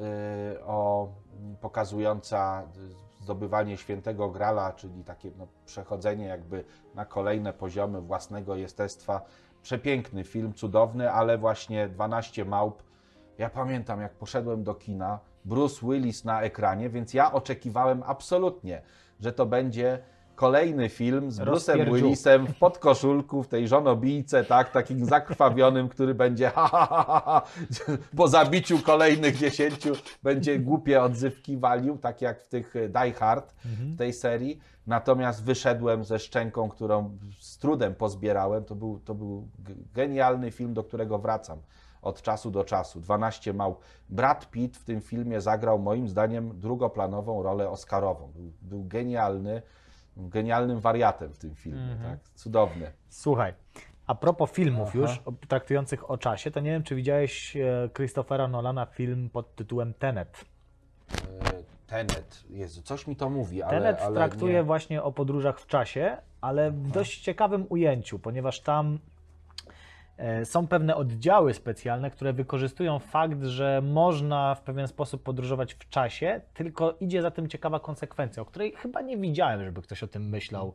pokazująca zdobywanie świętego grala, czyli takie przechodzenie jakby na kolejne poziomy własnego jestestwa. Przepiękny film, cudowny, ale właśnie 12 małp. Ja pamiętam, jak poszedłem do kina, Bruce Willis na ekranie, więc ja oczekiwałem absolutnie, że to będzie kolejny film z Bruce'em Willisem w podkoszulku, w tej żonobijce, tak, takim zakrwawionym, który będzie po zabiciu kolejnych 10 będzie głupie odzywki walił, tak jak w tych Die Hard, w tej serii. Natomiast wyszedłem ze szczęką, którą z trudem pozbierałem. To był genialny film, do którego wracam od czasu do czasu. 12 małp. Brad Pitt w tym filmie zagrał moim zdaniem drugoplanową rolę oscarową. Był genialnym wariatem w tym filmie. Tak? Cudowny. Słuchaj, a propos filmów już traktujących o czasie, to nie wiem, czy widziałeś Christophera Nolana film pod tytułem Tenet. Tenet, Jezu, coś mi to mówi, Tenet ale traktuje nie. właśnie o podróżach w czasie, ale w dość ciekawym ujęciu, ponieważ tam są pewne oddziały specjalne, które wykorzystują fakt, że można w pewien sposób podróżować w czasie, tylko idzie za tym ciekawa konsekwencja, o której chyba nie widziałem, żeby ktoś o tym myślał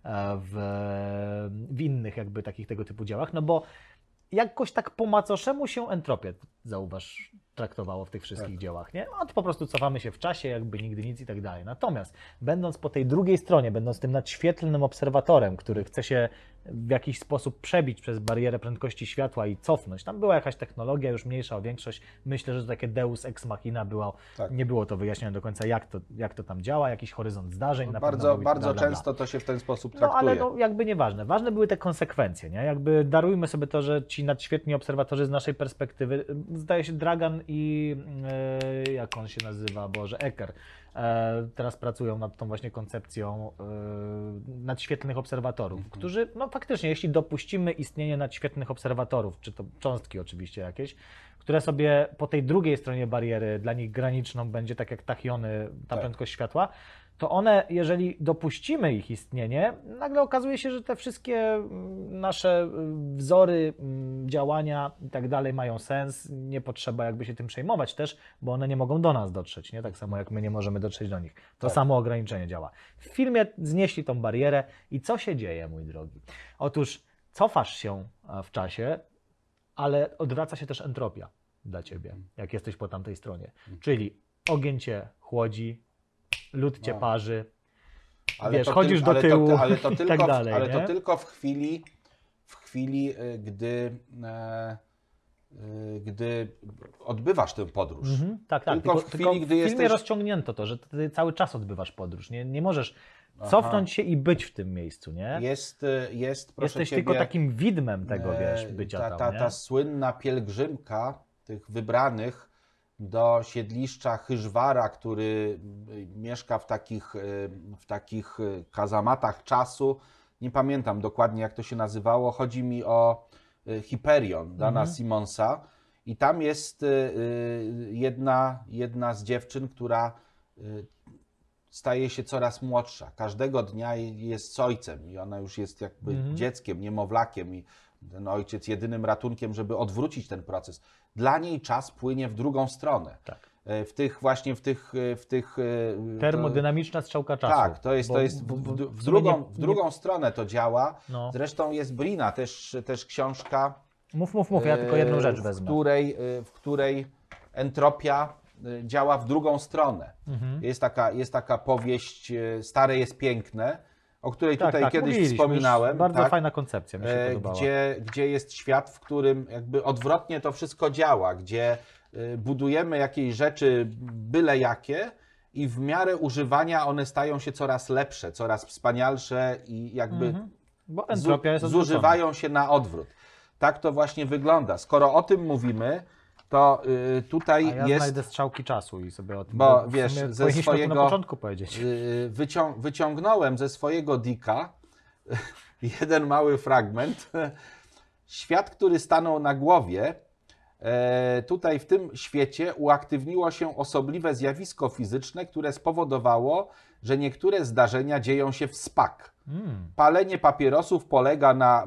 w innych jakby takich tego typu działach, no bo jakoś tak po macoszemu się entropię, zauważ, traktowało w tych wszystkich dziełach, nie? No to po prostu cofamy się w czasie, jakby nigdy nic i tak dalej. Natomiast będąc po tej drugiej stronie, będąc tym nadświetlnym obserwatorem, który chce się w jakiś sposób przebić przez barierę prędkości światła i cofnąć, tam była jakaś technologia już mniejsza o większość, myślę, że to takie deus ex machina było, nie było to wyjaśnione do końca, jak to tam działa, jakiś horyzont zdarzeń. No bardzo bardzo często to się w ten sposób traktuje. No ale no, jakby nieważne. Ważne były te konsekwencje, nie? Jakby darujmy sobie to, że ci nadświetni obserwatorzy z naszej perspektywy, zdaje się Dragan i jak on się nazywa, Boże, Ecker, teraz pracują nad tą właśnie koncepcją nadświetlnych obserwatorów, którzy, no faktycznie, jeśli dopuścimy istnienie nadświetlnych obserwatorów, czy to cząstki oczywiście jakieś, które sobie po tej drugiej stronie bariery, dla nich graniczną będzie tak jak tachiony, ta prędkość światła, to one, jeżeli dopuścimy ich istnienie, nagle okazuje się, że te wszystkie nasze wzory działania i tak dalej mają sens, nie potrzeba jakby się tym przejmować też, bo one nie mogą do nas dotrzeć, nie? Tak samo jak my nie możemy dotrzeć do nich. To samo ograniczenie działa. W filmie znieśli tą barierę i co się dzieje, mój drogi? Otóż cofasz się w czasie, ale odwraca się też entropia dla ciebie, jak jesteś po tamtej stronie. Czyli ogień cię chłodzi, lód cię parzy, ale wiesz, chodzisz do tyłu i tylko, tak dalej. Ale nie? to tylko w chwili, gdy odbywasz tę podróż. Tak. Tylko w chwili, gdy w filmie jesteś... rozciągnięto to, że ty cały czas odbywasz podróż. Nie możesz cofnąć się i być w tym miejscu, nie? Proszę Jesteś ciebie, tylko takim widmem tego, wiesz, bycia tam, nie? Ta słynna pielgrzymka tych wybranych do siedliszcza Hyżwara, który mieszka w takich kazamatach czasu, nie pamiętam dokładnie jak to się nazywało, chodzi mi o Hyperion, Dana Simonsa i tam jest jedna z dziewczyn, która staje się coraz młodsza. Każdego dnia jest z ojcem i ona już jest jakby dzieckiem, niemowlakiem i ten ojciec jedynym ratunkiem, żeby odwrócić ten proces. Dla niej czas płynie w drugą stronę. Tak. W tych Termodynamiczna strzałka czasu. tak, to jest w drugą stronę to działa. No. Zresztą jest Brina, też książka, Mów, ja tylko jedną rzecz wezmę. w której entropia działa w drugą stronę. Jest taka powieść Stare jest piękne, o której tutaj kiedyś wspominałem. Bardzo fajna koncepcja, mi się podobała. Gdzie jest świat, w którym jakby odwrotnie to wszystko działa, gdzie budujemy jakieś rzeczy byle jakie i w miarę używania one stają się coraz lepsze, coraz wspanialsze i jakby Bo entropia jest zużywają się na odwrót. Tak to właśnie wygląda. Skoro o tym mówimy, to tutaj ja jest... znajdę strzałki czasu i sobie o tym... Bo wiesz, ze swojego... na początku powiedzieć. Wyciągnąłem ze swojego Dicka jeden mały fragment. Świat, który stanął na głowie, tutaj w tym świecie uaktywniło się osobliwe zjawisko fizyczne, które spowodowało, że niektóre zdarzenia dzieją się w spak. Palenie papierosów polega na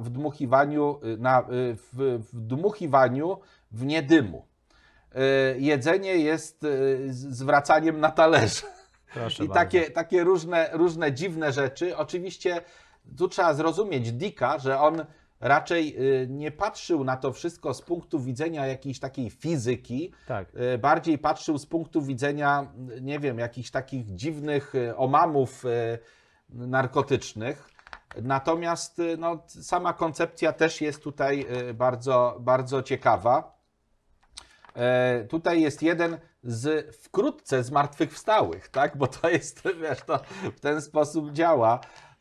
wdmuchiwaniu w niedymu. Jedzenie jest zwracaniem na talerze. Proszę I bardzo. takie różne dziwne rzeczy. Oczywiście tu trzeba zrozumieć Dicka, że on raczej nie patrzył na to wszystko z punktu widzenia jakiejś takiej fizyki, Tak. bardziej patrzył z punktu widzenia, nie wiem, jakichś takich dziwnych omamów narkotycznych. Natomiast no, sama koncepcja też jest tutaj bardzo, bardzo ciekawa. Tutaj jest jeden wkrótce zmartwychwstałych, tak? Bo to jest, wiesz, to w ten sposób działa.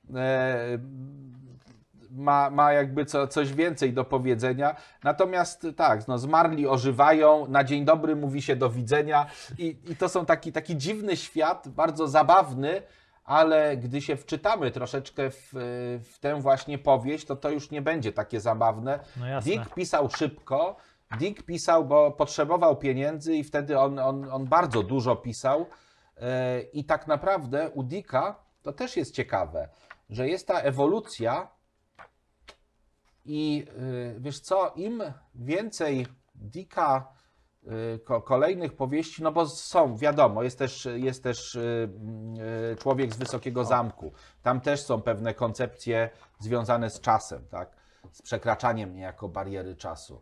Ma jakby coś więcej do powiedzenia. Natomiast tak, no, zmarli ożywają, na dzień dobry mówi się do widzenia i to są taki dziwny świat, bardzo zabawny, ale gdy się wczytamy troszeczkę w tę właśnie powieść, to już nie będzie takie zabawne. No jasne. Dick pisał szybko, Dick pisał, bo potrzebował pieniędzy i wtedy on bardzo dużo pisał i tak naprawdę u Dicka to też jest ciekawe, że jest ta ewolucja i wiesz co, im więcej Dicka kolejnych powieści, no bo są, wiadomo, jest też Człowiek z Wysokiego Zamku. Tam też są pewne koncepcje związane z czasem, tak? Z przekraczaniem niejako bariery czasu.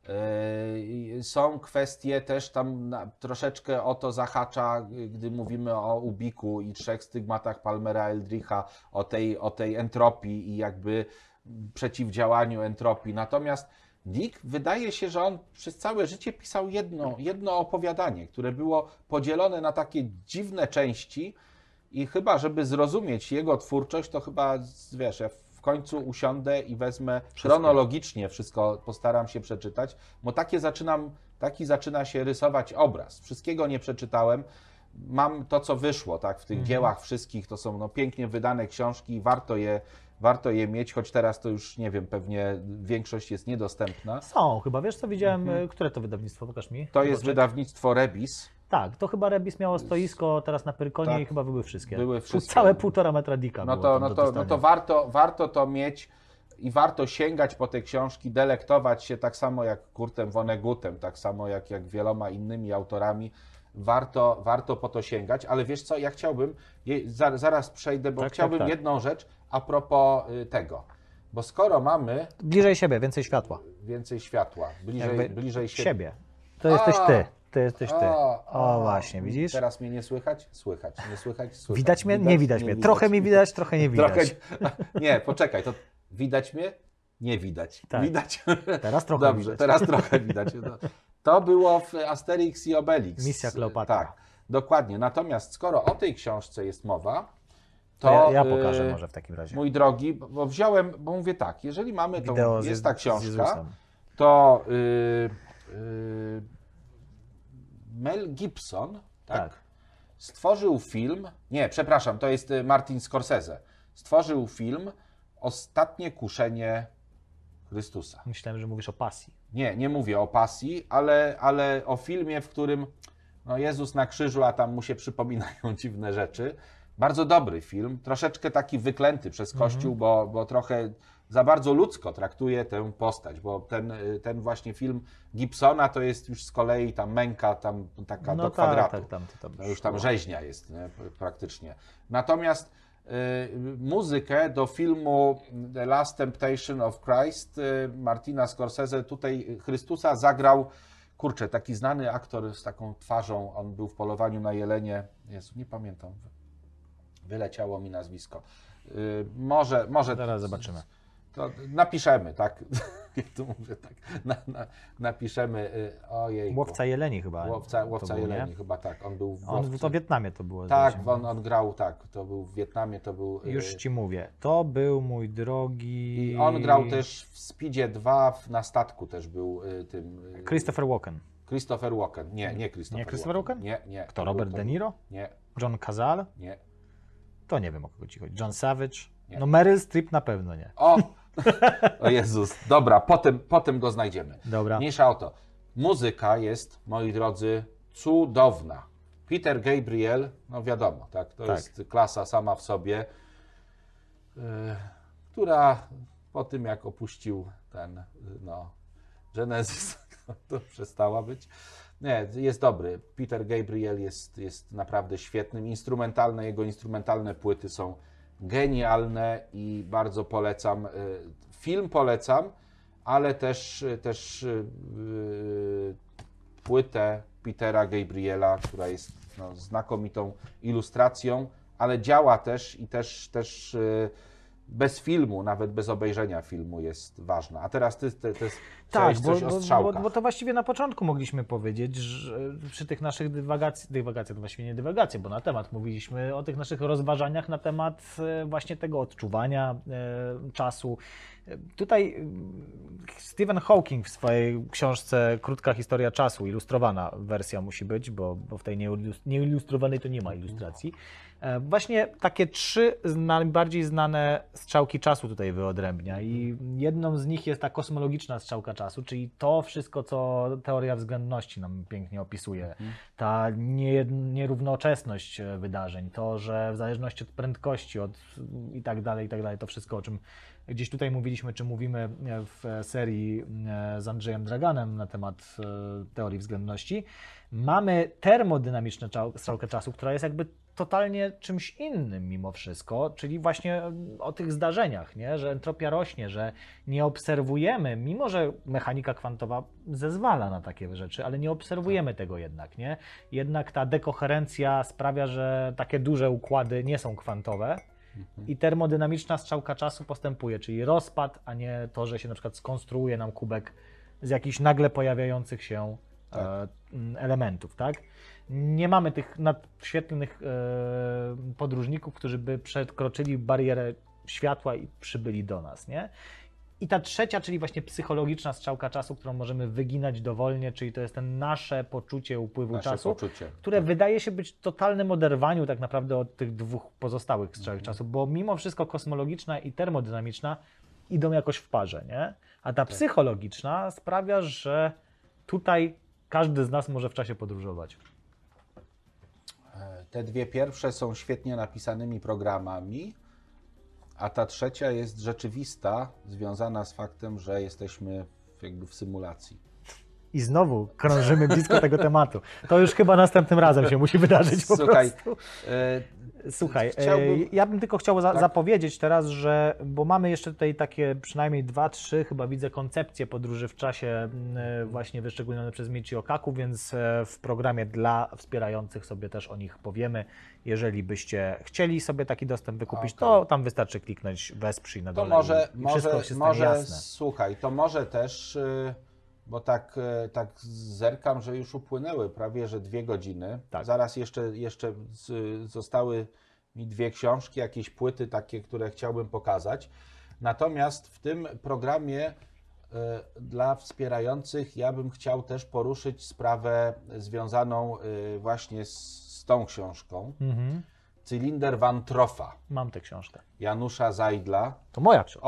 Są kwestie też tam troszeczkę o to zahacza, gdy mówimy o Ubiku i 3 stygmatach Palmera Eldricha, o tej entropii i jakby przeciwdziałaniu entropii. Natomiast Dick, wydaje się, że on przez całe życie pisał jedno opowiadanie, które było podzielone na takie dziwne części i chyba, żeby zrozumieć jego twórczość, to chyba, wiesz, ja w końcu usiądę i wezmę chronologicznie wszystko, postaram się przeczytać, bo taki zaczyna się rysować obraz. Wszystkiego nie przeczytałem. Mam to, co wyszło, tak, w tych dziełach wszystkich, to są pięknie wydane książki i warto je mieć, choć teraz to już, nie wiem, pewnie większość jest niedostępna. Są chyba, wiesz co widziałem, które to wydawnictwo, pokaż mi. To jest wydawnictwo Rebis. Tak, to chyba Rebis miało stoisko teraz na Pyrkonie Tak. I chyba były wszystkie. Były wszystkie. Całe 1,5 metra Dicka No było tam do to dostania. warto to mieć i warto sięgać po te książki, delektować się tak samo jak Kurtem Vonnegutem, tak samo jak wieloma innymi autorami. Warto po to sięgać, ale wiesz co, ja chciałbym, zaraz przejdę, bo chciałbym tak. jedną rzecz a propos tego, bo skoro mamy Bliżej siebie, więcej światła. więcej światła, bliżej siebie. To jesteś ty. To jesteś ty. O, Właśnie, widzisz? Teraz mnie nie słychać? Słychać. Nie słychać? Słychać. Widać mnie? Nie widać mnie. Trochę mi widać, trochę nie widać. Nie, poczekaj, to widać mnie? Nie widać. Tak. Widać? Teraz trochę Dobrze, widać. teraz trochę widać. To było w Asterix i Obelix. Misja Kleopatra. Tak, dokładnie. Natomiast skoro o tej książce jest mowa, to ja pokażę może w takim razie. mój drogi, bo wziąłem, bo mówię tak, jeżeli mamy Wideo jest ta z książka, Jezusem. to Mel Gibson, tak, stworzył film, nie, przepraszam, to jest Martin Scorsese, stworzył film ostatnie kuszenie Chrystusa. Myślałem, że mówisz o pasji. Nie mówię o pasji, ale o filmie, w którym no Jezus na krzyżu, a tam mu się przypominają dziwne rzeczy. Bardzo dobry film, troszeczkę taki wyklęty przez Kościół, bo trochę za bardzo ludzko traktuje tę postać, bo ten właśnie film Gibsona to jest już z kolei tam męka, tam taka do kwadratu. To już tam rzeźnia jest, nie? Praktycznie. Natomiast muzykę do filmu The Last Temptation of Christ Martina Scorsese, tutaj Chrystusa zagrał, kurczę, taki znany aktor z taką twarzą, on był w Polowaniu na jelenie, Jezu, nie pamiętam, wyleciało mi nazwisko. Może zaraz zobaczymy. To napiszemy, tak? Ja tu mówię tak. Napiszemy. Ojej. Łowca jeleni chyba. Łowca jeleni, chyba tak. On był to w Wietnamie to było. Tak, on grał, tak. To był w Wietnamie, to był. Już ci mówię. To był, mój drogi. I on grał też w Speedzie 2, na statku też był tym. Christopher Walken. Christopher Walken. Nie Christopher Walken. Nie. Kto? Robert De Niro? Nie. John Cazale? Nie. To nie wiem, o kogo ci chodzi. John Savage? Nie. No Meryl Streep na pewno nie. O Jezus, dobra, potem go znajdziemy. Dobra. Mniejsza o to. Muzyka jest, moi drodzy, cudowna. Peter Gabriel, no wiadomo, tak, to jest klasa sama w sobie, która po tym jak opuścił ten, Genesis, to przestała być. Nie, jest dobry. Peter Gabriel jest naprawdę świetnym. Jego instrumentalne płyty są genialne i bardzo polecam. Film polecam, ale też płytę Petera Gabriela, która jest znakomitą ilustracją, ale działa też i też bez filmu, nawet bez obejrzenia filmu jest ważna. A teraz ty chciałeś coś o strzałkach. Bo to właściwie na początku mogliśmy powiedzieć, że przy tych naszych dywagacjach, to właściwie nie dywagacje, bo na temat mówiliśmy o tych naszych rozważaniach na temat właśnie tego odczuwania czasu. Tutaj Stephen Hawking w swojej książce Krótka historia czasu, ilustrowana wersja musi być, bo w tej nieilustrowanej to nie ma ilustracji. Właśnie takie 3 najbardziej znane strzałki czasu tutaj wyodrębnia i jedną z nich jest ta kosmologiczna strzałka czasu, czyli to wszystko, co teoria względności nam pięknie opisuje. Ta nierównoczesność wydarzeń, to, że w zależności od prędkości, i tak dalej, to wszystko, o czym gdzieś tutaj mówiliśmy, czy mówimy w serii z Andrzejem Draganem na temat teorii względności, mamy termodynamiczną strzałkę czasu, która jest jakby totalnie czymś innym mimo wszystko, czyli właśnie o tych zdarzeniach, nie? Że entropia rośnie, że nie obserwujemy, mimo że mechanika kwantowa zezwala na takie rzeczy, ale nie obserwujemy tego jednak, nie? Jednak ta dekoherencja sprawia, że takie duże układy nie są kwantowe i termodynamiczna strzałka czasu postępuje, czyli rozpad, a nie to, że się na przykład skonstruuje nam kubek z jakichś nagle pojawiających się elementów, tak? Nie mamy tych nadświetlnych podróżników, którzy by przekroczyli barierę światła i przybyli do nas, nie? I ta trzecia, czyli właśnie psychologiczna strzałka czasu, którą możemy wyginać dowolnie, czyli to jest nasze poczucie upływu czasu, które wydaje się być totalnym oderwaniu tak naprawdę od tych 2 pozostałych strzałek czasu, bo mimo wszystko kosmologiczna i termodynamiczna idą jakoś w parze, nie? A ta psychologiczna sprawia, że tutaj każdy z nas może w czasie podróżować. Te 2 pierwsze są świetnie napisanymi programami, a ta trzecia jest rzeczywista, związana z faktem, że jesteśmy jakby w symulacji. I znowu krążymy blisko tego tematu. To już chyba następnym razem się musi wydarzyć po prostu. Słuchaj, ja bym tylko chciał zapowiedzieć teraz, że, bo mamy jeszcze tutaj takie przynajmniej 2-3, chyba widzę, koncepcje podróży w czasie właśnie wyszczególnione przez Michio Kaku, więc w programie dla wspierających sobie też o nich powiemy. Jeżeli byście chcieli sobie taki dostęp wykupić, to tam wystarczy kliknąć wesprzyj na dole i wszystko się stanie jasne. Słuchaj, to może też... Bo tak zerkam, że już upłynęły prawie że 2 godziny. Tak. Zaraz jeszcze zostały mi 2 książki, jakieś płyty takie, które chciałbym pokazać. Natomiast w tym programie dla wspierających ja bym chciał też poruszyć sprawę związaną właśnie z tą książką. Cylinder Van Troffa Mam tę książkę. Janusza Zajdla. To moja książka.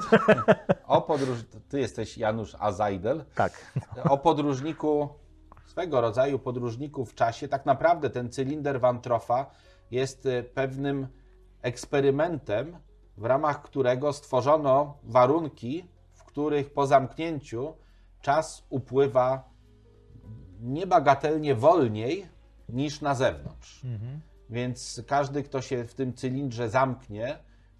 Ty jesteś Janusz A. Zajdel. Tak. O podróżniku, swego rodzaju podróżniku w czasie. Tak naprawdę ten Cylinder Van Troffa jest pewnym eksperymentem, w ramach którego stworzono warunki, w których po zamknięciu czas upływa niebagatelnie wolniej niż na zewnątrz. Więc każdy, kto się w tym cylindrze zamknie,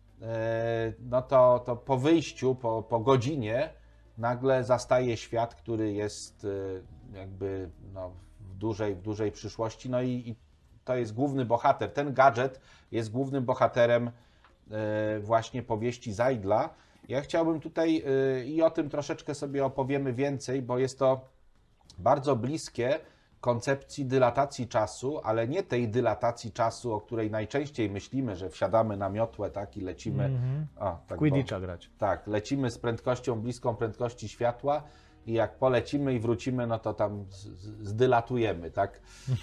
no to po wyjściu, po godzinie nagle zastaje świat, który jest jakby no, w dużej przyszłości. No i to jest główny bohater. Ten gadżet jest głównym bohaterem właśnie powieści Zajdla. Ja chciałbym tutaj i o tym troszeczkę sobie opowiemy więcej, bo jest to bardzo bliskie koncepcji dylatacji czasu, ale nie tej dylatacji czasu, o której najczęściej myślimy, że wsiadamy na miotłę, tak, i lecimy. Tak, Quidditcha grać. Tak, lecimy z prędkością bliską prędkości światła i jak polecimy i wrócimy, no to tam zdylatujemy, tak?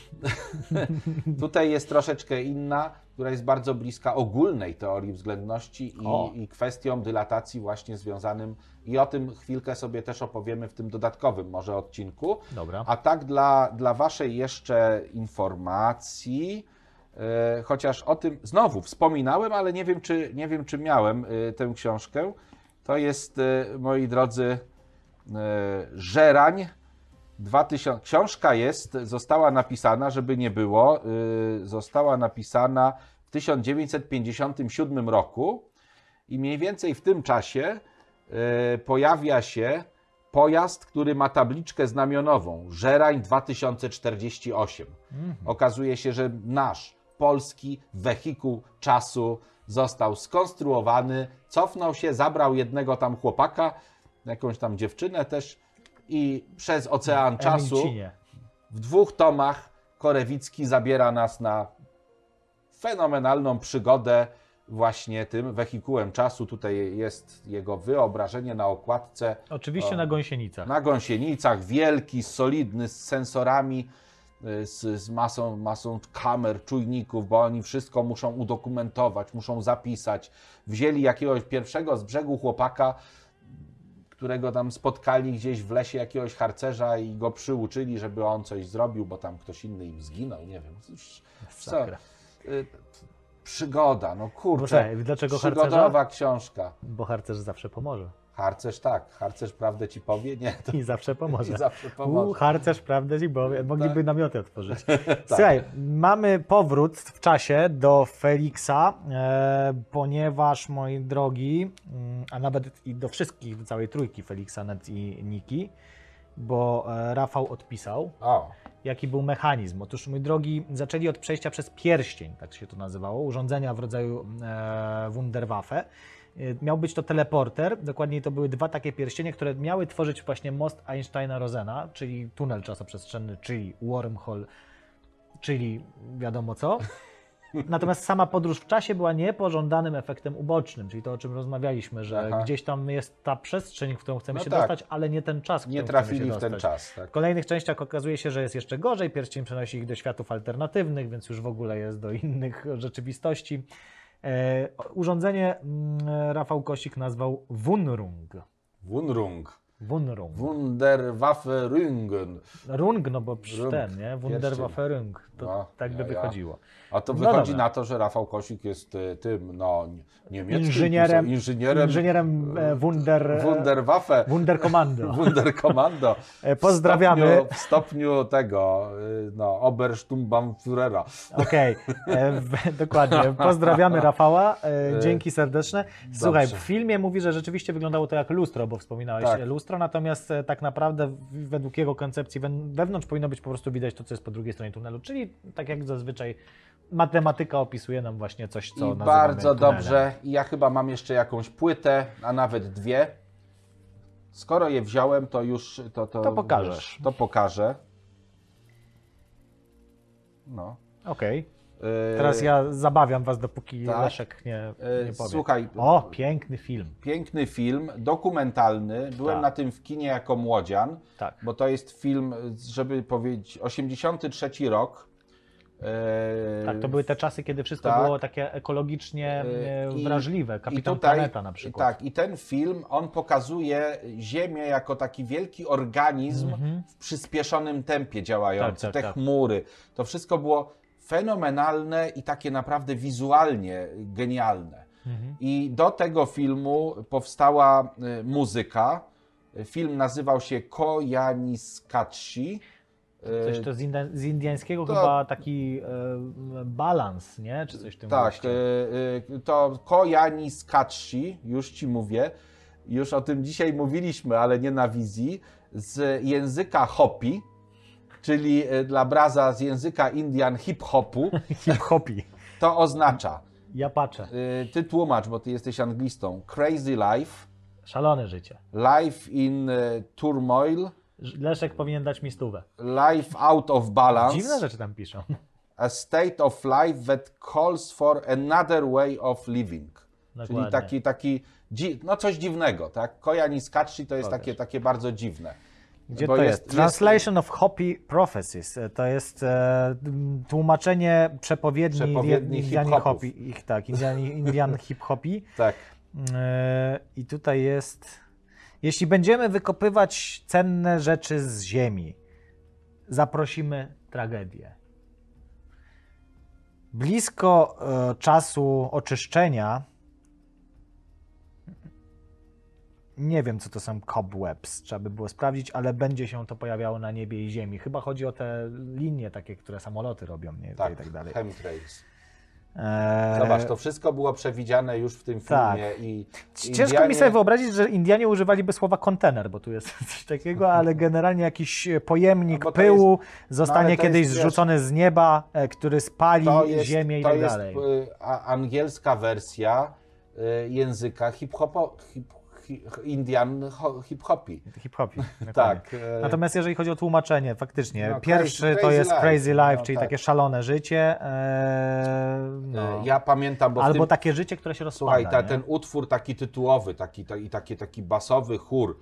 Tutaj jest troszeczkę inna, która jest bardzo bliska ogólnej teorii względności i kwestiom dylatacji właśnie związanym, i o tym chwilkę sobie też opowiemy w tym dodatkowym może odcinku. Dobra. A tak dla waszej jeszcze informacji, chociaż o tym znowu wspominałem, ale nie wiem, czy miałem tę książkę. To jest, moi drodzy, Żerań 2000. Książka została napisana, żeby nie było, została napisana w 1957 roku i mniej więcej w tym czasie pojawia się pojazd, który ma tabliczkę znamionową Żerań 2048. Okazuje się, że nasz polski wehikuł czasu został skonstruowany, cofnął się, zabrał jednego tam chłopaka, jakąś tam dziewczynę też i przez ocean czasu w 2 tomach Korewicki zabiera nas na fenomenalną przygodę właśnie tym wehikułem czasu. Tutaj jest jego wyobrażenie na okładce. Oczywiście na gąsienicach. Na gąsienicach, wielki, solidny, z sensorami, z masą kamer, czujników, bo oni wszystko muszą udokumentować, muszą zapisać. Wzięli jakiegoś pierwszego z brzegu chłopaka, którego tam spotkali gdzieś w lesie, jakiegoś harcerza i go przyuczyli, żeby on coś zrobił, bo tam ktoś inny im zginął, nie wiem. Co? Przygoda, no kurczę, dlaczego przygodowa harcerza? książka. Bo harcerz zawsze pomoże. Harcerz tak, harcerz prawdę ci powie? Nie. To... I zawsze pomoże. I zawsze pomoże. Harcerz prawdę ci powie. Mogliby namioty otworzyć. Słuchaj, mamy powrót w czasie do Feliksa, ponieważ, moi drogi, a nawet i do wszystkich, do całej trójki Feliksa, Ned i Niki, bo Rafał odpisał, jaki był mechanizm. Otóż, mój drogi, zaczęli od przejścia przez pierścień, tak się to nazywało, urządzenia w rodzaju Wunderwaffe. Miał być to teleporter, dokładniej to były 2 takie pierścienie, które miały tworzyć właśnie most Einsteina-Rosena, czyli tunel czasoprzestrzenny, czyli wormhole, czyli wiadomo co. Natomiast sama podróż w czasie była niepożądanym efektem ubocznym, czyli to, o czym rozmawialiśmy, że gdzieś tam jest ta przestrzeń, w którą chcemy się dostać, ale nie ten czas, w którym nie trafili chcemy się w ten dostać. czas. Tak. W kolejnych częściach okazuje się, że jest jeszcze gorzej, pierścień przenosi ich do światów alternatywnych, więc już w ogóle jest do innych rzeczywistości. Urządzenie Rafał Kosik nazwał Wunrung. Wunrung. Wunrung. Wunderwaffe Rungen. Rung, no bo Rung. Ten, nie? Wunderwaffe Rung. To tak by wychodziło. A to wychodzi na to, że Rafał Kosik jest tym, niemieckim inżynierem Wunderwaffe. Wunderkommando. Wunderkommando. Pozdrawiamy. W stopniu tego, Obersturmbannführera. Okej, dokładnie. Pozdrawiamy Rafała. Dzięki serdeczne. Słuchaj, Dobrze. w filmie mówi, że rzeczywiście wyglądało to jak lustro, bo wspominałeś lustro, natomiast tak naprawdę według jego koncepcji wewnątrz powinno być po prostu widać to, co jest po drugiej stronie tunelu, czyli tak jak zazwyczaj matematyka opisuje nam właśnie coś, co nazywamy bardzo tunelem. dobrze. I ja chyba mam jeszcze jakąś płytę, a nawet 2. Skoro je wziąłem, to już To pokażesz. Wiesz, to pokażę. No. Okej. Teraz ja zabawiam was, dopóki tak. Leszek nie powie. Słuchaj. O, piękny film. Piękny film, dokumentalny. Byłem na tym w kinie jako młodzian, Tak. bo to jest film, żeby powiedzieć, 83 rok. Tak, to były te czasy, kiedy wszystko tak. było takie ekologicznie wrażliwe. Kapitan tutaj, Planeta na przykład. Tak, i ten film, on pokazuje Ziemię jako taki wielki organizm w przyspieszonym tempie działający. Tak, te tak. chmury, to wszystko było fenomenalne i takie naprawdę wizualnie genialne. I do tego filmu powstała muzyka. Film nazywał się Koyaanisqatsi. Coś to z indiańskiego chyba taki balans, nie? Czy coś w tym Tak, guście. to Koyaanisqatsi, już Ci mówię, już o tym dzisiaj mówiliśmy, ale nie na wizji, z języka Hopi, czyli dla Braza z języka Indian hip-hopu, Hip-hopi. to oznacza, Ja patrzę. ty tłumacz, bo Ty jesteś anglistą, crazy life, Szalone życie. life in turmoil, Leszek powinien dać mi 100. life out of balance, Dziwne rzeczy tam piszą. a state of life that calls for another way of living. Dokładnie. Czyli taki no coś dziwnego, tak? Koyaanisqatsi to jest Pokaż. takie bardzo dziwne. Gdzie Bo to jest? Translation of Hopi Prophecies. To jest tłumaczenie przepowiedni Indianie hip-hopów. Hopi. Indian hip-hopi. Tak. I tutaj jest: jeśli będziemy wykopywać cenne rzeczy z ziemi, zaprosimy tragedię. Blisko czasu oczyszczenia. Nie wiem, co to są cobwebs, trzeba by było sprawdzić, ale będzie się to pojawiało na niebie i ziemi. Chyba chodzi o te linie takie, które samoloty robią, nie? Tak, I tak dalej. chemtrails. Zobacz, to wszystko było przewidziane już w tym filmie. Tak. I Ciężko mi sobie wyobrazić, że Indianie używaliby słowa kontener, bo tu jest coś takiego, ale generalnie jakiś pojemnik No bo to pyłu ale zostanie to kiedyś jest, wiesz, zrzucony z nieba, który spali ziemię i to tak jest dalej. angielska wersja języka Indian hip-hopi. Hip-hopi. Tak. Natomiast jeżeli chodzi o tłumaczenie, faktycznie, No, pierwszy crazy to jest life. crazy life, No, czyli tak. takie szalone życie. No. Ja pamiętam, bo w Albo tym, takie życie, które się rozpada. słuchaj, nie? ten utwór taki tytułowy, taki basowy chór.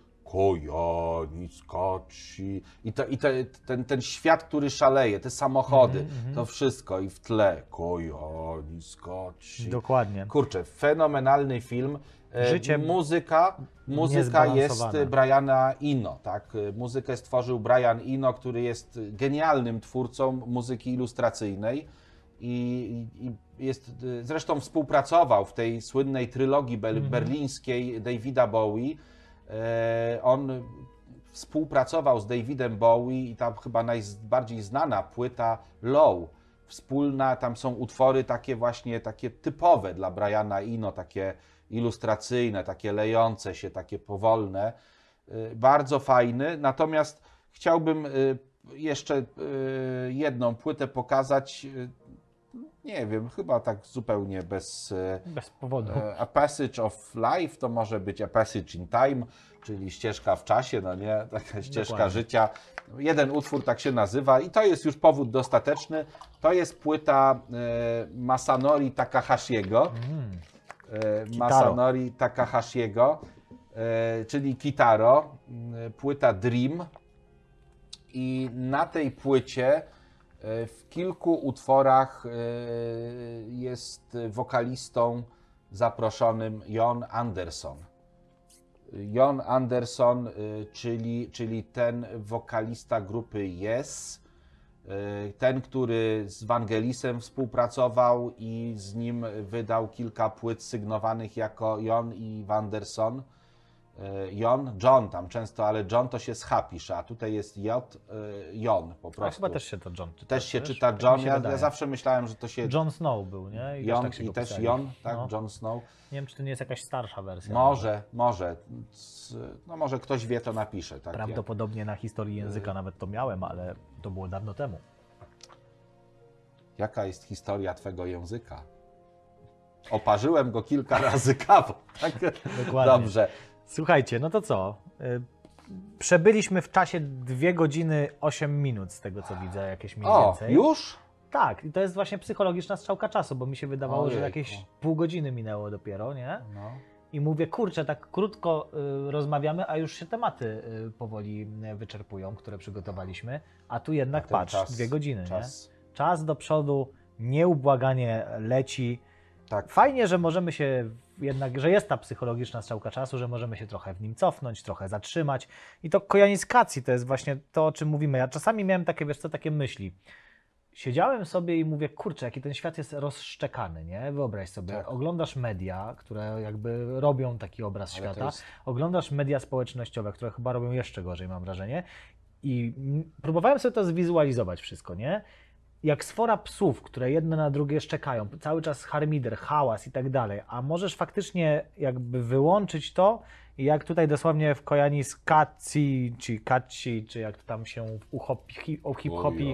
Koyaanisqatsi. Ten świat, który szaleje, te samochody, to wszystko i w tle. Koyaanisqatsi. Dokładnie. Kurczę, fenomenalny film. Życie Muzyka jest niezbalansowane. Briana Eno, tak? Muzykę stworzył Brian Eno, który jest genialnym twórcą muzyki ilustracyjnej i jest, zresztą współpracował w tej słynnej trylogii berlińskiej Davida Bowie. On współpracował z Davidem Bowie i tam chyba najbardziej znana płyta Low. Wspólna, tam są utwory takie właśnie, takie typowe dla Briana Eno, takie ilustracyjne, takie lejące się, takie powolne. Bardzo fajny. Natomiast chciałbym jeszcze jedną płytę pokazać. Nie wiem, chyba tak zupełnie bez powodu. A Passage of Life to może być A Passage in Time, czyli ścieżka w czasie, no nie? Taka ścieżka Dokładnie. życia. Jeden utwór tak się nazywa i to jest już powód dostateczny. To jest płyta Masanori Takahashiego. Masanori Takahashiego, czyli Kitaro, płyta Dream. I na tej płycie w kilku utworach jest wokalistą zaproszonym Jon Anderson. Jon Anderson, czyli ten wokalista grupy Yes, ten, który z Vangelisem współpracował i z nim wydał kilka płyt sygnowanych jako Jon i Wanderson. John tam często, ale John to się z H pisze, a tutaj jest Jon po A prostu. chyba też się to John czyta. Też się wiesz? czyta Tak John, mi się ja wydaje. zawsze myślałem, że to się John Snow był, nie? Jon tak się i go też pisali. Jon, tak? No. Jon Snow. Nie wiem, czy to nie jest jakaś starsza wersja. Może. No może ktoś wie, to napisze. Tak? Prawdopodobnie na historii języka nawet to miałem, ale to było dawno temu. Jaka jest historia twego języka? Oparzyłem go kilka razy kawą. Tak? Dokładnie. Dobrze. Słuchajcie, no to co? Przebyliśmy w czasie 2 godziny 8 minut, z tego co widzę, jakieś mniej O, więcej. już? Tak, i to jest właśnie psychologiczna strzałka czasu, bo mi się wydawało, że Ojejku. jakieś pół godziny minęło dopiero, nie? No. I mówię, kurczę, tak krótko rozmawiamy, a już się tematy powoli wyczerpują, które przygotowaliśmy, a tu jednak, Ten patrz, 2 godziny, czas Czas do przodu nieubłaganie leci. Tak. Fajnie, że możemy się jednak, że jest ta psychologiczna strzałka czasu, że możemy się trochę w nim cofnąć, trochę zatrzymać. I to kojaniskacji to jest właśnie to, o czym mówimy. Ja czasami miałem takie, wiesz co, takie myśli. Siedziałem sobie i mówię, kurczę, jaki ten świat jest rozszczekany, nie? Wyobraź sobie, Tak. oglądasz media, które jakby robią taki obraz Ale to świata, jest- oglądasz media społecznościowe, które chyba robią jeszcze gorzej, mam wrażenie. I próbowałem sobie to zwizualizować wszystko, nie? Jak sfora psów, które jedne na drugie szczekają, cały czas harmider, hałas i tak dalej, a możesz faktycznie jakby wyłączyć to i jak tutaj dosłownie w kojaniskacji, czy kaci, czy jak to tam się u hip-hopi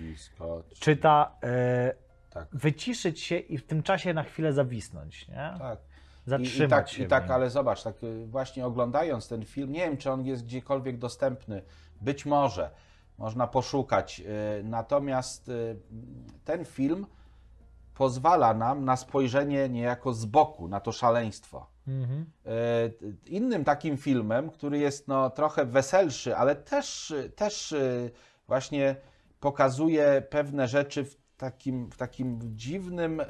czyta, Tak. wyciszyć się i w tym czasie na chwilę zawisnąć, nie? Tak. Zatrzymać się I w tak, nim. ale zobacz, tak właśnie oglądając ten film, nie wiem, czy on jest gdziekolwiek dostępny. Być może, można poszukać. Natomiast ten film pozwala nam na spojrzenie niejako z boku na to szaleństwo. Mhm. Innym takim filmem, który jest no, trochę weselszy, ale też właśnie pokazuje pewne rzeczy w takim dziwnym,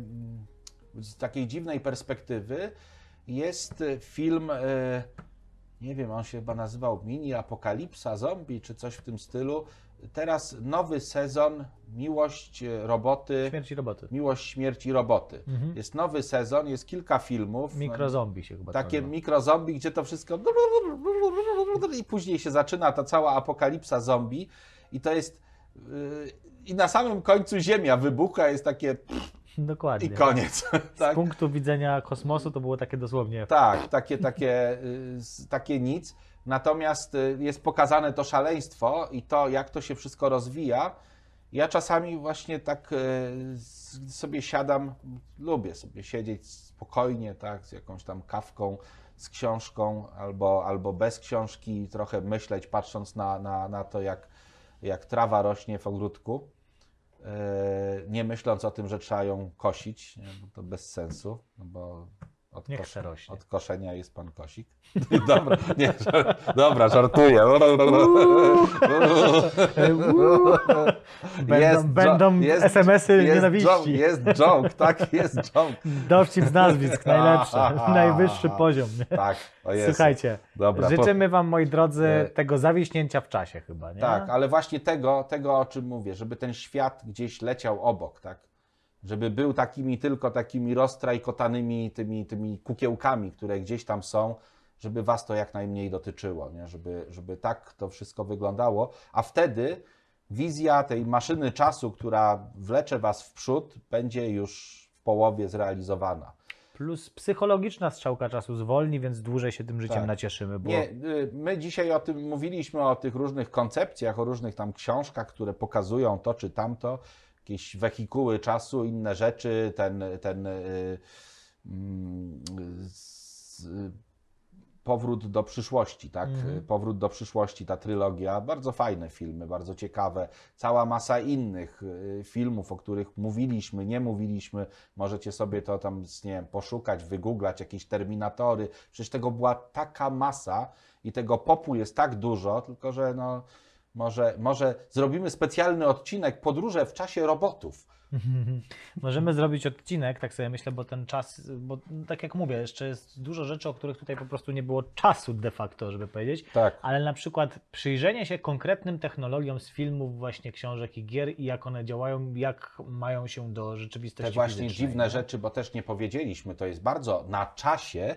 z takiej dziwnej perspektywy, jest film, nie wiem, on się chyba nazywał Mini Apokalipsa Zombie, czy coś w tym stylu. Teraz nowy sezon Miłość Roboty. Śmierci roboty. Miłość, śmierć i roboty. Mhm. Jest nowy sezon, jest kilka filmów. Mikrozombie się chyba Takie nazywa. mikrozombie, gdzie to wszystko i później się zaczyna ta cała apokalipsa zombie i to jest i na samym końcu Ziemia wybucha, jest takie Dokładnie. i koniec. Z Tak? punktu widzenia kosmosu to było takie dosłownie. Tak, takie nic. Natomiast jest pokazane to szaleństwo i to, jak to się wszystko rozwija. Ja czasami właśnie tak sobie siadam, lubię sobie siedzieć spokojnie, tak, z jakąś tam kawką, z książką albo bez książki, trochę myśleć, patrząc na to, jak trawa rośnie w ogródku, nie myśląc o tym, że trzeba ją kosić, nie, bo to bez sensu, no bo Niech se rośnie. od koszenia jest pan Kosik. Dobra, nie, dobra, żartuję. Będą SMS-y nienawiści. Jest joke, tak, jest joke. Dowcip z nazwisk, najlepszy, najwyższy poziom. Nie? Tak, o Jezu. Słuchajcie, Dobra, życzymy Wam, moi drodzy, tego zawiśnięcia w czasie chyba, nie? Tak, ale właśnie tego, o czym mówię, żeby ten świat gdzieś leciał obok, tak? Żeby był tylko takimi roztrajkotanymi tymi kukiełkami, które gdzieś tam są, żeby was to jak najmniej dotyczyło, nie? Żeby tak to wszystko wyglądało, a wtedy wizja tej maszyny czasu, która wlecze was w przód, będzie już w połowie zrealizowana. Plus psychologiczna strzałka czasu zwolni, więc dłużej się tym życiem Tak. nacieszymy. Bo... Nie, my dzisiaj o tym mówiliśmy, o tych różnych koncepcjach, o różnych tam książkach, które pokazują to czy tamto, jakieś wehikuły czasu, inne rzeczy, Powrót do przyszłości, tak? Powrót do przyszłości, ta trylogia, bardzo fajne filmy, bardzo ciekawe. Cała masa innych filmów, o których mówiliśmy, nie mówiliśmy. Możecie sobie to tam, nie wiem, poszukać, wygooglać, jakieś Terminatory. Przecież tego była taka masa i tego popu jest tak dużo, tylko że no, może zrobimy specjalny odcinek Podróże w czasie robotów. Możemy zrobić odcinek, tak sobie myślę, bo ten czas, bo tak jak mówię, jeszcze jest dużo rzeczy, o których tutaj po prostu nie było czasu de facto, żeby powiedzieć, Tak. ale na przykład przyjrzenie się konkretnym technologiom z filmów, właśnie książek i gier i jak one działają, jak mają się do rzeczywistości Te właśnie fizycznej, dziwne nie? rzeczy, bo też nie powiedzieliśmy, to jest bardzo na czasie,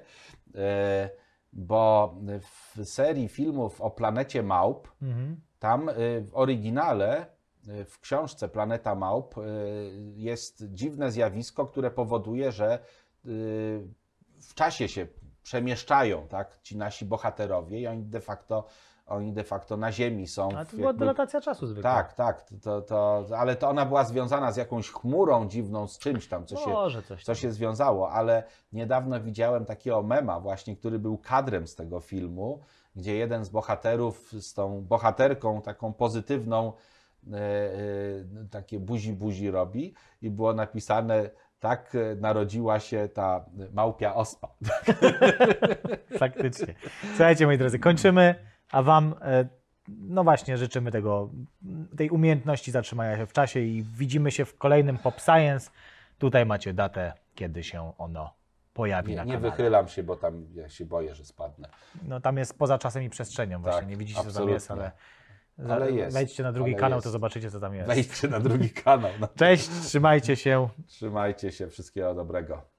bo w serii filmów o planecie małp, tam w oryginale, w książce Planeta Małp jest dziwne zjawisko, które powoduje, że w czasie się przemieszczają, tak, ci nasi bohaterowie i oni de facto na Ziemi są. A to była dilatacja czasu zwykła. Tak, ale to ona była związana z jakąś chmurą dziwną, z czymś tam, co się związało, ale niedawno widziałem takiego mema właśnie, który był kadrem z tego filmu, gdzie jeden z bohaterów z tą bohaterką taką pozytywną takie buzi robi i było napisane: tak narodziła się ta małpia ospa. Faktycznie. Słuchajcie, moi drodzy, kończymy, a Wam no właśnie, życzymy tej umiejętności zatrzymania się w czasie i widzimy się w kolejnym Pop Science. Tutaj macie datę, kiedy się ono pojawi na Nie kanale. wychylam się, bo tam ja się boję, że spadnę. No tam jest poza czasem i przestrzenią właśnie, Tak, nie widzicie co tam absolutnie. jest, ale, Ale jest, wejdźcie na drugi ale kanał, jest. to zobaczycie co tam jest. Wejdźcie na drugi kanał. No. Cześć, trzymajcie się. Trzymajcie się, wszystkiego dobrego.